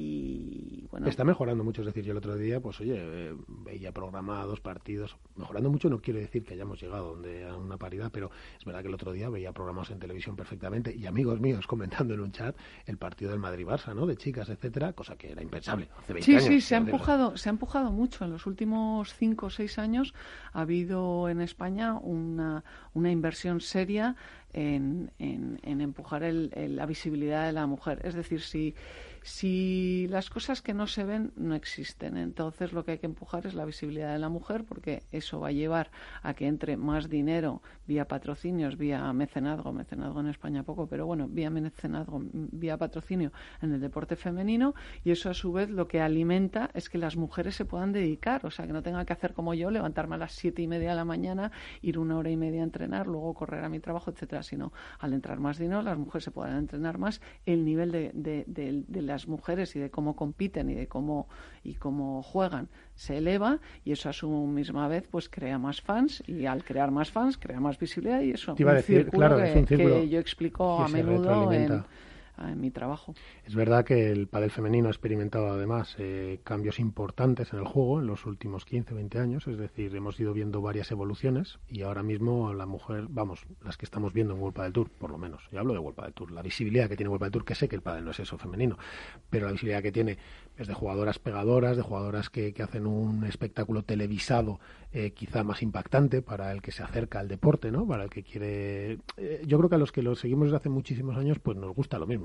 y bueno... Está mejorando mucho, es decir, yo el otro día, pues oye, eh, veía programados partidos, mejorando mucho no quiere decir que hayamos llegado donde a una paridad, pero es verdad que el otro día veía programados en televisión perfectamente y amigos míos comentando en un chat el partido del Madrid-Barça, ¿no? De chicas, etcétera, cosa que era impensable hace veinte sí, años. Sí, sí, se ha empujado, se ha empujado mucho. En los últimos cinco o seis años ha habido en España una, una inversión seria en, en, en empujar el, el, la visibilidad de la mujer. Es decir, si, si las cosas que no se ven no existen, entonces lo que hay que empujar es la visibilidad de la mujer, porque eso va a llevar a que entre más dinero vía patrocinios, vía mecenazgo, mecenazgo en España poco, pero bueno, vía mecenazgo, vía patrocinio en el deporte femenino, y eso a su vez lo que alimenta es que las mujeres se puedan dedicar, o sea, que no tengan que hacer como yo, levantarme a las siete y media de la mañana, ir una hora y media a entrenar, luego correr a mi trabajo, etcétera, sino al entrar más dinero, las mujeres se puedan entrenar más, el nivel de, de, de, de las mujeres y de cómo compiten y de cómo y cómo juegan se eleva, y eso a su misma vez pues crea más fans, y al crear más fans crea más visibilidad, y eso Te iba a decir, círculo claro, que, es un círculo que yo explico que a se menudo en, retroalimenta. en mi trabajo. Es verdad que el pádel femenino ha experimentado además eh, cambios importantes en el juego en los últimos quince, veinte años, es decir, hemos ido viendo varias evoluciones, y ahora mismo la mujer, vamos, las que estamos viendo en World Padel Tour, por lo menos, yo hablo de World Padel Tour, la visibilidad que tiene World Padel Tour, que sé que el pádel no es eso femenino, pero la visibilidad que tiene es de jugadoras pegadoras, de jugadoras que, que hacen un espectáculo televisado eh, quizá más impactante para el que se acerca al deporte, ¿no? Para el que quiere... Eh, yo creo que a los que lo seguimos desde hace muchísimos años, pues nos gusta lo mismo.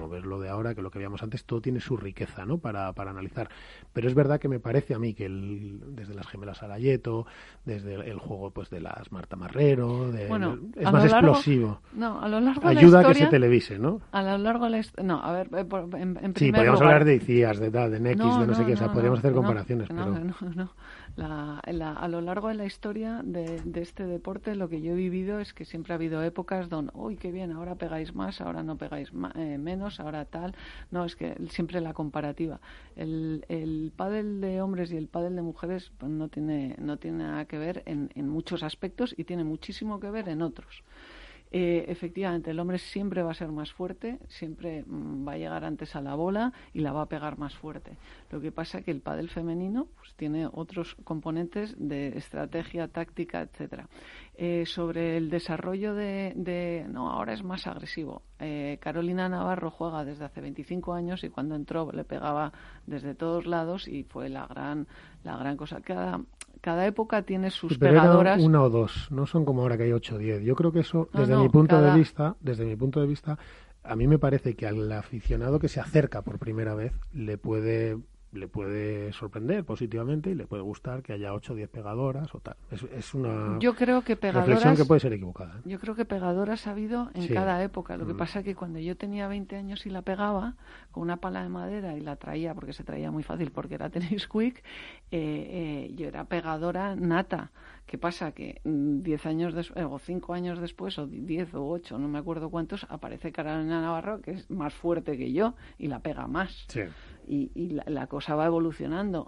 como ves lo de ahora, que lo que veíamos antes, todo tiene su riqueza, ¿no? Para, para analizar. Pero es verdad que me parece a mí que el, desde las gemelas Arayeto, desde el, el juego pues de las Marta Marrero, de, bueno, es más largo, explosivo. No, a lo largo de Ayuda la historia, a que se televise, ¿no? A lo largo de la historia, no, a ver, en, en sí, podríamos lugar, hablar de ICIAS, de, de, de N X, no, de no, no sé qué, o sea, no, podríamos hacer no, comparaciones, no, pero... No, no, no. La, la, a lo largo de la historia de, de este deporte, lo que yo he vivido es que siempre ha habido épocas donde, uy, qué bien, ahora pegáis más, ahora no pegáis ma, eh, menos, ahora tal. No, es que siempre la comparativa. El, el pádel de hombres y el pádel de mujeres pues, no tiene no tiene nada que ver en, en muchos aspectos y tiene muchísimo que ver en otros. Eh, efectivamente, el hombre siempre va a ser más fuerte, siempre mmm, va a llegar antes a la bola y la va a pegar más fuerte. Lo que pasa es que el pádel femenino pues, tiene otros componentes de estrategia, táctica, etcétera. Eh, sobre el desarrollo de, de... No, ahora es más agresivo. Eh, Carolina Navarro juega desde hace veinticinco años y cuando entró le pegaba desde todos lados y fue la gran, la gran cosa. Cada... Cada época tiene sus sí, pero pegadoras. Una o dos, no son como ahora que hay ocho o diez. Yo creo que eso, desde no, no, mi punto cada... de vista, desde mi punto de vista, a mí me parece que al aficionado que se acerca por primera vez le puede le puede sorprender positivamente y le puede gustar que haya ocho o diez pegadoras o tal. Es, es una yo creo que pegadoras, reflexión que puede ser equivocada, ¿eh? Yo creo que pegadoras ha habido en sí. cada época. Lo mm. que pasa es que cuando yo tenía veinte años y la pegaba con una pala de madera y la traía, porque se traía muy fácil, porque era tenis quick, eh, eh, yo era pegadora nata. ¿Qué pasa? Que diez años después, eh, o cinco años después, o diez o ocho, no me acuerdo cuántos, aparece Carolina Navarro, que es más fuerte que yo, y la pega más. Sí. Y, y la, la cosa va evolucionando.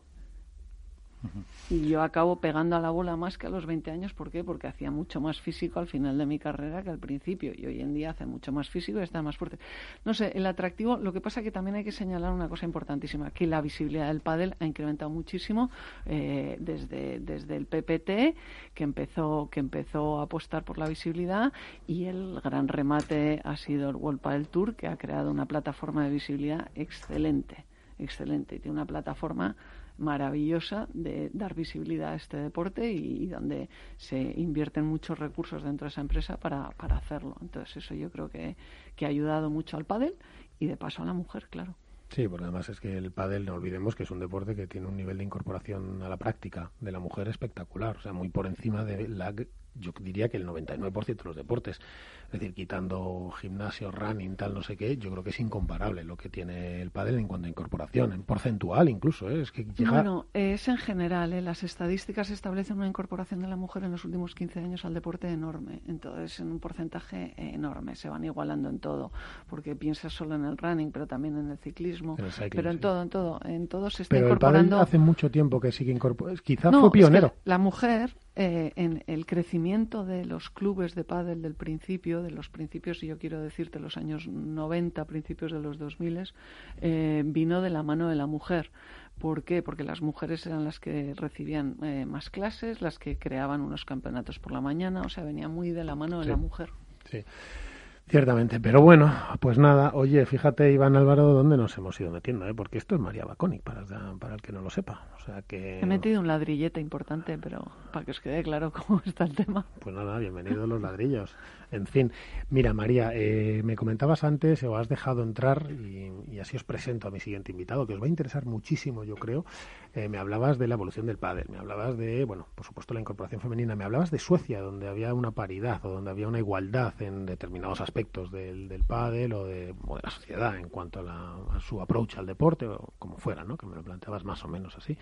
Y yo acabo pegando a la bola más que a los veinte años. ¿Por qué? Porque hacía mucho más físico al final de mi carrera que al principio. Y hoy en día hace mucho más físico y está más fuerte. No sé, el atractivo, lo que pasa es que también hay que señalar una cosa importantísima, que la visibilidad del pádel ha incrementado muchísimo eh, desde, desde el P P T, que empezó, que empezó a apostar por la visibilidad, y el gran remate ha sido el World Padel Tour, que ha creado una plataforma de visibilidad excelente, excelente. Y tiene una plataforma maravillosa de dar visibilidad a este deporte y, y donde se invierten muchos recursos dentro de esa empresa para, para hacerlo. Entonces eso yo creo que, que ha ayudado mucho al pádel y de paso a la mujer, claro. Sí, porque además es que el pádel, no olvidemos que es un deporte que tiene un nivel de incorporación a la práctica de la mujer espectacular, o sea, muy por encima de la, yo diría que el noventa y nueve por ciento de los deportes. Es decir, quitando gimnasio, running, tal, no sé qué, yo creo que es incomparable lo que tiene el pádel en cuanto a incorporación, en porcentual incluso, ¿eh? Es que llega... Bueno, es en general, ¿eh? Las estadísticas establecen una incorporación de la mujer en los últimos quince años al deporte enorme, entonces en un porcentaje enorme, se van igualando en todo, porque piensas solo en el running, pero también en el ciclismo, el cycling, pero en sí. todo, en todo, en todo se está pero incorporando. Pero el pádel hace mucho tiempo que sigue incorporando, quizás no, fue pionero. Es que la mujer, eh, en el crecimiento de los clubes de pádel del principio, de los principios, y yo quiero decirte los años noventa, principios de los dos mil, eh, vino de la mano de la mujer. ¿Por qué? Porque las mujeres eran las que recibían eh, más clases, las que creaban unos campeonatos por la mañana, o sea, venía muy de la mano de sí. la mujer. Sí. Ciertamente, pero bueno, pues nada, oye, fíjate, Iván Álvaro, dónde nos hemos ido metiendo, ¿eh? Porque esto es María Baconi, para, para el que no lo sepa. O sea que... He metido un ladrillete importante, pero para que os quede claro cómo está el tema. Pues nada, bienvenidos los ladrillos. En fin, mira, María, eh, me comentabas antes, o has dejado entrar, y, y así os presento a mi siguiente invitado, que os va a interesar muchísimo, yo creo. Eh, me hablabas de la evolución del pádel, me hablabas de, bueno, por supuesto, la incorporación femenina, me hablabas de Suecia, donde había una paridad, o donde había una igualdad en determinados aspectos aspectos del, del pádel o de, o de la sociedad en cuanto a, la, a su approach al deporte o como fuera, ¿no? Que me lo planteabas más o menos así.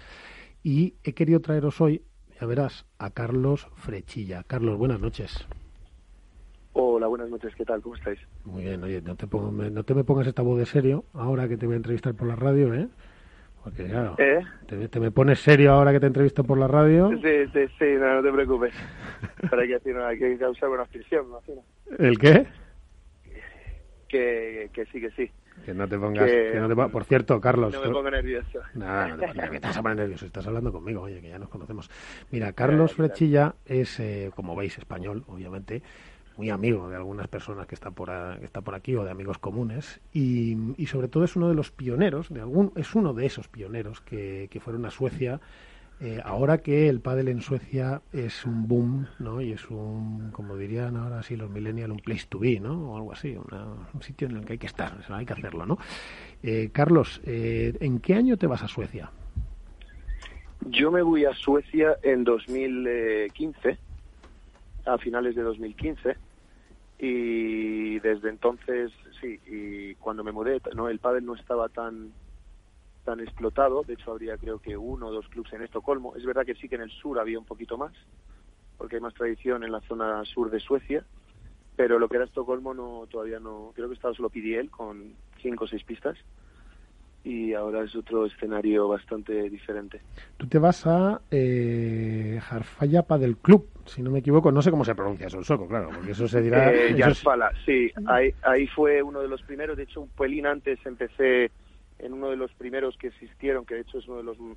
Y he querido traeros hoy, ya verás, a Carlos Frechilla. Carlos, buenas noches. Hola, buenas noches, ¿qué tal? ¿Cómo estáis? Muy bien, oye, no te, pongo, no te me pongas esta voz de serio ahora que te voy a entrevistar por la radio, ¿eh? Porque claro, ¿Eh? te, te me pones serio ahora que te entrevisto por la radio. Sí, sí, sí, no, no te preocupes. Pero hay que decir, no, hay que causar una fricción, me imagino. ¿El qué? Que, que sí, que sí. Que no te pongas... Que, que no te, por cierto, Carlos... No me pongo nervioso. Nada, no te, no, que te vas a poner nervioso. Estás hablando conmigo, oye, que ya nos conocemos. Mira, Carlos Frechilla es, eh, como veis, español, obviamente, muy amigo de algunas personas que están por, a, que están por aquí o de amigos comunes y, y sobre todo es uno de los pioneros, de algún es uno de esos pioneros que, que fueron a Suecia Eh, ahora que el pádel en Suecia es un boom, ¿no? Y es un, como dirían ahora sí los millennials, un place to be, ¿no? O algo así, una, un sitio en el que hay que estar, o sea, hay que hacerlo, ¿no? Eh, Carlos, eh, ¿en qué año te vas a Suecia? Yo me voy a Suecia en dos mil quince, a finales de dos mil quince, y desde entonces, sí, y cuando me mudé, no, el pádel no estaba tan tan explotado. De hecho, habría creo que uno o dos clubes en Estocolmo. Es verdad que sí que en el sur había un poquito más, porque hay más tradición en la zona sur de Suecia, pero lo que era Estocolmo no, todavía no, creo que estaba solo P D L con cinco o seis pistas, y ahora es otro escenario bastante diferente. Tú te vas a eh, Järfälla Padel Club, si no me equivoco, no sé cómo se pronuncia eso en sueco, claro, porque eso se dirá... Eh, Järfälla, es... sí, ahí, ahí fue uno de los primeros. De hecho, un pelín antes empecé en uno de los primeros que existieron, que de hecho es uno de los...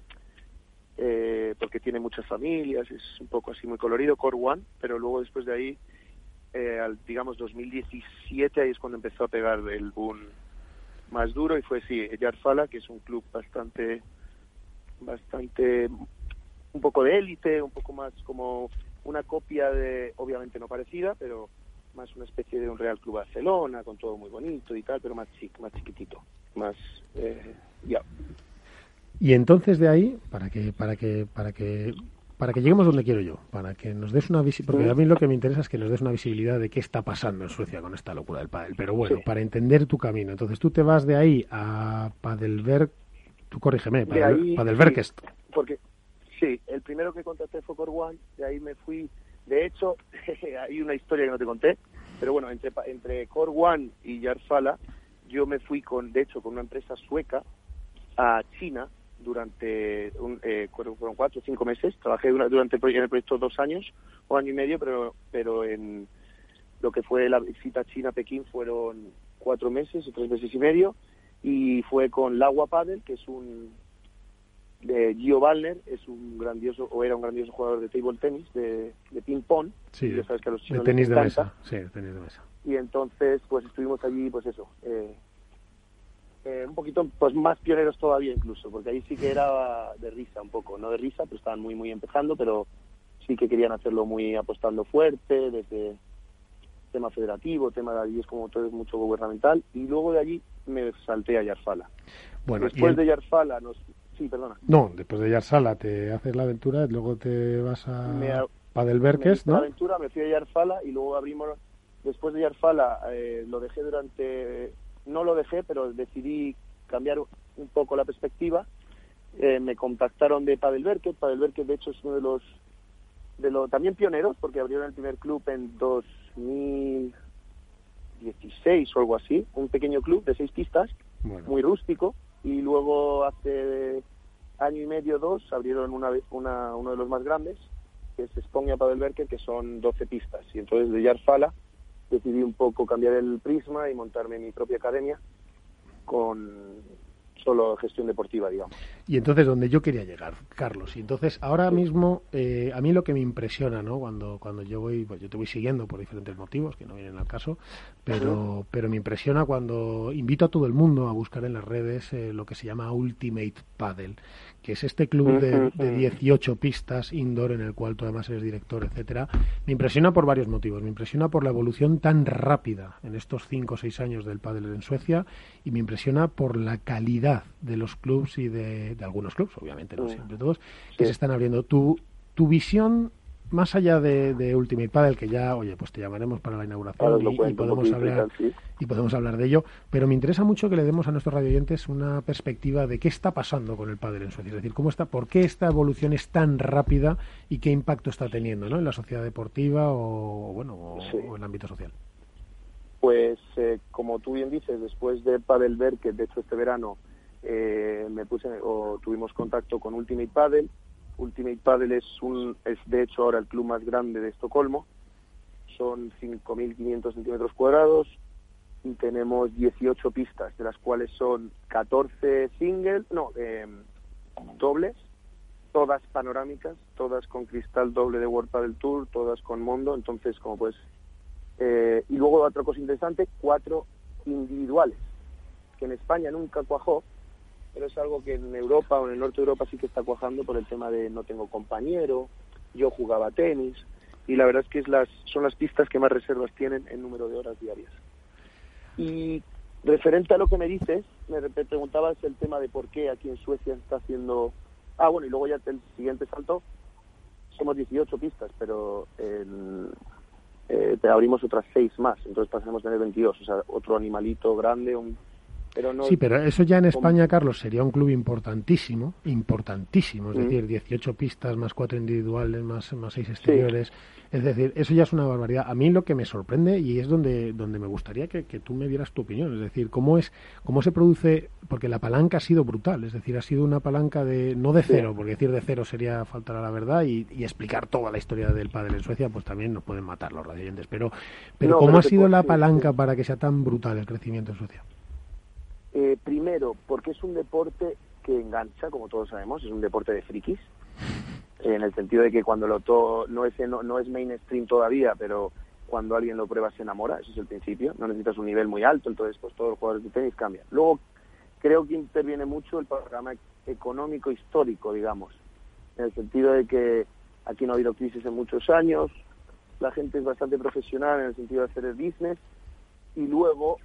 Eh, porque tiene muchas familias, es un poco así muy colorido, Core One, pero luego después de ahí, eh, al, digamos dos mil diecisiete, ahí es cuando empezó a pegar el boom más duro, y fue, sí, Järfälla, que es un club bastante, bastante, un poco de élite, un poco más como una copia de, obviamente no parecida, pero más una especie de un Real Club Barcelona, con todo muy bonito y tal, pero más chic, más chiquitito, más, eh, ya. Y entonces de ahí, para que, para que, para que, para que lleguemos donde quiero yo, para que nos des una visibilidad, porque a mí lo que me interesa es que nos des una visibilidad de qué está pasando en Suecia con esta locura del pádel. Pero bueno, sí, para entender tu camino, entonces tú te vas de ahí a Padelberg, tú corrígeme, Padel, Padelbergest. Sí, porque sí, el primero que contraté fue Core One, de ahí me fui. De hecho, hay una historia que no te conté, pero bueno, entre entre Core One y Järfälla, yo me fui con, de hecho, con una empresa sueca a China durante un, eh, fueron cuatro o cinco meses. Trabajé durante el, en el proyecto dos años o año y medio, pero pero en lo que fue la visita a China-Pekín fueron cuatro meses o tres meses y medio, y fue con Lawa Padel, que es un de Gio Wallner, es un grandioso, o era un grandioso jugador de table tenis, de, de ping pong, sí, ya sabes que a los chinos de tenis les de encanta. mesa, sí, de tenis de mesa. Y entonces pues estuvimos allí, pues eso, eh, Eh, un poquito pues más pioneros todavía incluso, porque ahí sí que era de risa un poco, no de risa, pero estaban muy muy empezando, pero sí que querían hacerlo muy apostando fuerte, desde tema federativo, tema de allí es como todo es mucho gubernamental, y luego de allí me salté a Järfälla. Bueno, después el... de Järfälla nos... Sí, perdona. No, después de Järfälla te haces la aventura, luego te vas a me, Padelbergest, me ¿no? la aventura, me fui a Järfälla y luego abrimos, después de Järfälla eh, lo dejé durante... No lo dejé, pero decidí cambiar un poco la perspectiva. Eh, me contactaron de Padelbergest. Padelbergest, de hecho, es uno de los, de los también pioneros, porque abrieron el primer club en dos mil dieciséis o algo así. Un pequeño club de seis pistas, bueno, muy rústico. Y luego, hace año y medio, dos, abrieron una, una, uno de los más grandes, que es Spånga Padelbergest, que son doce pistas. Y entonces, de Järfälla decidí un poco cambiar el prisma y montarme mi propia academia con solo gestión deportiva, digamos. Y entonces, donde yo quería llegar, Carlos, y entonces ahora mismo eh, a mí lo que me impresiona, ¿no? Cuando cuando yo voy, pues yo te voy siguiendo por diferentes motivos que no vienen al caso, pero pero me impresiona cuando invito a todo el mundo a buscar en las redes eh, lo que se llama Ultimate Padel, que es este club de, de dieciocho pistas indoor en el cual tú además eres director, etcétera. Me impresiona por varios motivos. Me impresiona por la evolución tan rápida en estos cinco o seis años del pádel en Suecia, y me impresiona por la calidad de los clubs y de, de algunos clubs, obviamente no siempre todos, que sí se están abriendo. Tu, tu visión, más allá de, de Ultimate Padel, que ya, oye, pues te llamaremos para la inauguración y, y podemos hablar sí. y podemos hablar de ello, pero me interesa mucho que le demos a nuestros radioyentes una perspectiva de qué está pasando con el pádel en Suecia, es decir, cómo está, por qué esta evolución es tan rápida y qué impacto está teniendo, ¿no?, en la sociedad deportiva o, bueno, o, sí. o en el ámbito social. Pues, eh, como tú bien dices, después de Padelbergest, de hecho este verano eh, me puse o tuvimos contacto con Ultimate Padel. Ultimate Padel es un es de hecho ahora el club más grande de Estocolmo. Son cinco mil quinientos centímetros cuadrados y tenemos dieciocho pistas, de las cuales son catorce singles, no, eh, dobles, todas panorámicas, todas con cristal doble de World Padel Tour, todas con Mondo. Entonces, como pues eh, y luego otra cosa interesante, cuatro individuales, que en España nunca cuajó. pero es algo que en Europa o en el norte de Europa sí que está cuajando por el tema de no tengo compañero, yo jugaba tenis, y la verdad es que es las, son las pistas que más reservas tienen en número de horas diarias. Y referente a lo que me dices, me preguntabas el tema de por qué aquí en Suecia está haciendo... Ah, bueno, y luego ya el siguiente salto, somos dieciocho pistas, pero en, eh, te abrimos otras seis más, entonces pasaremos a tener veintidós, o sea, otro animalito grande, un... Pero no, sí, pero eso ya en España, Carlos, sería un club importantísimo, importantísimo, es mm. decir, dieciocho pistas más cuatro individuales, más, más seis exteriores, sí. Es decir, eso ya es una barbaridad. A mí lo que me sorprende, y es donde donde me gustaría que, que tú me dieras tu opinión, es decir, cómo es cómo se produce, porque la palanca ha sido brutal, es decir, ha sido una palanca de no de cero, sí. porque decir de cero sería faltar a la verdad, y, y explicar toda la historia del pádel en Suecia, pues también nos pueden matar los radioyentes, pero, pero no, ¿cómo pero ha sido la palanca sí. para que sea tan brutal el crecimiento en Suecia? Eh, primero, porque es un deporte que engancha, como todos sabemos, es un deporte de frikis, en el sentido de que cuando lo to no es no, no es mainstream todavía, pero cuando alguien lo prueba se enamora, ese es el principio, no necesitas un nivel muy alto, entonces pues todos los jugadores de tenis cambian. Luego creo que interviene mucho el programa económico histórico, digamos, en el sentido de que aquí no ha habido crisis en muchos años, la gente es bastante profesional en el sentido de hacer el business, y luego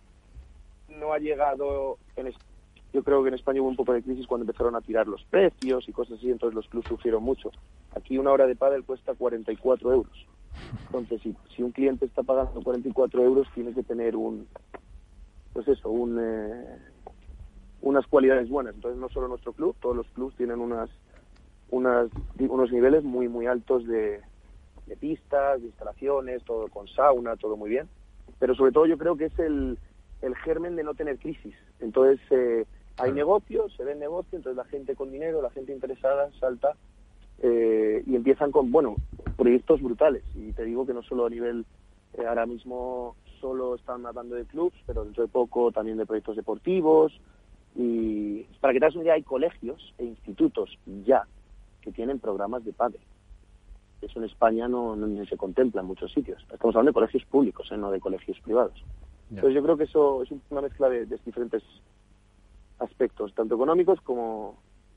no ha llegado, en, yo creo que en España hubo un poco de crisis cuando empezaron a tirar los precios y cosas así, entonces los clubs sufrieron mucho. Aquí una hora de pádel cuesta cuarenta y cuatro euros. Entonces, si, si un cliente está pagando cuarenta y cuatro euros, tiene que tener un, pues eso, un, eh, unas cualidades buenas. Entonces, no solo nuestro club, todos los clubs tienen unas, unas unos niveles muy, muy altos de, de pistas, de instalaciones, todo con sauna, todo muy bien. Pero sobre todo yo creo que es el el germen de no tener crisis. Entonces eh, hay negocio, se ve el negocio, entonces la gente con dinero, la gente interesada salta eh, y empiezan con, bueno, proyectos brutales. Y te digo que no solo a nivel, eh, ahora mismo solo están hablando de clubs, pero dentro de poco también de proyectos deportivos. Y para que te hagas una idea, hay colegios e institutos ya que tienen programas de pádel. Eso en España no, no ni se contempla en muchos sitios. Estamos hablando de colegios públicos, ¿eh? No de colegios privados. Entonces yo creo que eso es una mezcla de, de diferentes aspectos, tanto económicos como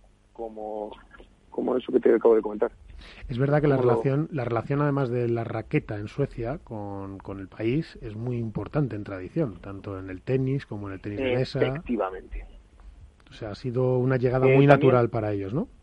como como eso que te acabo de comentar. Es verdad que la como relación, la relación además de la raqueta en Suecia con, con el país es muy importante en tradición, tanto en el tenis como en el tenis de mesa. Efectivamente. O sea, ha sido una llegada eh, muy también, natural para ellos, ¿no?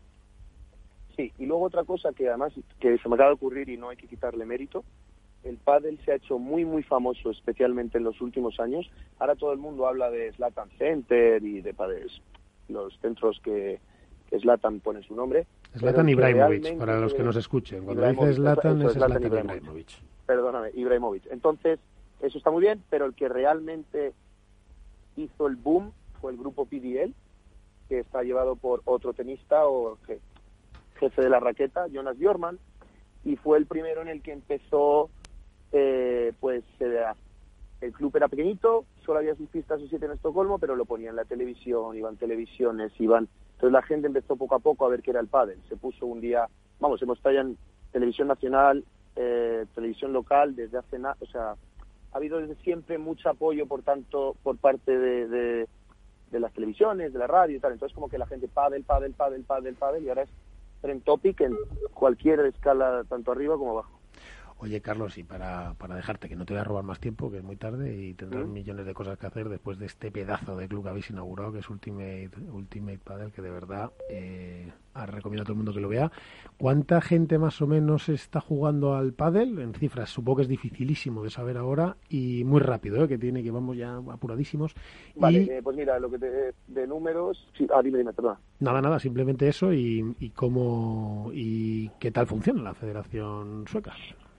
Sí, y luego otra cosa que además que se me acaba de ocurrir y no hay que quitarle mérito. El pádel se ha hecho muy, muy famoso, especialmente en los últimos años. Ahora todo el mundo habla de Zlatan Center y de pádel, los centros que, que Zlatan pone su nombre. Zlatan Ibrahimovic, para los que nos escuchen. Cuando dice Zlatan, es Zlatan Ibrahimovic. Perdóname, Ibrahimovic. Entonces, eso está muy bien, pero el que realmente hizo el boom fue el grupo P D L, que está llevado por otro tenista o jefe de la raqueta, Jonas Björkman, y fue el primero en el que empezó... Eh, pues eh, el club era pequeñito, solo había seis pistas o siete en Estocolmo, pero lo ponían en la televisión, iban televisiones, iban... Entonces la gente empezó poco a poco a ver qué era el pádel. Se puso un día, vamos, hemos estado ya en televisión nacional, eh, televisión local, desde hace nada, o sea, ha habido desde siempre mucho apoyo, por tanto, por parte de, de, de las televisiones, de la radio y tal. Entonces como que la gente pádel, pádel, pádel, pádel, pádel, y ahora es trend topic en cualquier escala, tanto arriba como abajo. Oye, Carlos, y para, para dejarte, que no te voy a robar más tiempo, que es muy tarde y tendrás ¿Mm? millones de cosas que hacer después de este pedazo de club que habéis inaugurado, que es Ultimate Ultimate Padel, que de verdad eh, recomiendo a todo el mundo que lo vea. ¿Cuánta gente más o menos está jugando al pádel? En cifras, supongo que es dificilísimo de saber ahora y muy rápido, ¿eh? que tiene que vamos ya apuradísimos. Vale, y... eh, pues mira, lo que te, de números... Sí, ah, dime, dime, perdón. Nada, nada, simplemente eso y, y cómo y qué tal funciona la Federación Sueca.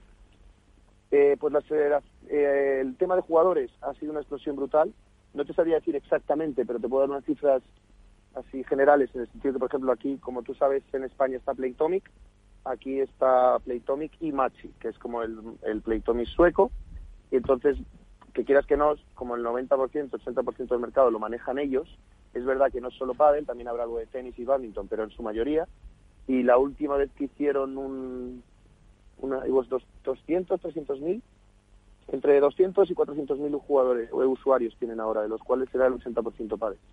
Eh, pues la, eh, el tema de jugadores ha sido una explosión brutal. No te sabría decir exactamente, pero te puedo dar unas cifras así generales, en el sentido que, por ejemplo, aquí, como tú sabes, en España está Playtomic, aquí está Playtomic y Machi, que es como el, el Playtomic sueco, y entonces, que quieras que no, como el noventa por ciento, ochenta por ciento del mercado lo manejan ellos. Es verdad que no es solo pádel, también habrá algo de tenis y badminton, pero en su mayoría. Y la última vez que hicieron un... Una, doscientos, trescientos mil, entre doscientos y cuatrocientos mil jugadores o usuarios tienen ahora, de los cuales será el ochenta por ciento pádel.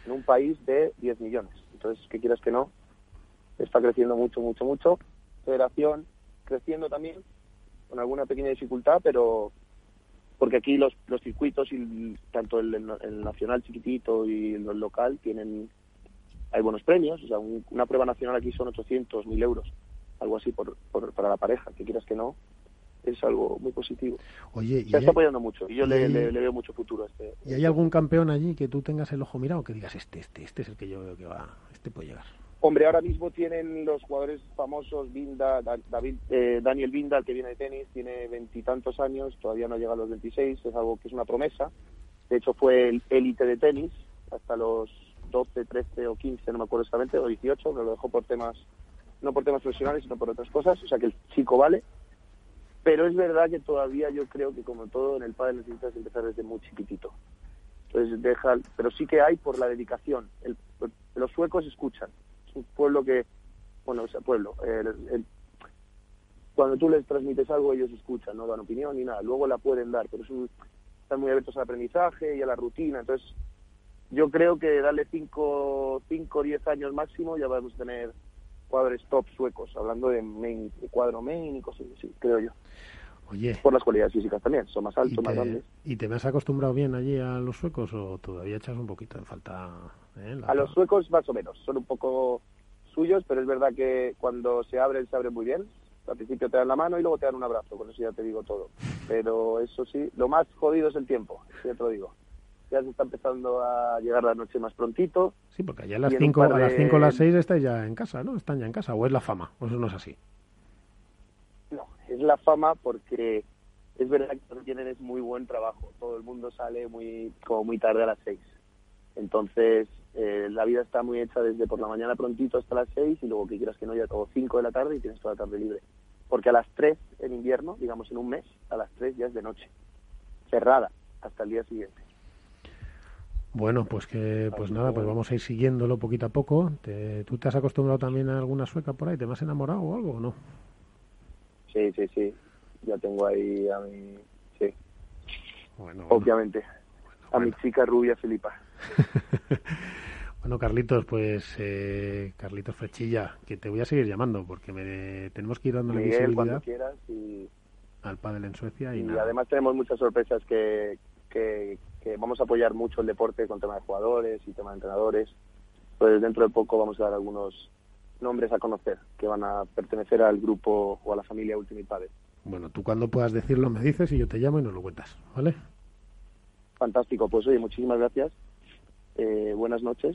en un país de diez millones. Entonces, que quieras que no, está creciendo mucho, mucho, mucho. Federación creciendo también, con alguna pequeña dificultad, pero porque aquí los, los circuitos, y tanto el, el nacional chiquitito y el local, tienen hay buenos premios. O sea, un, una prueba nacional aquí son ochocientos mil euros, algo así por, por, para la pareja, que quieras que no, es algo muy positivo. Oye, se está hay, apoyando mucho y yo y le, hay, le, le veo mucho futuro a este. ¿Y hay algún campeón allí que tú tengas el ojo mirado, que digas, este, este, este es el que yo veo que va, este puede llegar? Hombre, ahora mismo tienen los jugadores famosos, Vinda, David, eh, Daniel Vinda, el que viene de tenis, tiene veintitantos años, todavía no llega a los veintiséis, es algo que es una promesa. De hecho, fue el élite de tenis hasta los doce, trece o quince, no me acuerdo exactamente, o dieciocho, pero lo dejó por temas, no por temas profesionales, sino por otras cosas. O sea que el chico vale. Pero es verdad que todavía yo creo que, como todo en el pádel, necesitas empezar desde muy chiquitito. Entonces deja, pero sí que hay por la dedicación. El, los suecos escuchan. Es un pueblo que, bueno, o sea, pueblo. El, el, cuando tú les transmites algo, ellos escuchan, no dan opinión ni nada. Luego la pueden dar, pero es un, están muy abiertos al aprendizaje y a la rutina. Entonces, yo creo que darle cinco, cinco, diez años máximo ya vamos a tener jugadores top suecos, hablando de, main, de cuadro main y cosas así, creo yo. Oye. Por las cualidades físicas también, son más altos, más grandes. ¿Y te me has acostumbrado bien allí a los suecos o todavía echas un poquito en falta? ¿eh? La... A los suecos más o menos, son un poco suyos, pero es verdad que cuando se abren, se abren muy bien. Al principio te dan la mano y luego te dan un abrazo, con eso ya te digo todo. Pero eso sí, lo más jodido es el tiempo, ya te lo digo. Ya se está empezando a llegar la noche más prontito. Sí, porque allá a las cinco, de... a las cinco o las seis estáis ya en casa, ¿no? Están ya en casa, o es la fama, o eso no es así. No, es la fama porque es verdad que lo que tienen es muy buen trabajo. Todo el mundo sale muy como muy tarde a las seis. Entonces, eh, la vida está muy hecha desde por la mañana prontito hasta las seis y luego que quieras que no, ya todo cinco de la tarde y tienes toda la tarde libre. Porque a las tres en invierno, digamos en un mes, a las tres ya es de noche. Cerrada hasta el día siguiente. Bueno, pues que pues nada, pues vamos a ir siguiéndolo poquito a poco. Te, ¿Tú te has acostumbrado también a alguna sueca por ahí? ¿Te has enamorado o algo o no? Sí, sí, sí. Ya tengo ahí a mi... Sí. Bueno, obviamente. Bueno, a bueno. mi chica rubia Filipa. Bueno, Carlitos, pues eh, Carlitos Frechilla, que te voy a seguir llamando porque me, tenemos que ir dándole Miguel, visibilidad cuando quieras y... al pádel en Suecia. Y, y nada. además tenemos muchas sorpresas que, que, que vamos a apoyar mucho el deporte con tema de jugadores y tema de entrenadores. Pues dentro de poco vamos a dar algunos nombres a conocer que van a pertenecer al grupo o a la familia Ultimate Padel. Bueno, tú cuando puedas decirlo me dices y yo te llamo y nos lo cuentas, ¿vale? Fantástico, pues oye, muchísimas gracias, eh, buenas noches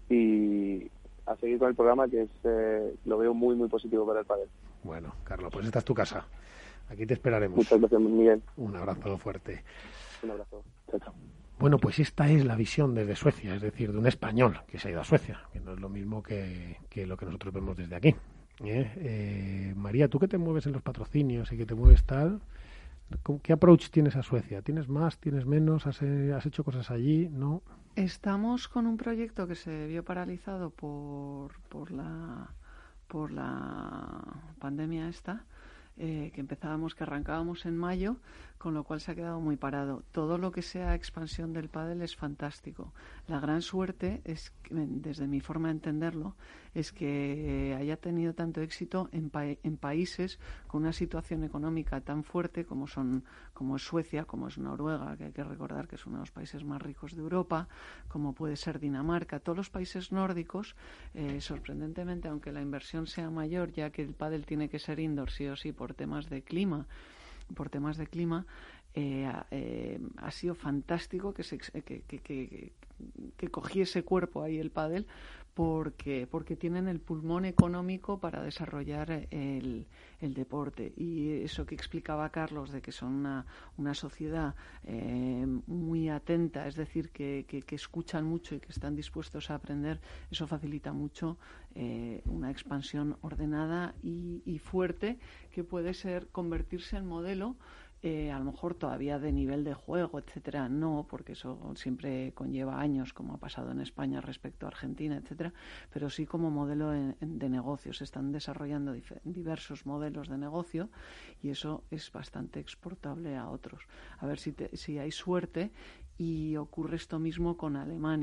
y a seguir con el programa que es eh, lo veo muy muy positivo para el pádel. Bueno, Carlos, pues esta es tu casa, aquí te esperaremos. Muchas gracias, Miguel. Un abrazo fuerte. Un abrazo, chao, chao. Bueno, pues esta es la visión desde Suecia, es decir, de un español que se ha ido a Suecia, que no es lo mismo que, que lo que nosotros vemos desde aquí. ¿eh? Eh, María, tú que te mueves en los patrocinios y que te mueves tal, ¿qué approach tienes a Suecia? ¿Tienes más? ¿Tienes menos? ¿Has, has hecho cosas allí? ¿No? Estamos con un proyecto que se vio paralizado por, por, la, por la pandemia esta, eh, que empezábamos, que arrancábamos en mayo, con lo cual se ha quedado muy parado. Todo lo que sea expansión del pádel es fantástico. La gran suerte es, que, desde mi forma de entenderlo, es que haya tenido tanto éxito en, pa en países con una situación económica tan fuerte como son como es Suecia, como es Noruega, que hay que recordar que es uno de los países más ricos de Europa, como puede ser Dinamarca. Todos los países nórdicos, eh, sorprendentemente, aunque la inversión sea mayor, ya que el pádel tiene que ser indoor sí o sí por temas de clima, por temas de clima, eh, eh, ha sido fantástico que, se, que, que, que, que cogiese cuerpo ahí el pádel porque, porque tienen el pulmón económico para desarrollar el, el deporte. Y eso que explicaba Carlos de que son una, una sociedad eh, muy atenta, es decir, que, que, que escuchan mucho y que están dispuestos a aprender, eso facilita mucho eh, una expansión ordenada y, y fuerte que puede ser convertirse en modelo. Eh, a lo mejor todavía de nivel de juego, etcétera, no, porque eso siempre conlleva años, como ha pasado en España respecto a Argentina, etcétera, pero sí como modelo en, en, de negocio. Se están desarrollando diversos modelos de negocio y eso es bastante exportable a otros. A ver si, te, si hay suerte y ocurre esto mismo con Alemania.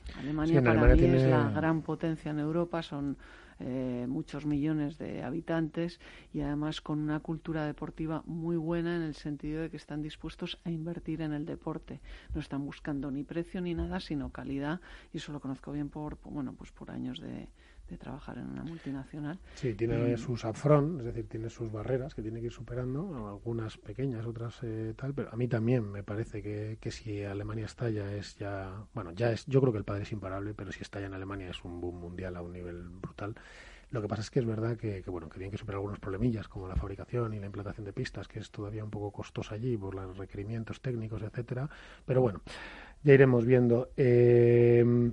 Alemania sí, para Alemania mí tiene... es la gran potencia en Europa, son eh, muchos millones de habitantes y además con una cultura deportiva muy buena en el sentido de que están dispuestos a invertir en el deporte. No están buscando ni precio ni nada, sino calidad, y eso lo conozco bien por, bueno, pues por años de, de trabajar en una multinacional. Sí, tiene y... sus upfront, es decir, tiene sus barreras que tiene que ir superando, algunas pequeñas, otras eh, tal, pero a mí también me parece que, que si Alemania estalla es ya, bueno, ya es, yo creo que el padre es imparable, pero si estalla en Alemania es un boom mundial a un nivel brutal. Lo que pasa es que es verdad que, que bueno, que tienen que superar algunos problemillas como la fabricación y la implantación de pistas, que es todavía un poco costosa allí por los requerimientos técnicos, etcétera, pero bueno, ya iremos viendo. Eh,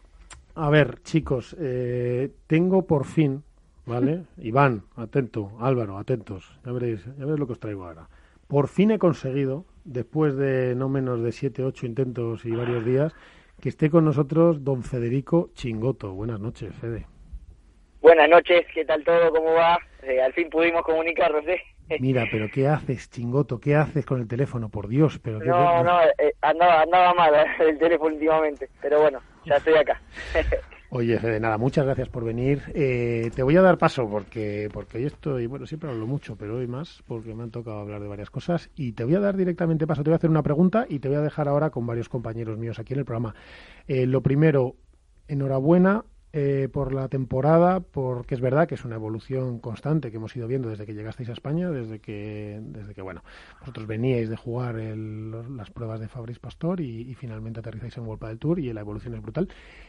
A ver, chicos, eh, tengo por fin, ¿vale? Iván, atento, Álvaro, atentos, ya veréis, ya veréis lo que os traigo ahora. Por fin he conseguido, después de no menos de siete, ocho intentos y varios días, que esté con nosotros don Federico Chingoto. Buenas noches, Fede. Buenas noches, ¿qué tal todo? ¿Cómo va? Eh, al fin pudimos comunicarnos, ¿eh? Mira, pero ¿qué haces, Chingoto? ¿Qué haces con el teléfono? Por Dios, pero... ¿qué No, te... no, eh, andaba, andaba mal el teléfono últimamente, pero bueno, ya estoy acá. Oye, Fede, nada, muchas gracias por venir. Eh, te voy a dar paso porque porque hoy estoy, bueno, siempre hablo mucho, pero hoy más porque me han tocado hablar de varias cosas y te voy a dar directamente paso. Te voy a hacer una pregunta y te voy a dejar ahora con varios compañeros míos aquí en el programa. Eh, lo primero, enhorabuena eh, por la temporada, porque es verdad que es una evolución constante que hemos ido viendo desde que llegasteis a España, desde que, desde que bueno, vosotros veníais de jugar el, las pruebas de Fabris Pastor y, y finalmente aterrizáis en World Padel Tour y la evolución es brutal.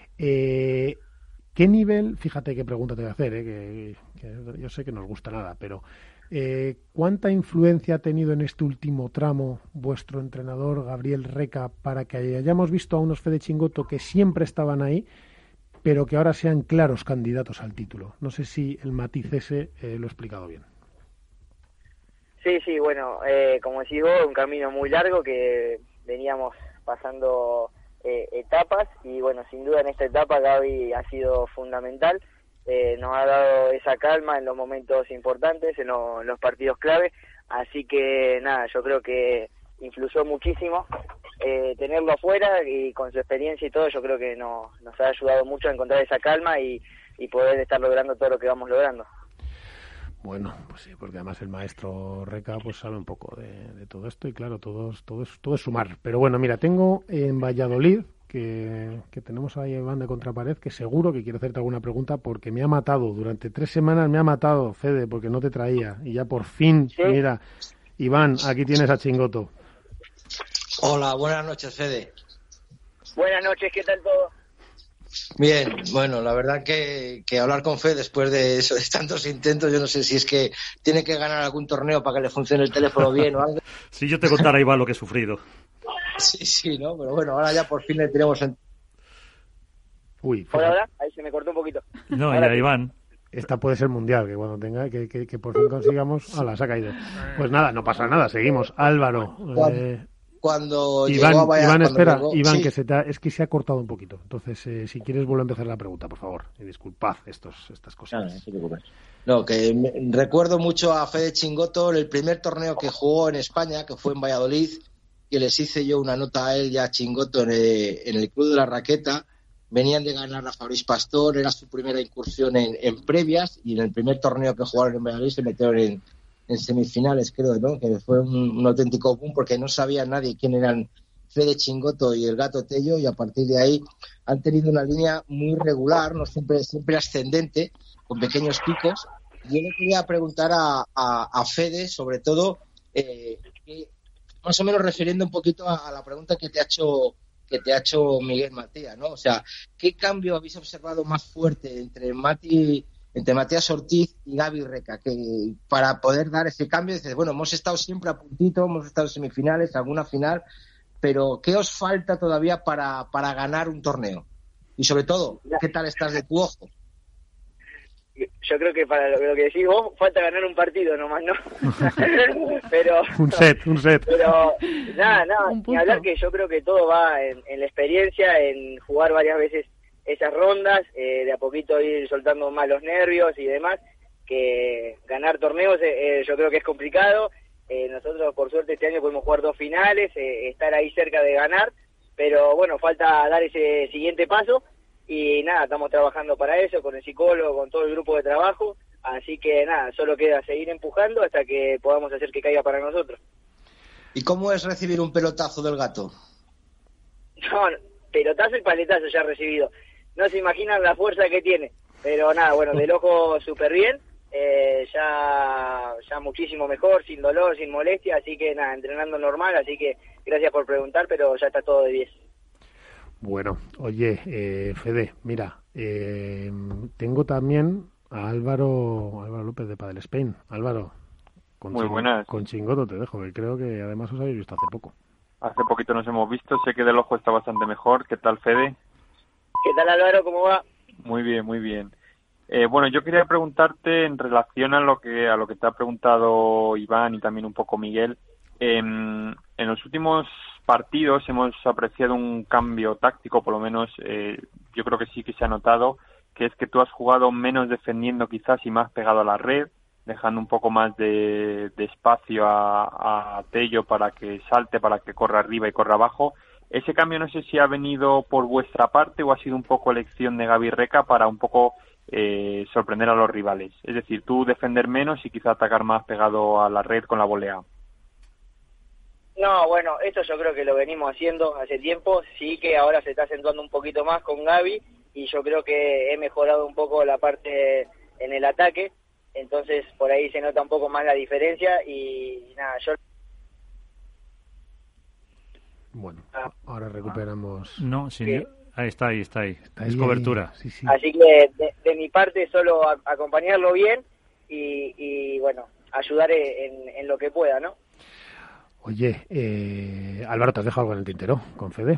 Eh, ¿Qué nivel, fíjate qué pregunta te voy a hacer, eh, que, que yo sé que no os gusta nada, pero eh, ¿cuánta influencia ha tenido en este último tramo vuestro entrenador Gabriel Reca para que hayamos visto a unos Fede Chingoto que siempre estaban ahí, pero que ahora sean claros candidatos al título? No sé si el matiz ese eh, lo he explicado bien. Sí, sí, bueno, eh, como decís vos, un camino muy largo que veníamos pasando eh, etapas y bueno, sin duda en esta etapa Gaby ha sido fundamental, eh, nos ha dado esa calma en los momentos importantes, en, lo, en los partidos clave, así que nada, yo creo que influyó muchísimo eh, tenerlo afuera y con su experiencia y todo, yo creo que no, nos ha ayudado mucho a encontrar esa calma y, y poder estar logrando todo lo que vamos logrando. Bueno, pues sí, porque además el maestro Reca pues sabe un poco de, de todo esto y claro, todo es, todo, es, todo es sumar. Pero bueno, mira, tengo en Valladolid, que, que tenemos ahí a Iván de Contrapared, que seguro que quiere hacerte alguna pregunta porque me ha matado, durante tres semanas me ha matado, Fede, porque no te traía. Y ya por fin, ¿sí? Mira, Iván, aquí tienes a Chingoto. Hola, buenas noches, Fede. Buenas noches, ¿qué tal todo? Bien, bueno, la verdad que, que hablar con Fede después de, eso, de tantos intentos, yo no sé si es que tiene que ganar algún torneo para que le funcione el teléfono bien o algo. Si yo te contara, Iván, lo que he sufrido. Sí, sí, ¿no? Pero bueno, ahora ya por fin le tenemos en... Uy, ¿Hola, hola? Ahí se me cortó un poquito. No, ahora ya, sí. Iván. Esta puede ser mundial, que cuando tenga, que, que, que por fin consigamos... ¡Hala, se ha caído! Pues nada, no pasa nada, seguimos. Álvaro. Eh... Cuando Iván, llegó a Valladolid, Iván, espera, llegó, Iván, sí. que se te ha, es que se ha cortado un poquito. Entonces, eh, si quieres, vuelve a empezar la pregunta, por favor. Y disculpad estos, estas cosas. No, no te preocupes. No, que me, recuerdo mucho a Fede Chingoto en el primer torneo que jugó en España, que fue en Valladolid, que les hice yo una nota a él y a Chingoto en el, en el Club de la Raqueta. Venían de ganar a Fabris Pastor, era su primera incursión en, en previas, y en el primer torneo que jugaron en Valladolid se metieron en, en semifinales, creo, ¿no? Que fue un, un auténtico boom porque no sabía nadie quién eran Fede Chingoto y el Gato Tello, y a partir de ahí han tenido una línea muy regular, no siempre siempre ascendente, con pequeños picos. Yo le quería preguntar a, a, a Fede, sobre todo, eh, que, más o menos refiriendo un poquito a, a la pregunta que te ha hecho que te ha hecho Miguel Matías, ¿no? O sea, ¿qué cambio habéis observado más fuerte entre Mati, entre Matías Ortiz y Gaby Reca, que para poder dar ese cambio? Dices, bueno, hemos estado siempre a puntito, hemos estado en semifinales, alguna final, pero ¿qué os falta todavía para, para ganar un torneo? Y sobre todo, ¿qué tal estás de tu ojo? Yo creo que para lo, lo que decís vos, falta ganar un partido nomás, ¿no? pero Un set, un set. Pero nada, nada, ni hablar, que yo creo que todo va en, en la experiencia, en jugar varias veces esas rondas, eh, de a poquito ir soltando más los nervios y demás, que ganar torneos eh, yo creo que es complicado. Eh, nosotros por suerte este año pudimos jugar dos finales, eh, estar ahí cerca de ganar, pero bueno, falta dar ese siguiente paso y nada, estamos trabajando para eso, con el psicólogo, con todo el grupo de trabajo, así que nada, solo queda seguir empujando hasta que podamos hacer que caiga para nosotros. ¿Y cómo es recibir un pelotazo del gato? No, pelotazo y paletazo ya he recibido. No se imaginan la fuerza que tiene. Pero nada, bueno, del ojo súper bien. Eh, ya, ya muchísimo mejor, sin dolor, sin molestia. Así que nada, entrenando normal. Así que gracias por preguntar, pero ya está todo de diez. Bueno, oye, eh, Fede, mira, eh, tengo también a Álvaro, Álvaro López de Padel Spain. Álvaro, con, Muy ching- buenas. con chingoto te dejo, que creo que además os habéis visto hace poco. Hace poquito nos hemos visto, sé que del ojo está bastante mejor. ¿Qué tal, Fede? ¿Qué tal, Álvaro? ¿Cómo va? Muy bien, muy bien. Eh, bueno, yo quería preguntarte en relación a lo que a lo que te ha preguntado Iván y también un poco Miguel. Eh, en los últimos partidos hemos apreciado un cambio táctico, por lo menos eh, yo creo que sí que se ha notado, que es que tú has jugado menos defendiendo quizás y más pegado a la red, dejando un poco más de, de espacio a, a Tello para que salte, para que corra arriba y corra abajo. Ese cambio no sé si ha venido por vuestra parte o ha sido un poco elección de Gaby Reca para un poco eh, sorprender a los rivales. Es decir, tú defender menos y quizá atacar más pegado a la red con la volea. No, bueno, esto yo creo que lo venimos haciendo hace tiempo. Sí que ahora se está acentuando un poquito más con Gaby y yo creo que he mejorado un poco la parte en el ataque. Entonces, por ahí se nota un poco más la diferencia y, y nada, yo... Bueno, ahora recuperamos... No, sí, Sí. ahí está, ahí está, ahí. Está es ahí, cobertura. Sí, sí. Así que de, de mi parte solo a- acompañarlo bien y, y bueno, ayudar en, en lo que pueda, ¿no? Oye, eh, Álvaro, ¿te has dejado algo en el tintero con Fede?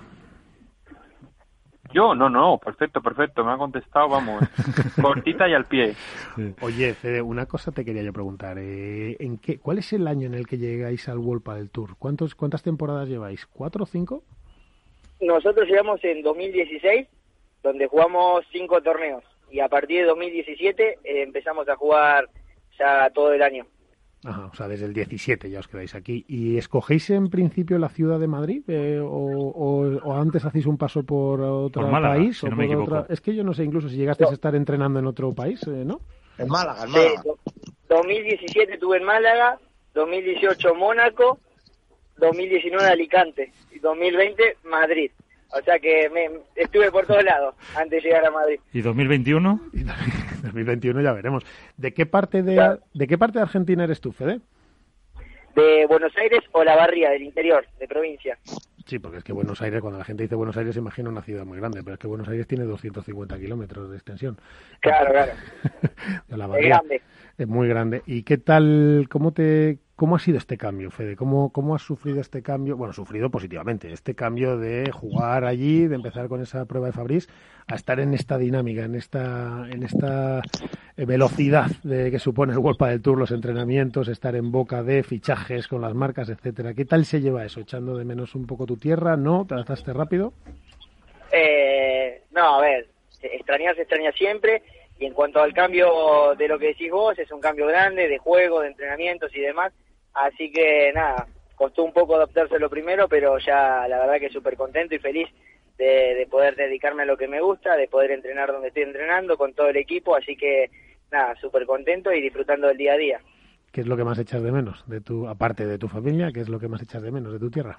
Yo, no, no, perfecto, perfecto, me ha contestado, vamos, cortita y al pie. Oye, Fede, una cosa te quería yo preguntar. Eh, ¿en qué, ¿Cuál es el año en el que llegáis al World Padel Tour? ¿Cuántos, ¿Cuántas temporadas lleváis? ¿Cuatro o cinco? Nosotros llegamos en dos mil dieciséis, donde jugamos cinco torneos, y a partir de dos mil diecisiete eh, empezamos a jugar ya todo el año. Ajá, o sea, desde el diecisiete ya os quedáis aquí. ¿Y escogéis en principio la ciudad de Madrid? Eh, o, o, ¿O antes hacéis un paso por otro Por Málaga, país? si o no me por equivoco. otra... Es que yo no sé, incluso si llegasteis a estar entrenando en otro país, eh, ¿no? En Málaga, en Sí, Málaga. do- dos mil diecisiete estuve en Málaga, dos mil dieciocho Mónaco, dos mil diecinueve Alicante y dos mil veinte Madrid. O sea que me, estuve por todos lados antes de llegar a Madrid. ¿Y dos mil veintiuno? dos mil veintiuno ya veremos. ¿De qué parte de, ¿de qué parte de Argentina eres tú, Fede? ¿De Buenos Aires o La Barría, del interior, de provincia? Sí, porque es que Buenos Aires, cuando la gente dice Buenos Aires, se imagina una ciudad muy grande, pero es que Buenos Aires tiene doscientos cincuenta kilómetros de extensión. Claro, claro. De la Es Barría. grande. Es muy grande. ¿Y qué tal, cómo te, cómo ha sido este cambio, Fede? ¿Cómo, cómo has sufrido este cambio? Bueno, sufrido positivamente, este cambio de jugar allí, de empezar con esa prueba de Fabriz, a estar en esta dinámica, en esta, en esta eh, velocidad de que supone el World Padel Tour, los entrenamientos, estar en boca de fichajes con las marcas, etcétera. ¿Qué tal se lleva eso? ¿Echando de menos un poco tu tierra? ¿No? ¿Te adaptaste rápido? Eh, no, a ver, extrañar se extraña siempre. Y en cuanto al cambio de lo que decís vos, es un cambio grande de juego, de entrenamientos y demás. Así que nada, costó un poco adaptarse lo primero, pero ya la verdad que súper contento y feliz de, de poder dedicarme a lo que me gusta, de poder entrenar donde estoy entrenando con todo el equipo. Así que nada, súper contento y disfrutando del día a día. ¿Qué es lo que más echas de menos, de tu, aparte de tu familia, qué es lo que más echas de menos de tu tierra?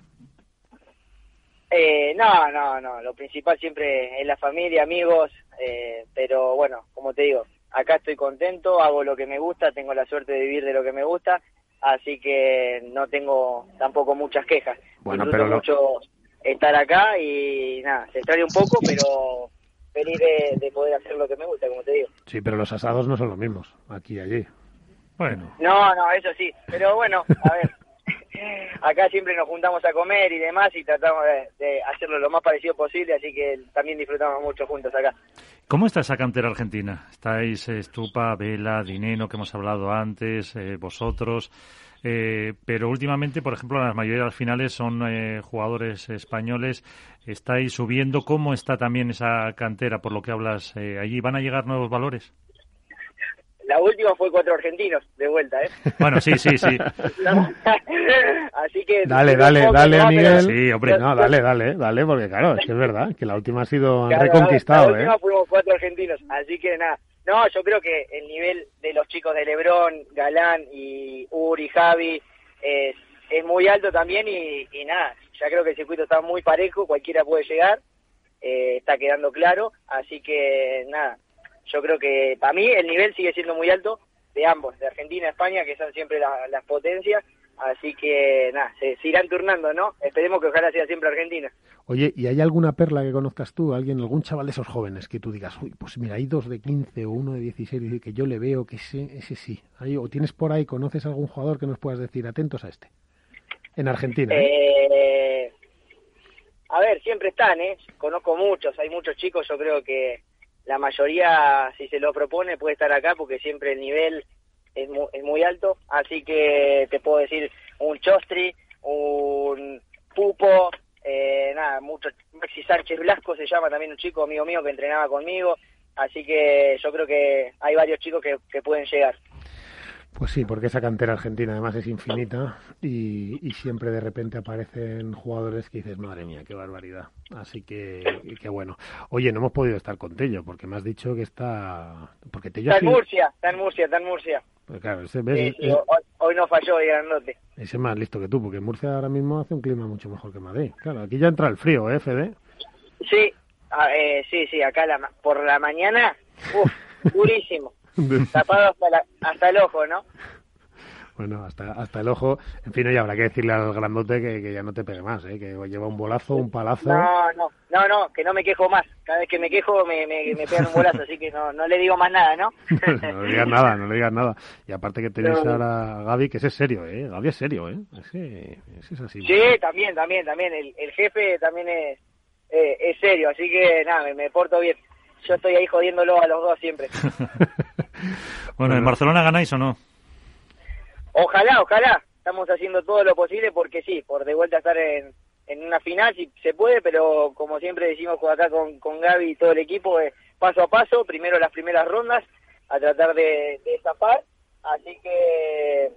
Eh, no, no, no, lo principal siempre es la familia, amigos, eh, pero bueno, como te digo, acá estoy contento, hago lo que me gusta, tengo la suerte de vivir de lo que me gusta, así que no tengo tampoco muchas quejas. Bueno, Disfruto pero lo- mucho estar acá y nada, se extraña un poco, pero feliz de, de poder hacer lo que me gusta, como te digo. Sí, pero los asados no son los mismos, aquí y allí. Bueno. No, no, eso sí, pero bueno, a ver, acá siempre nos juntamos a comer y demás y tratamos de, de hacerlo lo más parecido posible, así que también disfrutamos mucho juntos acá. ¿Cómo está esa cantera argentina? Estáis eh, Estupa, Vela, Dineno, que hemos hablado antes, eh, vosotros, eh, pero últimamente, por ejemplo, la mayoría de las finales son eh, jugadores españoles. ¿Estáis subiendo? ¿Cómo está también esa cantera, por lo que hablas eh, allí? ¿Van a llegar nuevos valores? la última fue cuatro argentinos de vuelta, ¿eh? Bueno, sí, sí, sí. Así que... Dale, dale, dale, no, Miguel. Sí, hombre. No, dale, dale, dale, porque claro, es que es verdad, que la última ha sido, han Claro, reconquistado, la última ¿eh? fuimos cuatro argentinos, así que nada. No, yo creo que el nivel de los chicos de Lebrón, Galán y Uri, Javi, es, es muy alto también y, y nada, ya creo que el circuito está muy parejo, cualquiera puede llegar, eh, está quedando claro, así que nada, yo creo que para mí el nivel sigue siendo muy alto de ambos, de Argentina y España, que son siempre la, las potencias, así que nada, se, se irán turnando, ¿no? Esperemos que ojalá sea siempre Argentina. Oye, ¿y hay alguna perla que conozcas tú, alguien, algún chaval de esos jóvenes que tú digas, uy, pues mira, hay dos de quince o uno de dieciséis que yo le veo que ese, ese sí? ¿Hay, o tienes por ahí, conoces algún jugador que nos puedas decir, atentos a este? En Argentina, ¿eh? Eh, a ver, siempre están, ¿eh? Conozco muchos, hay muchos chicos, yo creo que la mayoría, si se lo propone, puede estar acá porque siempre el nivel es muy, es muy alto, así que te puedo decir un Chostri, un Pupo, eh, nada, mucho, Maxi Sánchez Blasco se llama también un chico amigo mío que entrenaba conmigo, así que yo creo que hay varios chicos que, que pueden llegar. Pues sí, porque esa cantera argentina además es infinita y, y siempre de repente aparecen jugadores que dices, madre mía, qué barbaridad. Así que, que bueno. Oye, no hemos podido estar con Tello porque me has dicho que está... porque Tello Está ha en sido... Murcia, está en Murcia, está en Murcia. Pues claro, ese, ¿ves? Sí, sí, es, hoy, hoy no falló el grandote. ese es más listo que tú, porque en Murcia ahora mismo hace un clima mucho mejor que Madrid. Claro, aquí ya entra el frío, ¿eh, Fede? Sí, a, eh, sí, sí, acá la, por la mañana, uff, durísimo. Tapado hasta, la, hasta el ojo, ¿no? Bueno, hasta hasta el ojo. En fin, oye, habrá que decirle al grandote que, que ya no te pegue más, ¿eh? Que lleva un bolazo, un palazo. No, no, no, no, que no me quejo más. Cada vez que me quejo me, me, me pegan un bolazo, así que no, no le digo más nada, ¿no? No le digas nada, no le digas nada. Y aparte que tenéis no. ahora a Gaby, que ese es serio, ¿eh? Gaby es serio, ¿eh? Ese, ese es así. Sí, ¿no? también, también, también. El, el jefe también es, eh, es serio, así que nada, me, me porto bien. Yo estoy ahí jodiéndolo a los dos siempre. Bueno, ¿en Barcelona ganáis o no? Ojalá, ojalá. Estamos haciendo todo lo posible porque sí, por de vuelta estar en, en una final si se puede, pero como siempre decimos acá con, con Gaby y todo el equipo, es paso a paso, primero las primeras rondas, a tratar de, de zafar. Así que,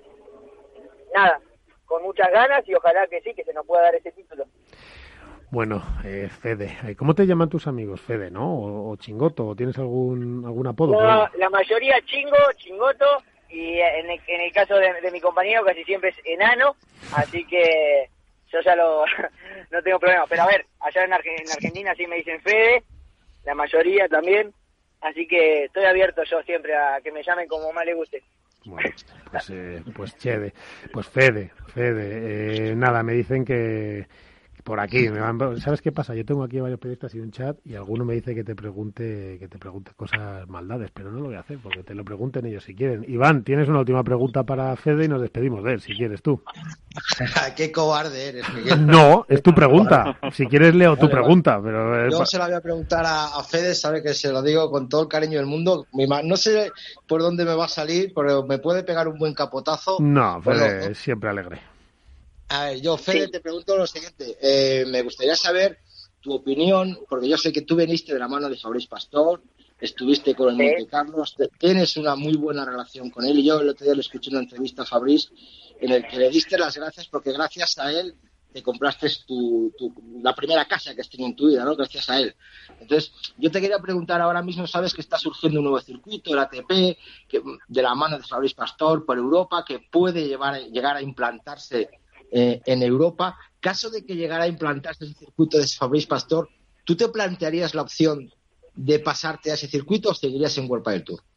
nada, con muchas ganas y ojalá que sí, que se nos pueda dar ese título. Bueno, eh, Fede, ¿cómo te llaman tus amigos? Fede, ¿no? ¿O, o Chingoto? ¿O tienes algún algún apodo? No, la mayoría Chingo, Chingoto, y en el, en el caso de, de mi compañero casi siempre es Enano, así que yo ya lo no tengo problema. Pero a ver, allá en, Ar en Argentina sí me dicen Fede, la mayoría también, así que estoy abierto yo siempre a que me llamen como más les guste. Bueno, pues, eh, pues chévere, pues Fede, Fede, eh, nada, me dicen que por aquí, me van, ¿sabes qué pasa? Yo tengo aquí varios periodistas y un chat y alguno me dice que te pregunte que te pregunte cosas maldades, pero no lo voy a hacer porque te lo pregunten ellos si quieren. Iván, tienes una última pregunta para Fede y nos despedimos de él, si quieres tú. Qué cobarde eres, Miguel. No, es tu pregunta. Si quieres leo tu vale, pregunta, vale. pero yo se la voy a preguntar a, a Fede, sabe que se lo digo con todo el cariño del mundo. No sé por dónde me va a salir, pero me puede pegar un buen capotazo. No, Fede, bueno, es siempre alegre. A ver, yo, Fede, sí. te pregunto lo siguiente. Eh, me gustaría saber tu opinión, porque yo sé que tú viniste de la mano de Fabrice Pastor, estuviste con el sí. Monte Carlos, tienes una muy buena relación con él, y yo el otro día le escuché una entrevista a Fabrice en el que le diste las gracias porque gracias a él te compraste tu, tu, la primera casa que has tenido en tu vida, ¿no? Gracias a él. Entonces, yo te quería preguntar ahora mismo, sabes que está surgiendo un nuevo circuito, el A T P, que, de la mano de Fabrice Pastor por Europa, que puede llevar, llegar a implantarse Eh, en Europa. Caso de que llegara a implantarse el circuito de Fabrice Pastor, ¿tú te plantearías la opción de pasarte a ese circuito o seguirías en World Padel Tour?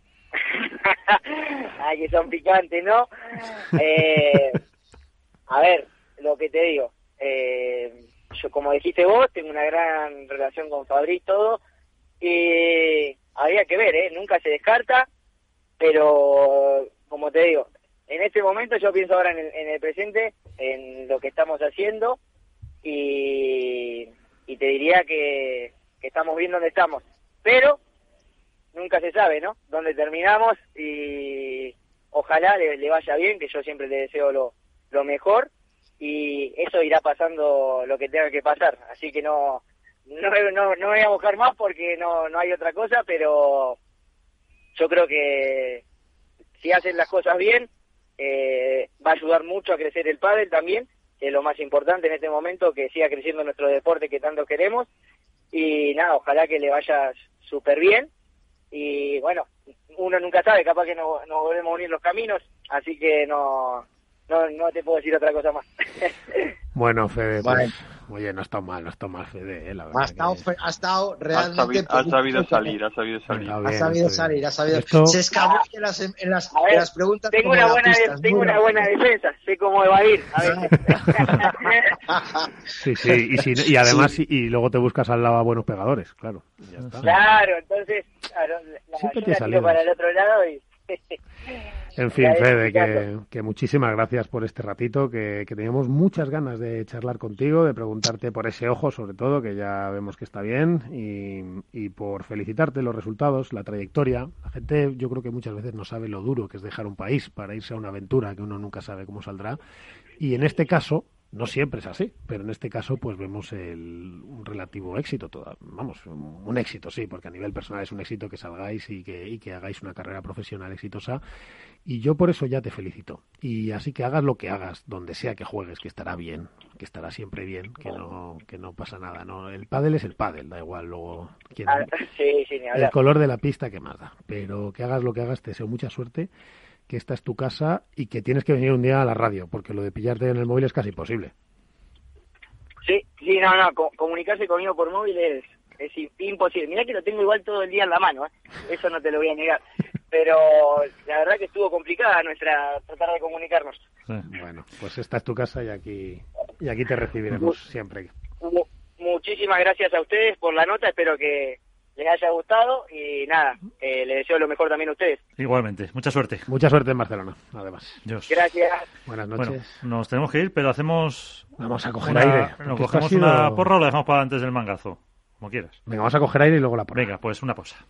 Ay, que son picantes, ¿no? Eh, a ver, lo que te digo, eh, yo como dijiste vos, tengo una gran relación con Fabrice, todo, y habría que ver, ¿eh? Nunca se descarta, pero como te digo, en este momento yo pienso ahora en el, en el presente, en lo que estamos haciendo y, y te diría que, que estamos bien donde estamos. Pero nunca se sabe, ¿no? Dónde terminamos y ojalá le, le vaya bien, que yo siempre le deseo lo, lo mejor y eso irá pasando lo que tenga que pasar. Así que no no, no, no voy a buscar más porque no, no hay otra cosa, pero yo creo que si hacen las cosas bien, eh, va a ayudar mucho a crecer el pádel también, que es lo más importante en este momento, que siga creciendo nuestro deporte que tanto queremos. Y nada, ojalá que le vaya súper bien. Y bueno, uno nunca sabe, capaz que no, no volvemos a unir los caminos, así que no, no, no te puedo decir otra cosa más. Bueno, Fede, Vale. pues, oye, no ha estado mal, no ha estado mal, Fede, eh, la verdad. Ha estado, que- ha estado Ha realmente... sabido, ha sabido salir, ha sabido salir. Está Ha bien, sabido está salir, bien. ha sabido... Esto- Se escabulle en las, en las, A ver, en las preguntas tengo como una en las buena de- pistas, tengo muy una rápido. buena defensa, sé cómo evadir a veces. Sí, sí, y, si, y además, y, y luego te buscas al lado a buenos pegadores, claro. Ya está. Claro, entonces, claro, la, Siempre yo te la salidas. tiro para el otro lado y... En fin, Ya, Fede, que, explicando. que muchísimas gracias por este ratito, que, que teníamos muchas ganas de charlar contigo, de preguntarte por ese ojo, sobre todo, que ya vemos que está bien, y, y por felicitarte los resultados, la trayectoria. La gente, yo creo que muchas veces no sabe lo duro que es dejar un país para irse a una aventura que uno nunca sabe cómo saldrá. Y en este caso, no siempre es así, pero en este caso pues vemos el, un relativo éxito, toda, vamos, un, un éxito, sí, porque a nivel personal es un éxito que salgáis y que, y que hagáis una carrera profesional exitosa, y yo por eso ya te felicito. Y así que hagas lo que hagas, donde sea que juegues, que estará bien, que estará siempre bien, que no, que no pasa nada, ¿no? El pádel es el pádel, da igual luego quién, Ah, sí, sí, ni el hablar. color de la pista que más da, pero que hagas lo que hagas, te deseo mucha suerte, que esta es tu casa y que tienes que venir un día a la radio, porque lo de pillarte en el móvil es casi imposible. Sí, sí, no, no, co- comunicarse conmigo por móvil es, es i- imposible. Mirá que lo tengo igual todo el día en la mano, ¿eh? Eso no te lo voy a negar. Pero la verdad que estuvo complicada nuestra tratar de comunicarnos. Bueno, pues esta es tu casa y aquí y aquí te recibiremos siempre. Mu- muchísimas gracias a ustedes por la nota, espero que les haya gustado y nada, eh, les deseo lo mejor también a ustedes. Igualmente, mucha suerte. Mucha suerte en Barcelona, además. Dios. Gracias. Buenas noches. Bueno, nos tenemos que ir, pero hacemos... Vamos a coger una- aire. ¿Nos porque esto cogemos ha sido- una porra o la dejamos para antes del mangazo? Como quieras. Venga, vamos a coger aire y luego la porra. Venga, pues una pausa.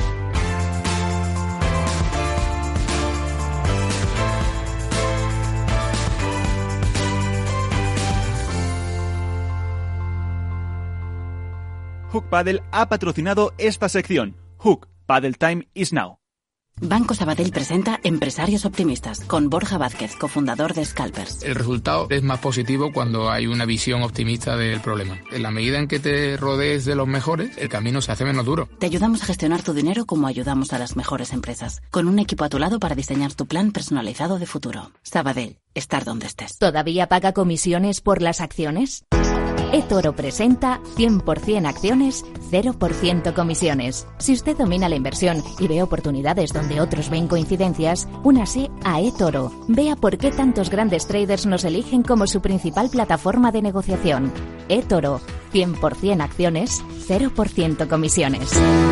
Hook Paddle ha patrocinado esta sección. Hook Paddle Time is now. Banco Sabadell presenta Empresarios Optimistas con Borja Vázquez, cofundador de Scalpers. El resultado es más positivo cuando hay una visión optimista del problema. En la medida en que te rodees de los mejores, el camino se hace menos duro. Te ayudamos a gestionar tu dinero como ayudamos a las mejores empresas, con un equipo a tu lado para diseñar tu plan personalizado de futuro. Sabadell, estar donde estés. ¿Todavía paga comisiones por las acciones? eToro presenta cien por ciento acciones, cero por ciento comisiones. Si usted domina la inversión y ve oportunidades donde otros ven coincidencias, únase a eToro. Vea por qué tantos grandes traders nos eligen como su principal plataforma de negociación. eToro, cien por ciento acciones, cero por ciento comisiones.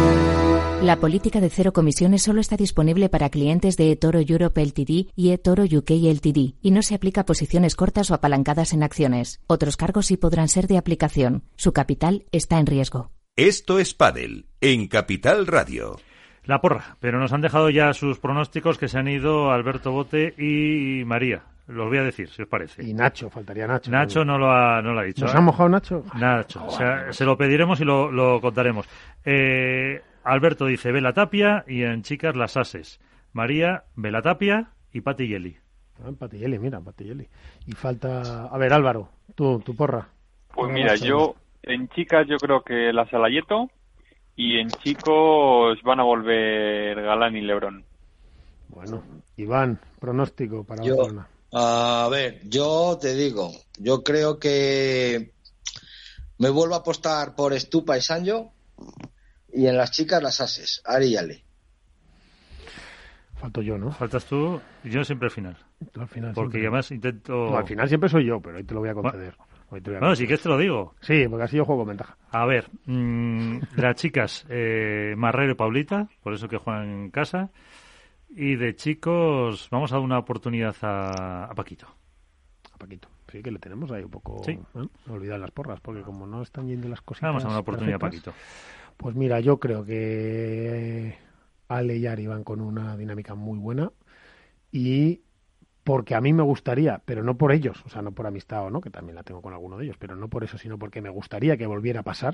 La política de cero comisiones solo está disponible para clientes de eToro Europe Ltd y eToro U K Ltd y no se aplica a posiciones cortas o apalancadas en acciones. Otros cargos sí podrán ser de aplicación. Su capital está en riesgo. Esto es Padel, en Capital Radio. La porra, pero nos han dejado ya sus pronósticos, que se han ido Alberto Bote y María. Los voy a decir, si os parece. Y Nacho, faltaría Nacho. Nacho no lo ha, no lo ha dicho. ¿Nos ¿eh? ha mojado Nacho? Nacho, o sea, se lo pediremos y lo, lo contaremos. Eh, Alberto dice Vela Tapia y en chicas las ases. María, Vela Tapia y Pati Yeli. Ah, Patilleli, mira, Patilleli. Y falta... A ver, Álvaro, tú, tu porra. Pues ¿Cómo mira, vas a yo en chicas yo creo que la Salayeto y en chicos van a volver Galán y Lebrón. Bueno, Iván, pronóstico para Yo, Barcelona. a ver, yo te digo, yo creo que me vuelvo a apostar por Estupa y Sancho y en las chicas las ases, Ari y Ale. Falto yo, ¿no? Faltas tú y yo siempre al final. Tú al final Porque siempre. además intento... No, al final siempre soy yo, pero hoy te lo voy a conceder. Hoy te voy a Bueno, conceder. sí que te lo digo. Sí, porque así yo juego con ventaja. A ver, mmm, las chicas, eh, Marrero y Paulita, por eso que juegan en casa. Y de chicos, vamos a dar una oportunidad a, a Paquito. A Paquito. Sí, que le tenemos ahí un poco... Sí. ¿eh? Olvidar las porras, porque como no están yendo las cositas... Vamos a dar una oportunidad a perfectas, Paquito. Pues mira, yo creo que Ale y Ari van con una dinámica muy buena y porque a mí me gustaría, pero no por ellos, o sea, no por amistad o no, que también la tengo con alguno de ellos, pero no por eso, sino porque me gustaría que volviera a pasar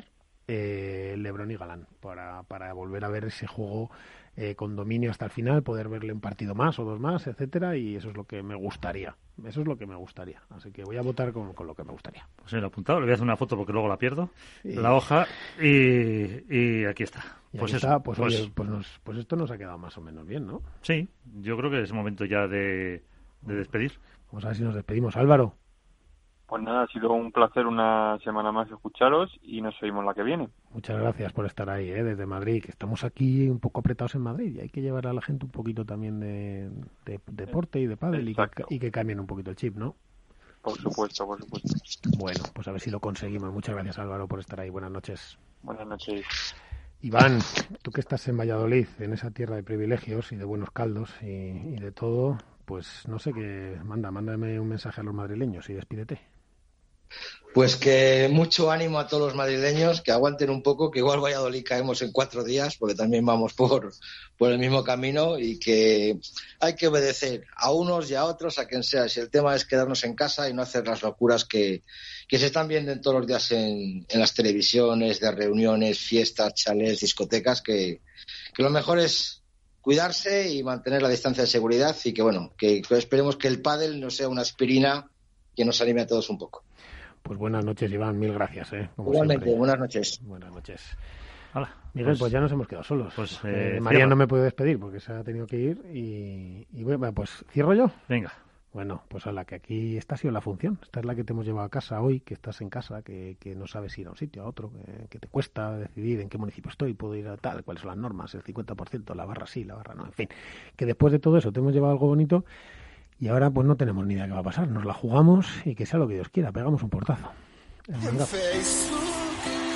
eh, LeBron y Galán, para, para volver a ver ese juego eh, con dominio hasta el final, poder verle un partido más o dos más, etcétera, y eso es lo que me gustaría. Eso es lo que me gustaría. Así que voy a votar con, con lo que me gustaría. Pues sí, lo he apuntado, le voy a hacer una foto porque luego la pierdo, Sí. la hoja, y, y aquí está. Y Pues ahí eso, está, pues, pues, oye, pues, nos, pues esto nos ha quedado más o menos bien, ¿no? sí, yo creo que es momento ya de, de despedir. Vamos a ver si nos despedimos. Álvaro. Pues nada, ha sido un placer una semana más escucharos y nos oímos la que viene. Muchas gracias por estar ahí, ¿eh? Desde Madrid, que estamos aquí un poco apretados en Madrid y hay que llevar a la gente un poquito también de, de, de deporte y de pádel y que, y que cambien un poquito el chip, ¿no? Por supuesto, por supuesto. Bueno, pues a ver si lo conseguimos. Muchas gracias, Álvaro, por estar ahí. Buenas noches. Buenas noches. Iván, tú que estás en Valladolid, en esa tierra de privilegios y de buenos caldos y, y de todo, pues no sé qué, manda, mándame un mensaje a los madrileños y despídete. Pues que mucho ánimo a todos los madrileños, que aguanten un poco, que igual Valladolid caemos en cuatro días, porque también vamos por, por el mismo camino, y que hay que obedecer a unos y a otros, a quien sea. Si el tema es quedarnos en casa y no hacer las locuras que, que se están viendo en todos los días en, en las televisiones, de reuniones, fiestas, chalés, discotecas, que, que lo mejor es cuidarse y mantener la distancia de seguridad, y que bueno, que, que esperemos que el pádel no sea una aspirina que nos anime a todos un poco. Pues buenas noches, Iván, mil gracias, ¿eh? Como Igualmente, siempre. buenas noches. Buenas noches. Hola. Miguel, Pues- pues, ya nos hemos quedado solos. Pues, Eh, eh, María cierra. no me puede despedir porque se ha tenido que ir y, y bueno, pues cierro yo. Venga. Bueno, pues a la que aquí esta ha sido la función. Esta es la que te hemos llevado a casa hoy, que estás en casa, que, que no sabes ir a un sitio, a otro, que, que te cuesta decidir en qué municipio estoy, puedo ir a tal, cuáles son las normas, el cincuenta por ciento, la barra sí, la barra no, en fin. Que después de todo eso te hemos llevado algo bonito y ahora pues no tenemos ni idea qué va a pasar. Nos la jugamos y que sea lo que Dios quiera, pegamos un portazo. El En mangazo. Facebook,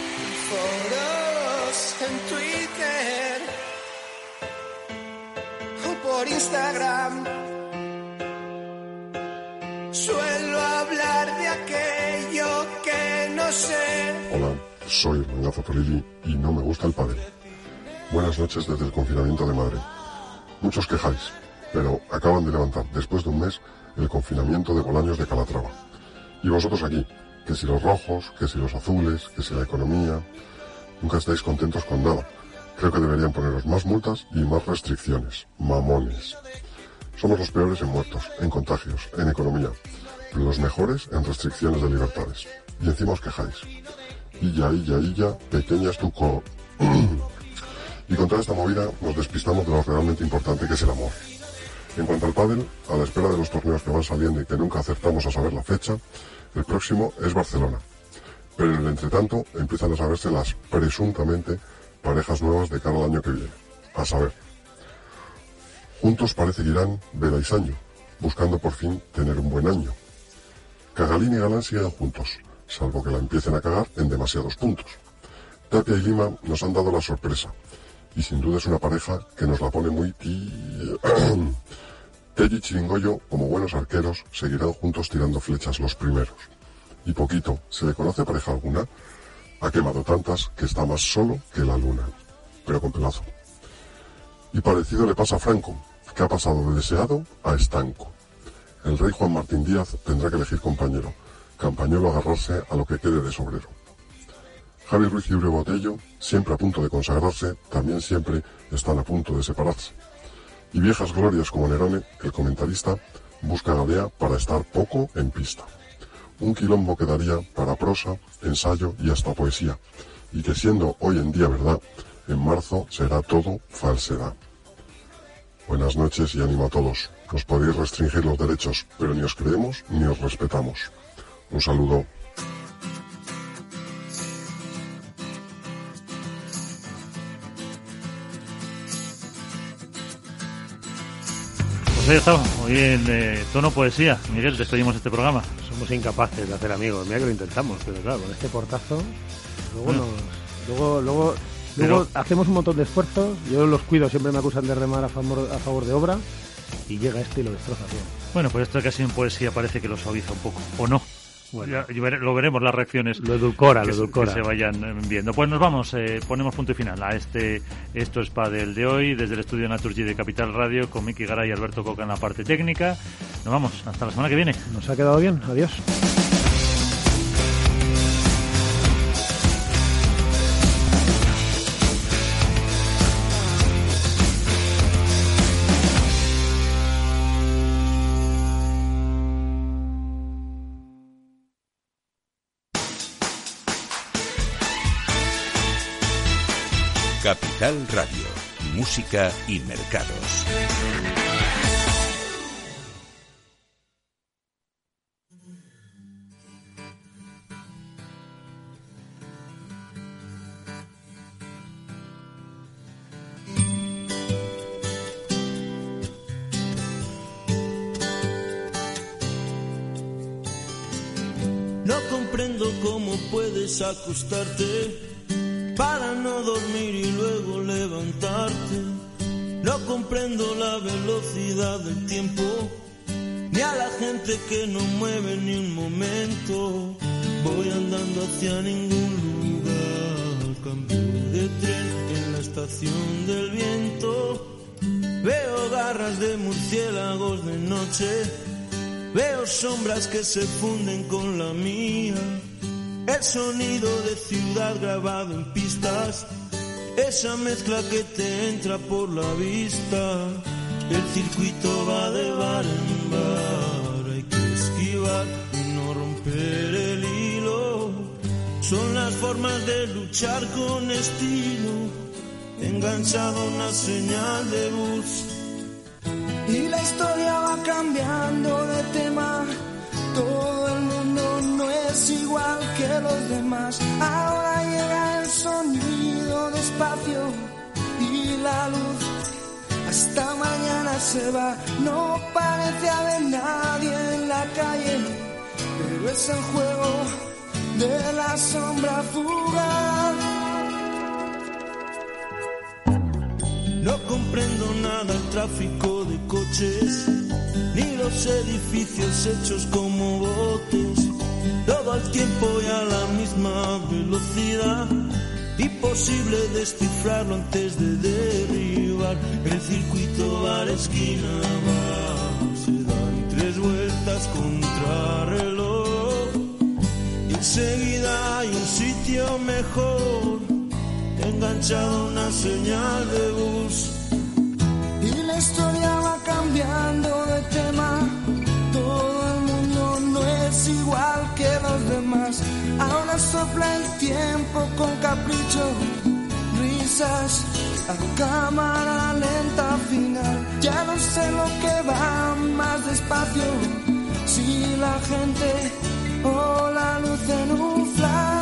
foros, en Twitter o por Instagram. Suelo hablar de aquello que no sé. Hola, soy el Mangazo Polilli y no me gusta el pádel. Buenas noches desde el confinamiento de Madrid. Muchos quejáis, pero acaban de levantar después de un mes el confinamiento de Bolaños de Calatrava. Y vosotros aquí, que si los rojos, que si los azules, que si la economía, nunca estáis contentos con nada. Creo que deberían poneros más multas y más restricciones. Mamones. Somos los peores en muertos, en contagios, en economía, pero los mejores en restricciones de libertades. Y encima os quejáis. Illa, illa, illa, pequeña estuco. Y con toda esta movida nos despistamos de lo realmente importante, que es el amor. En cuanto al pádel, a la espera de los torneos que van saliendo y que nunca acertamos a saber la fecha, el próximo es Barcelona. Pero en el entretanto empiezan a saberse las presuntamente parejas nuevas de cara al año que viene. A saber, juntos parece que irán Vela y Sancho, buscando por fin tener un buen año. Cagalín y Galán siguen juntos, salvo que la empiecen a cagar en demasiados puntos. Tapia y Lima nos han dado la sorpresa, y sin duda es una pareja que nos la pone muy ti... Tello y Chiringoyo, como buenos arqueros, seguirán juntos tirando flechas los primeros. Y poquito, ¿se le conoce pareja alguna? Ha quemado tantas que está más solo que la luna, pero con pelazo. Y parecido le pasa a Franco, que ha pasado de deseado a estanco. El rey Juan Martín Díaz tendrá que elegir compañero, Campañolo agarrarse a lo que quede de sobrero. Javi Ruiz y Ure Botello, siempre a punto de consagrarse, también siempre están a punto de separarse. Y viejas glorias como Nerone, el comentarista, busca galea para estar poco en pista. Un quilombo quedaría para prosa, ensayo y hasta poesía, y que siendo hoy en día verdad, en marzo será todo falsedad. Buenas noches y ánimo a todos. Nos podéis restringir los derechos, pero ni os creemos ni os respetamos. Un saludo. Pues ahí está, hoy en eh, tono poesía. Miguel, despedimos este programa. Somos incapaces de hacer amigos. Mira que lo intentamos, pero claro, con este portazo, luego Mm. nos, luego, luego, Pero- luego hacemos un montón de esfuerzos. Yo los cuido, siempre me acusan de remar a favor, a favor de obra, y llega este y lo destroza todo. Bueno, pues esto casi en poesía parece que lo suaviza un poco, ¿o no? Bueno. Ya- ya vere- lo veremos las reacciones. Lo edulcora, que lo se- edulcora. Que se vayan eh, viendo. Pues nos vamos, eh, ponemos punto y final a este Esto es Padel de hoy, desde el estudio Naturgy de Capital Radio, con Miki Garay y Alberto Coca en la parte técnica. Nos vamos, hasta la semana que viene. ¿Nos ha quedado bien? Adiós. Capital Radio, música y mercados. No comprendo cómo puedes acostarte para no dormir y luego levantarte. No comprendo la velocidad del tiempo, ni a la gente que no mueve ni un momento. Voy andando hacia ningún lugar, cambio de tren en la estación del viento. Veo garras de murciélagos de noche, veo sombras que se funden con la mía. El sonido de ciudad grabado en pistas, esa mezcla que te entra por la vista. El circuito va de bar en bar, hay que esquivar y no romper el hilo. Son las formas de luchar con estilo, enganchado a una señal de bus. Y la historia va cambiando de tema, todo el mundo no es igual que los demás. Ahora llega el sonido despacio y la luz hasta mañana se va. No parece haber nadie en la calle, pero es el juego de la sombra fugaz. No comprendo nada el tráfico de coches, ni los edificios hechos como botes. Todo al tiempo y a la misma velocidad, imposible descifrarlo antes de derribar. El circuito va a la esquina, va, se dan tres vueltas contra reloj, y enseguida hay un sitio mejor, enganchado a una señal de bus. Y la historia va cambiando de tema, todo el mundo no es igual que los demás. Ahora sopla el tiempo con capricho, risas a cámara lenta final. Ya no sé lo que va más despacio, si la gente o la luz en un flash.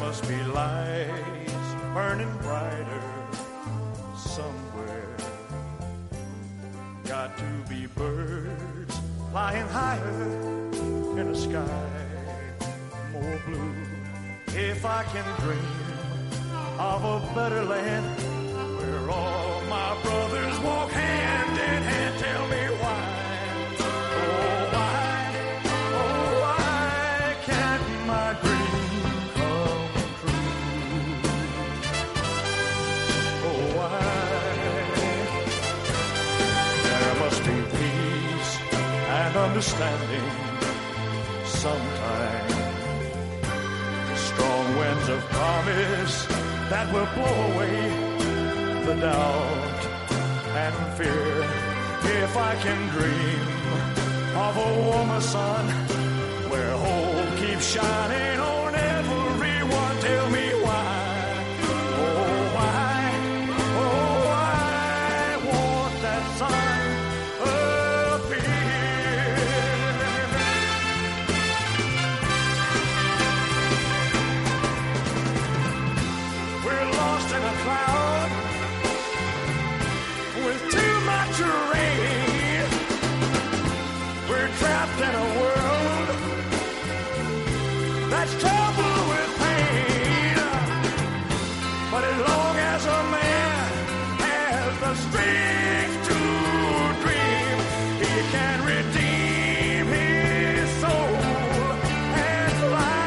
must be lights burning brighter somewhere. Got to be birds flying higher in a sky more blue. If I can dream of a better land where all my brothers walk hand in hand, tell me why, oh why, oh why can't my dream come true? Oh why? There must be peace and understanding sometime. Strong winds of promise that will blow away the doubt and fear. If I can dream of a warmer sun where hope keeps shining on everyone, tell me why, oh why, oh why won't that sun cloud with too much rain? We're trapped in a world that's troubled with pain. But as long as a man has the strength to dream, he can redeem his soul and fly.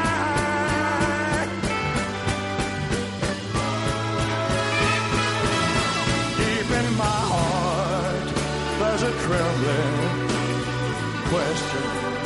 In my heart there's a trembling question.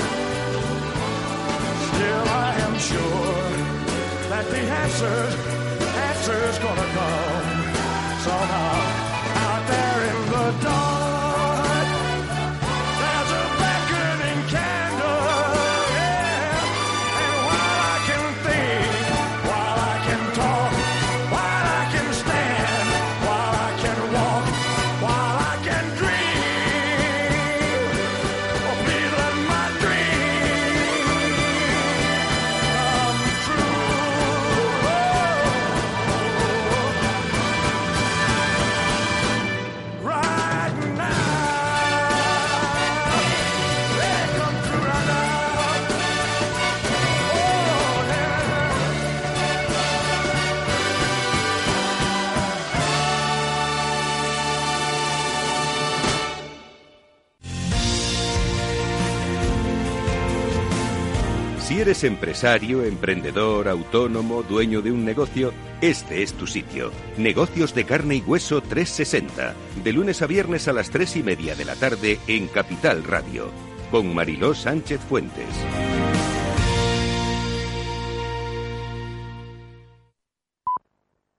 Still I am sure that the answers, answers gonna come somehow. Out there in the dark there's a beckoning candle, yeah. And while I can think, while I can talk, while I can stand, while I can walk, while I can dream, oh please let my dream come true. Right now, yeah, come true right now. Oh yeah. Si eres empresario, emprendedor, autónomo, dueño de un negocio, este es tu sitio. Negocios de Carne y Hueso trescientos sesenta. De lunes a viernes a las tres y media de la tarde en Capital Radio. Con Mariló Sánchez Fuentes.